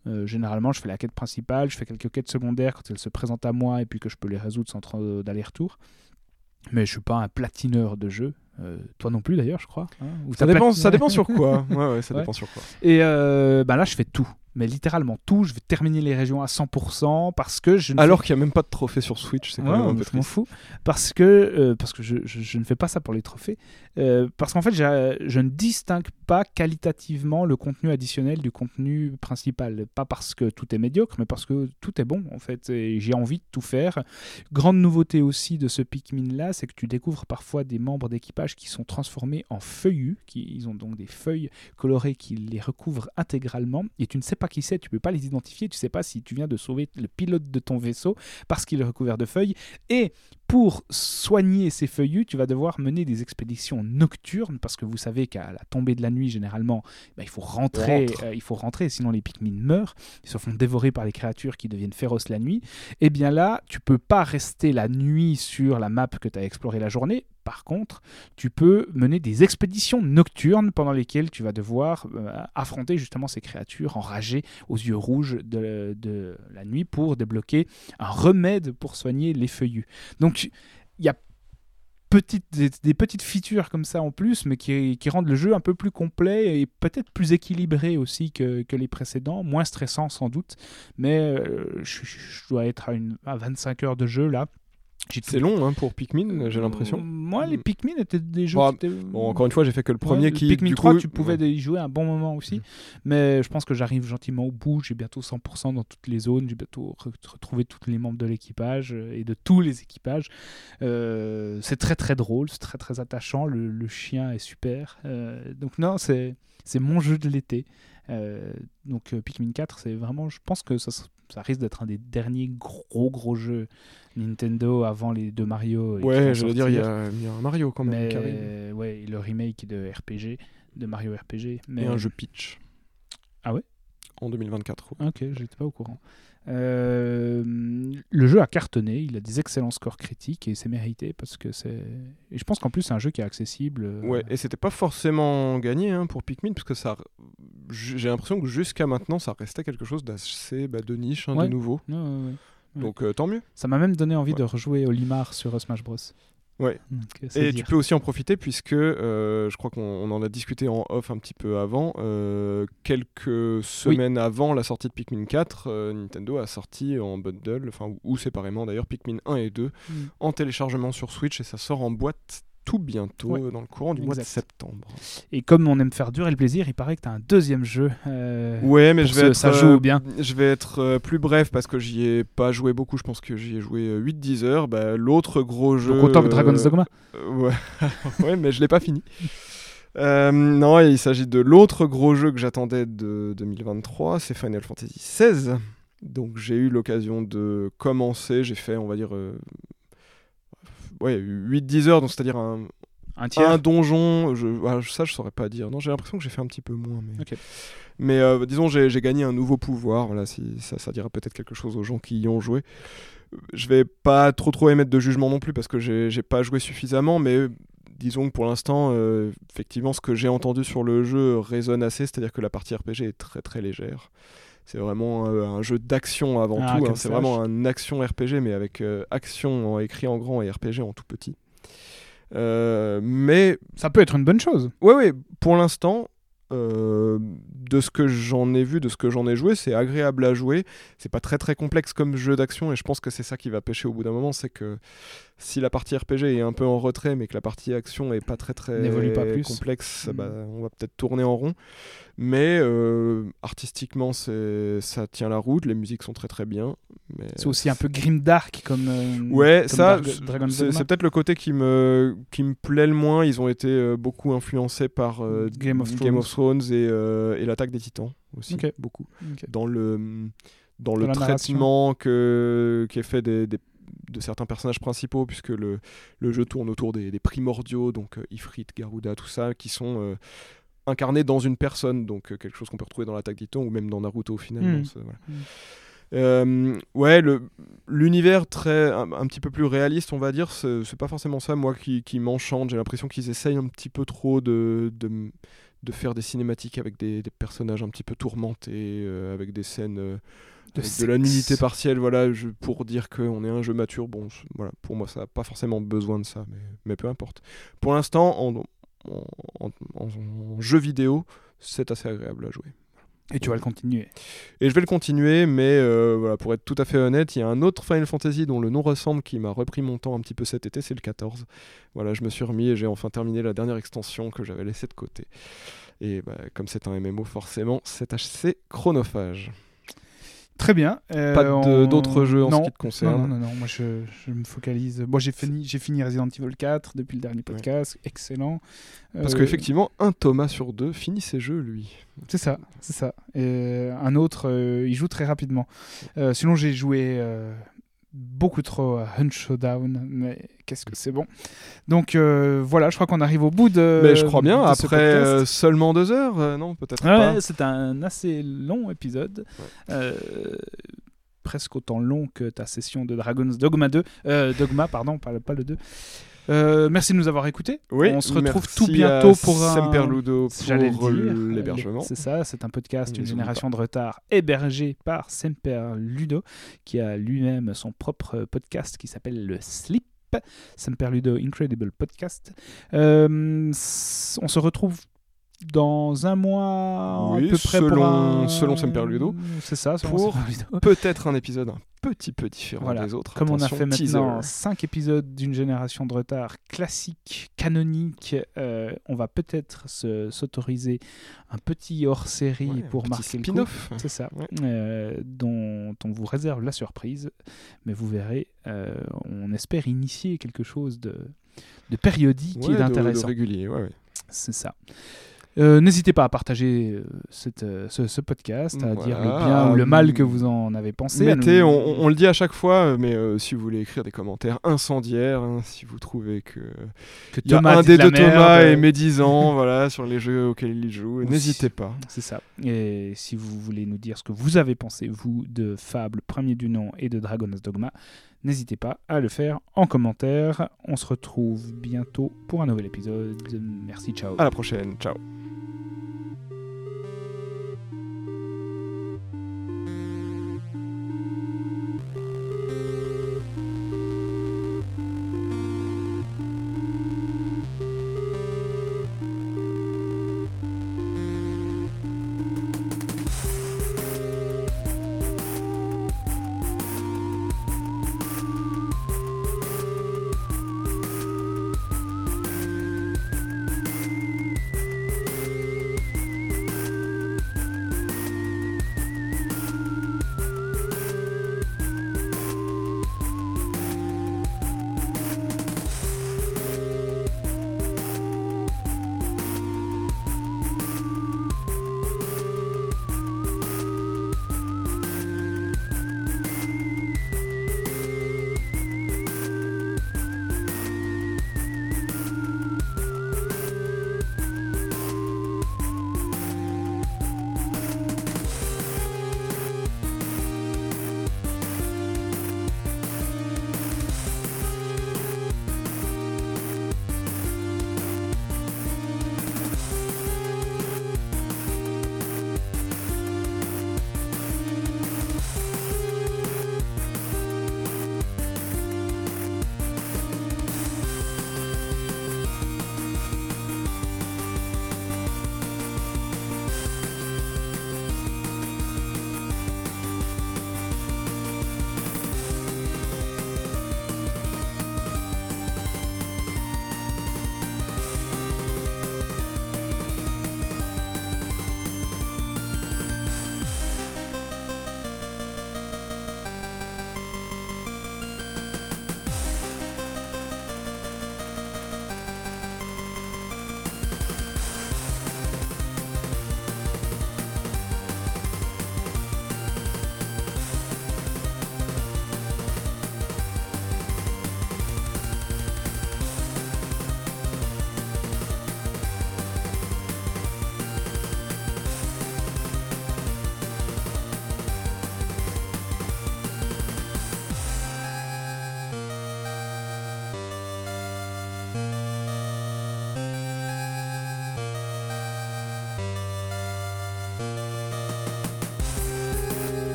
Euh, généralement, je fais la quête principale, je fais quelques quêtes secondaires quand elles se présentent à moi et puis que je peux les résoudre sans trop d'aller-retour. Mais je suis pas un platineur de jeu. Euh, toi non plus d'ailleurs, je crois. Hein, ou ça, dépend, plat... ça dépend sur quoi. Ouais, ouais, ça ouais. dépend sur quoi. Et euh, bah là, je fais tout. Mais littéralement tout. Je vais terminer les régions à cent pour cent parce que je ne Alors fais... qu'il n'y a même pas de trophée sur Switch, c'est quand ouais, même un peu je m'en triste. fous. Parce que, euh, parce que je, je, je ne fais pas ça pour les trophées. Euh, parce qu'en fait, je ne distingue pas qualitativement le contenu additionnel du contenu principal. Pas parce que tout est médiocre, mais parce que tout est bon, en fait. Et j'ai envie de tout faire. Grande nouveauté aussi de ce Pikmin-là, c'est que tu découvres parfois des membres d'équipage qui sont transformés en feuillus. Qui, ils ont donc des feuilles colorées qui les recouvrent intégralement. Et tu ne sais pas qui c'est, tu ne peux pas les identifier. Tu ne sais pas si tu viens de sauver le pilote de ton vaisseau parce qu'il est recouvert de feuilles. Et pour soigner ces feuillus, tu vas devoir mener des expéditions nocturnes parce que vous savez qu'à la tombée de la nuit, généralement, bah, il faut rentrer, Rentre. euh, il faut rentrer, sinon les Pikmin meurent, ils se font dévorer par les créatures qui deviennent féroces la nuit. Et bien là, tu peux pas rester la nuit sur la map que tu as explorée la journée. Par contre, tu peux mener des expéditions nocturnes pendant lesquelles tu vas devoir euh, affronter justement ces créatures enragées aux yeux rouges de, de la nuit pour débloquer un remède pour soigner les feuillus. Donc, il y a petite, des, des petites features comme ça en plus, mais qui, qui rendent le jeu un peu plus complet et peut-être plus équilibré aussi que, que les précédents, moins stressant sans doute. Mais euh, je, je dois être à, une, à vingt-cinq heures de jeu là. C'est long hein, pour Pikmin, j'ai l'impression. Euh, moi, les Pikmin étaient des jeux. Bon, qui étaient... bon, encore une fois, j'ai fait que le premier ouais, qui. Pikmin du trois, coup, tu pouvais ouais. y jouer à un bon moment aussi. Mmh. Mais je pense que j'arrive gentiment au bout. J'ai bientôt cent pour cent dans toutes les zones. J'ai bientôt re- retrouvé tous les membres de l'équipage euh, et de tous les équipages. Euh, c'est très très drôle, c'est très très attachant. Le, le chien est super. Euh, donc, non, c'est, c'est mon jeu de l'été. Euh, donc, euh, Pikmin quatre, c'est vraiment. Je pense que ça ça risque d'être un des derniers gros gros jeux Nintendo avant les deux Mario. Ouais, je veux dire, il y, y a un Mario quand même. Mais, qui arrive. euh, ouais, le remake de R P G, de Mario R P G. Mais... Et un jeu Peach. Ah ouais ? En deux mille vingt-quatre. Ouais. Ok, j'étais pas au courant. Euh, le jeu a cartonné, il a des excellents scores critiques et c'est mérité parce que c'est. Et je pense qu'en plus c'est un jeu qui est accessible. Euh... Ouais, et c'était pas forcément gagné hein, pour Pikmin parce que ça, j'ai l'impression que jusqu'à maintenant ça restait quelque chose d'assez bah, de niche, hein, ouais. de nouveau. Ouais, ouais, ouais. Donc euh, tant mieux. Ça m'a même donné envie ouais. de rejouer au Limar sur Smash Bros. Ouais. Donc, et dire. tu peux aussi en profiter puisque euh, je crois qu'on on en a discuté en off un petit peu avant. Euh, quelques semaines oui. avant la sortie de Pikmin quatre, euh, Nintendo a sorti en bundle, enfin ou, ou séparément d'ailleurs, Pikmin un et deux mm. en téléchargement sur Switch et ça sort en boîte tout bientôt, ouais. dans le courant du exact. mois de septembre. Et comme on aime faire durer le plaisir, il paraît que tu as un deuxième jeu. Euh, ouais, mais je vais, ce, être, ça joue bien. je vais être euh, plus bref parce que j'y ai pas joué beaucoup. Je pense que j'y ai joué euh, huit dix heures. Bah, l'autre gros jeu. Donc autant que Dragon's Dogma euh, Ouais, ouais mais je l'ai pas fini. Euh, non, il s'agit de l'autre gros jeu que j'attendais de deux mille vingt-trois, c'est Final Fantasy seize. Donc j'ai eu l'occasion de commencer. J'ai fait, on va dire. Euh, Ouais, huit dix heures, donc c'est-à-dire un, un, tiers. un donjon, je, ah, ça je saurais pas dire. Non, j'ai l'impression que j'ai fait un petit peu moins. Mais, okay. mais euh, disons, j'ai, j'ai gagné un nouveau pouvoir. Voilà, si, ça, ça dira peut-être quelque chose aux gens qui y ont joué. Je vais pas trop trop émettre de jugement non plus parce que j'ai, j'ai pas joué suffisamment, mais disons que pour l'instant, euh, effectivement, ce que j'ai entendu sur le jeu résonne assez, c'est-à-dire que la partie R P G est très très légère. C'est vraiment euh, un jeu d'action avant ah, tout. Hein. C'est vraiment un action R P G, mais avec euh, action en, écrit en grand et R P G en tout petit. Euh, mais ça peut être une bonne chose. Ouais, ouais. Pour l'instant, euh, de ce que j'en ai vu, de ce que j'en ai joué, c'est agréable à jouer. C'est pas très très complexe comme jeu d'action, et je pense que c'est ça qui va pêcher au bout d'un moment, c'est que si la partie R P G est un peu en retrait, mais que la partie action est pas très très n'évolue pas plus. complexe, mmh. bah, on va peut-être tourner en rond. Mais euh, artistiquement, c'est, ça tient la route, les musiques sont très très bien. Mais c'est aussi un peu grimdark comme, euh, ouais, comme ça, Dar- Dragon's c'est, Dogma. c'est peut-être le côté qui me, qui me plaît le moins. Ils ont été euh, beaucoup influencés par euh, Game, of Game of Thrones et, euh, et l'Attaque des Titans aussi, okay. beaucoup. Okay. Dans le, dans dans le traitement que, qui est fait des, des de certains personnages principaux, puisque le, le jeu tourne autour des, des primordiaux, donc euh, Ifrit, Garuda, tout ça, qui sont euh, incarnés dans une personne, donc euh, quelque chose qu'on peut retrouver dans l'Attaque des Titans ou même dans Naruto finalement. Mmh. C'est, voilà. Mmh. Euh, ouais, le, l'univers très, un, un petit peu plus réaliste, on va dire, c'est, c'est pas forcément ça, moi, qui, qui m'enchante. J'ai l'impression qu'ils essayent un petit peu trop de, de, de faire des cinématiques avec des, des personnages un petit peu tourmentés, euh, avec des scènes euh, de, de la nudité partielle, voilà, je, pour dire qu'on est un jeu mature. Bon, je, voilà, pour moi, ça n'a pas forcément besoin de ça, mais, mais peu importe. Pour l'instant, en, en, en, en, en jeu vidéo, c'est assez agréable à jouer. Et tu vas le continuer. Et je vais le continuer, mais euh, voilà, pour être tout à fait honnête, il y a un autre Final Fantasy dont le nom ressemble qui m'a repris mon temps un petit peu cet été, c'est le quatorze. Voilà, je me suis remis et j'ai enfin terminé la dernière extension que j'avais laissée de côté. Et bah, comme c'est un M M O, forcément, c'est assez chronophage. Très bien. Euh, Pas de, on... d'autres jeux en non. ce qui te concerne. Non, non, non, non. Moi je, je me focalise. Moi j'ai fini, j'ai fini Resident Evil quatre depuis le dernier podcast. Ouais. Excellent. Parce euh... qu'effectivement, un Thomas sur deux finit ses jeux, lui. C'est ça, c'est ça. Et un autre, euh, il joue très rapidement. Euh, sinon, j'ai joué euh, beaucoup trop à Hunt Showdown, mais qu'est-ce que c'est bon. Donc euh, voilà, je crois qu'on arrive au bout de. Mais je crois bien, après euh, seulement deux heures, euh, non, peut-être ouais, pas. C'est un assez long épisode. Ouais. Euh, presque autant long que ta session de Dragon's Dogma deux. Euh, Dogma, pardon, pas, pas le deux. Euh, merci de nous avoir écoutés. Oui, on se retrouve tout bientôt pour un Semperludo pour le l'hébergement. C'est ça, c'est un podcast, une génération de retard, hébergé par Semperludo, qui a lui-même son propre podcast qui s'appelle le Slip. Semperludo Incredible Podcast. Euh, on se retrouve dans un mois oui, à peu près selon, pour un... selon Semperludo. C'est ça, selon pour Semperludo. Peut-être un épisode un petit peu différent voilà. des autres. Comme Attention, on a fait teaser. maintenant cinq épisodes d'une génération de retard classique, canonique, euh, on va peut-être se, s'autoriser un petit hors-série ouais, pour marquer le coup. C'est ça, ouais. euh, dont on vous réserve la surprise. Mais vous verrez, euh, on espère initier quelque chose de, de périodique ouais, et d'intéressant. De, de régulier, ouais, ouais. C'est ça. Euh, n'hésitez pas à partager euh, cette, euh, ce, ce podcast, à voilà. dire le bien ou le mal que vous en avez pensé. Mettez, nous... on, on le dit à chaque fois, mais euh, si vous voulez écrire des commentaires incendiaires, hein, si vous trouvez que, que y a Thomas un des deux merde, Thomas euh... est médisant voilà, sur les jeux auxquels il joue, n'hésitez pas. C'est ça. Et si vous voulez nous dire ce que vous avez pensé, vous, de Fable, premier du nom, et de Dragon's Dogma, n'hésitez pas à le faire en commentaire. On se retrouve bientôt pour un nouvel épisode. Merci, ciao. À la prochaine, ciao.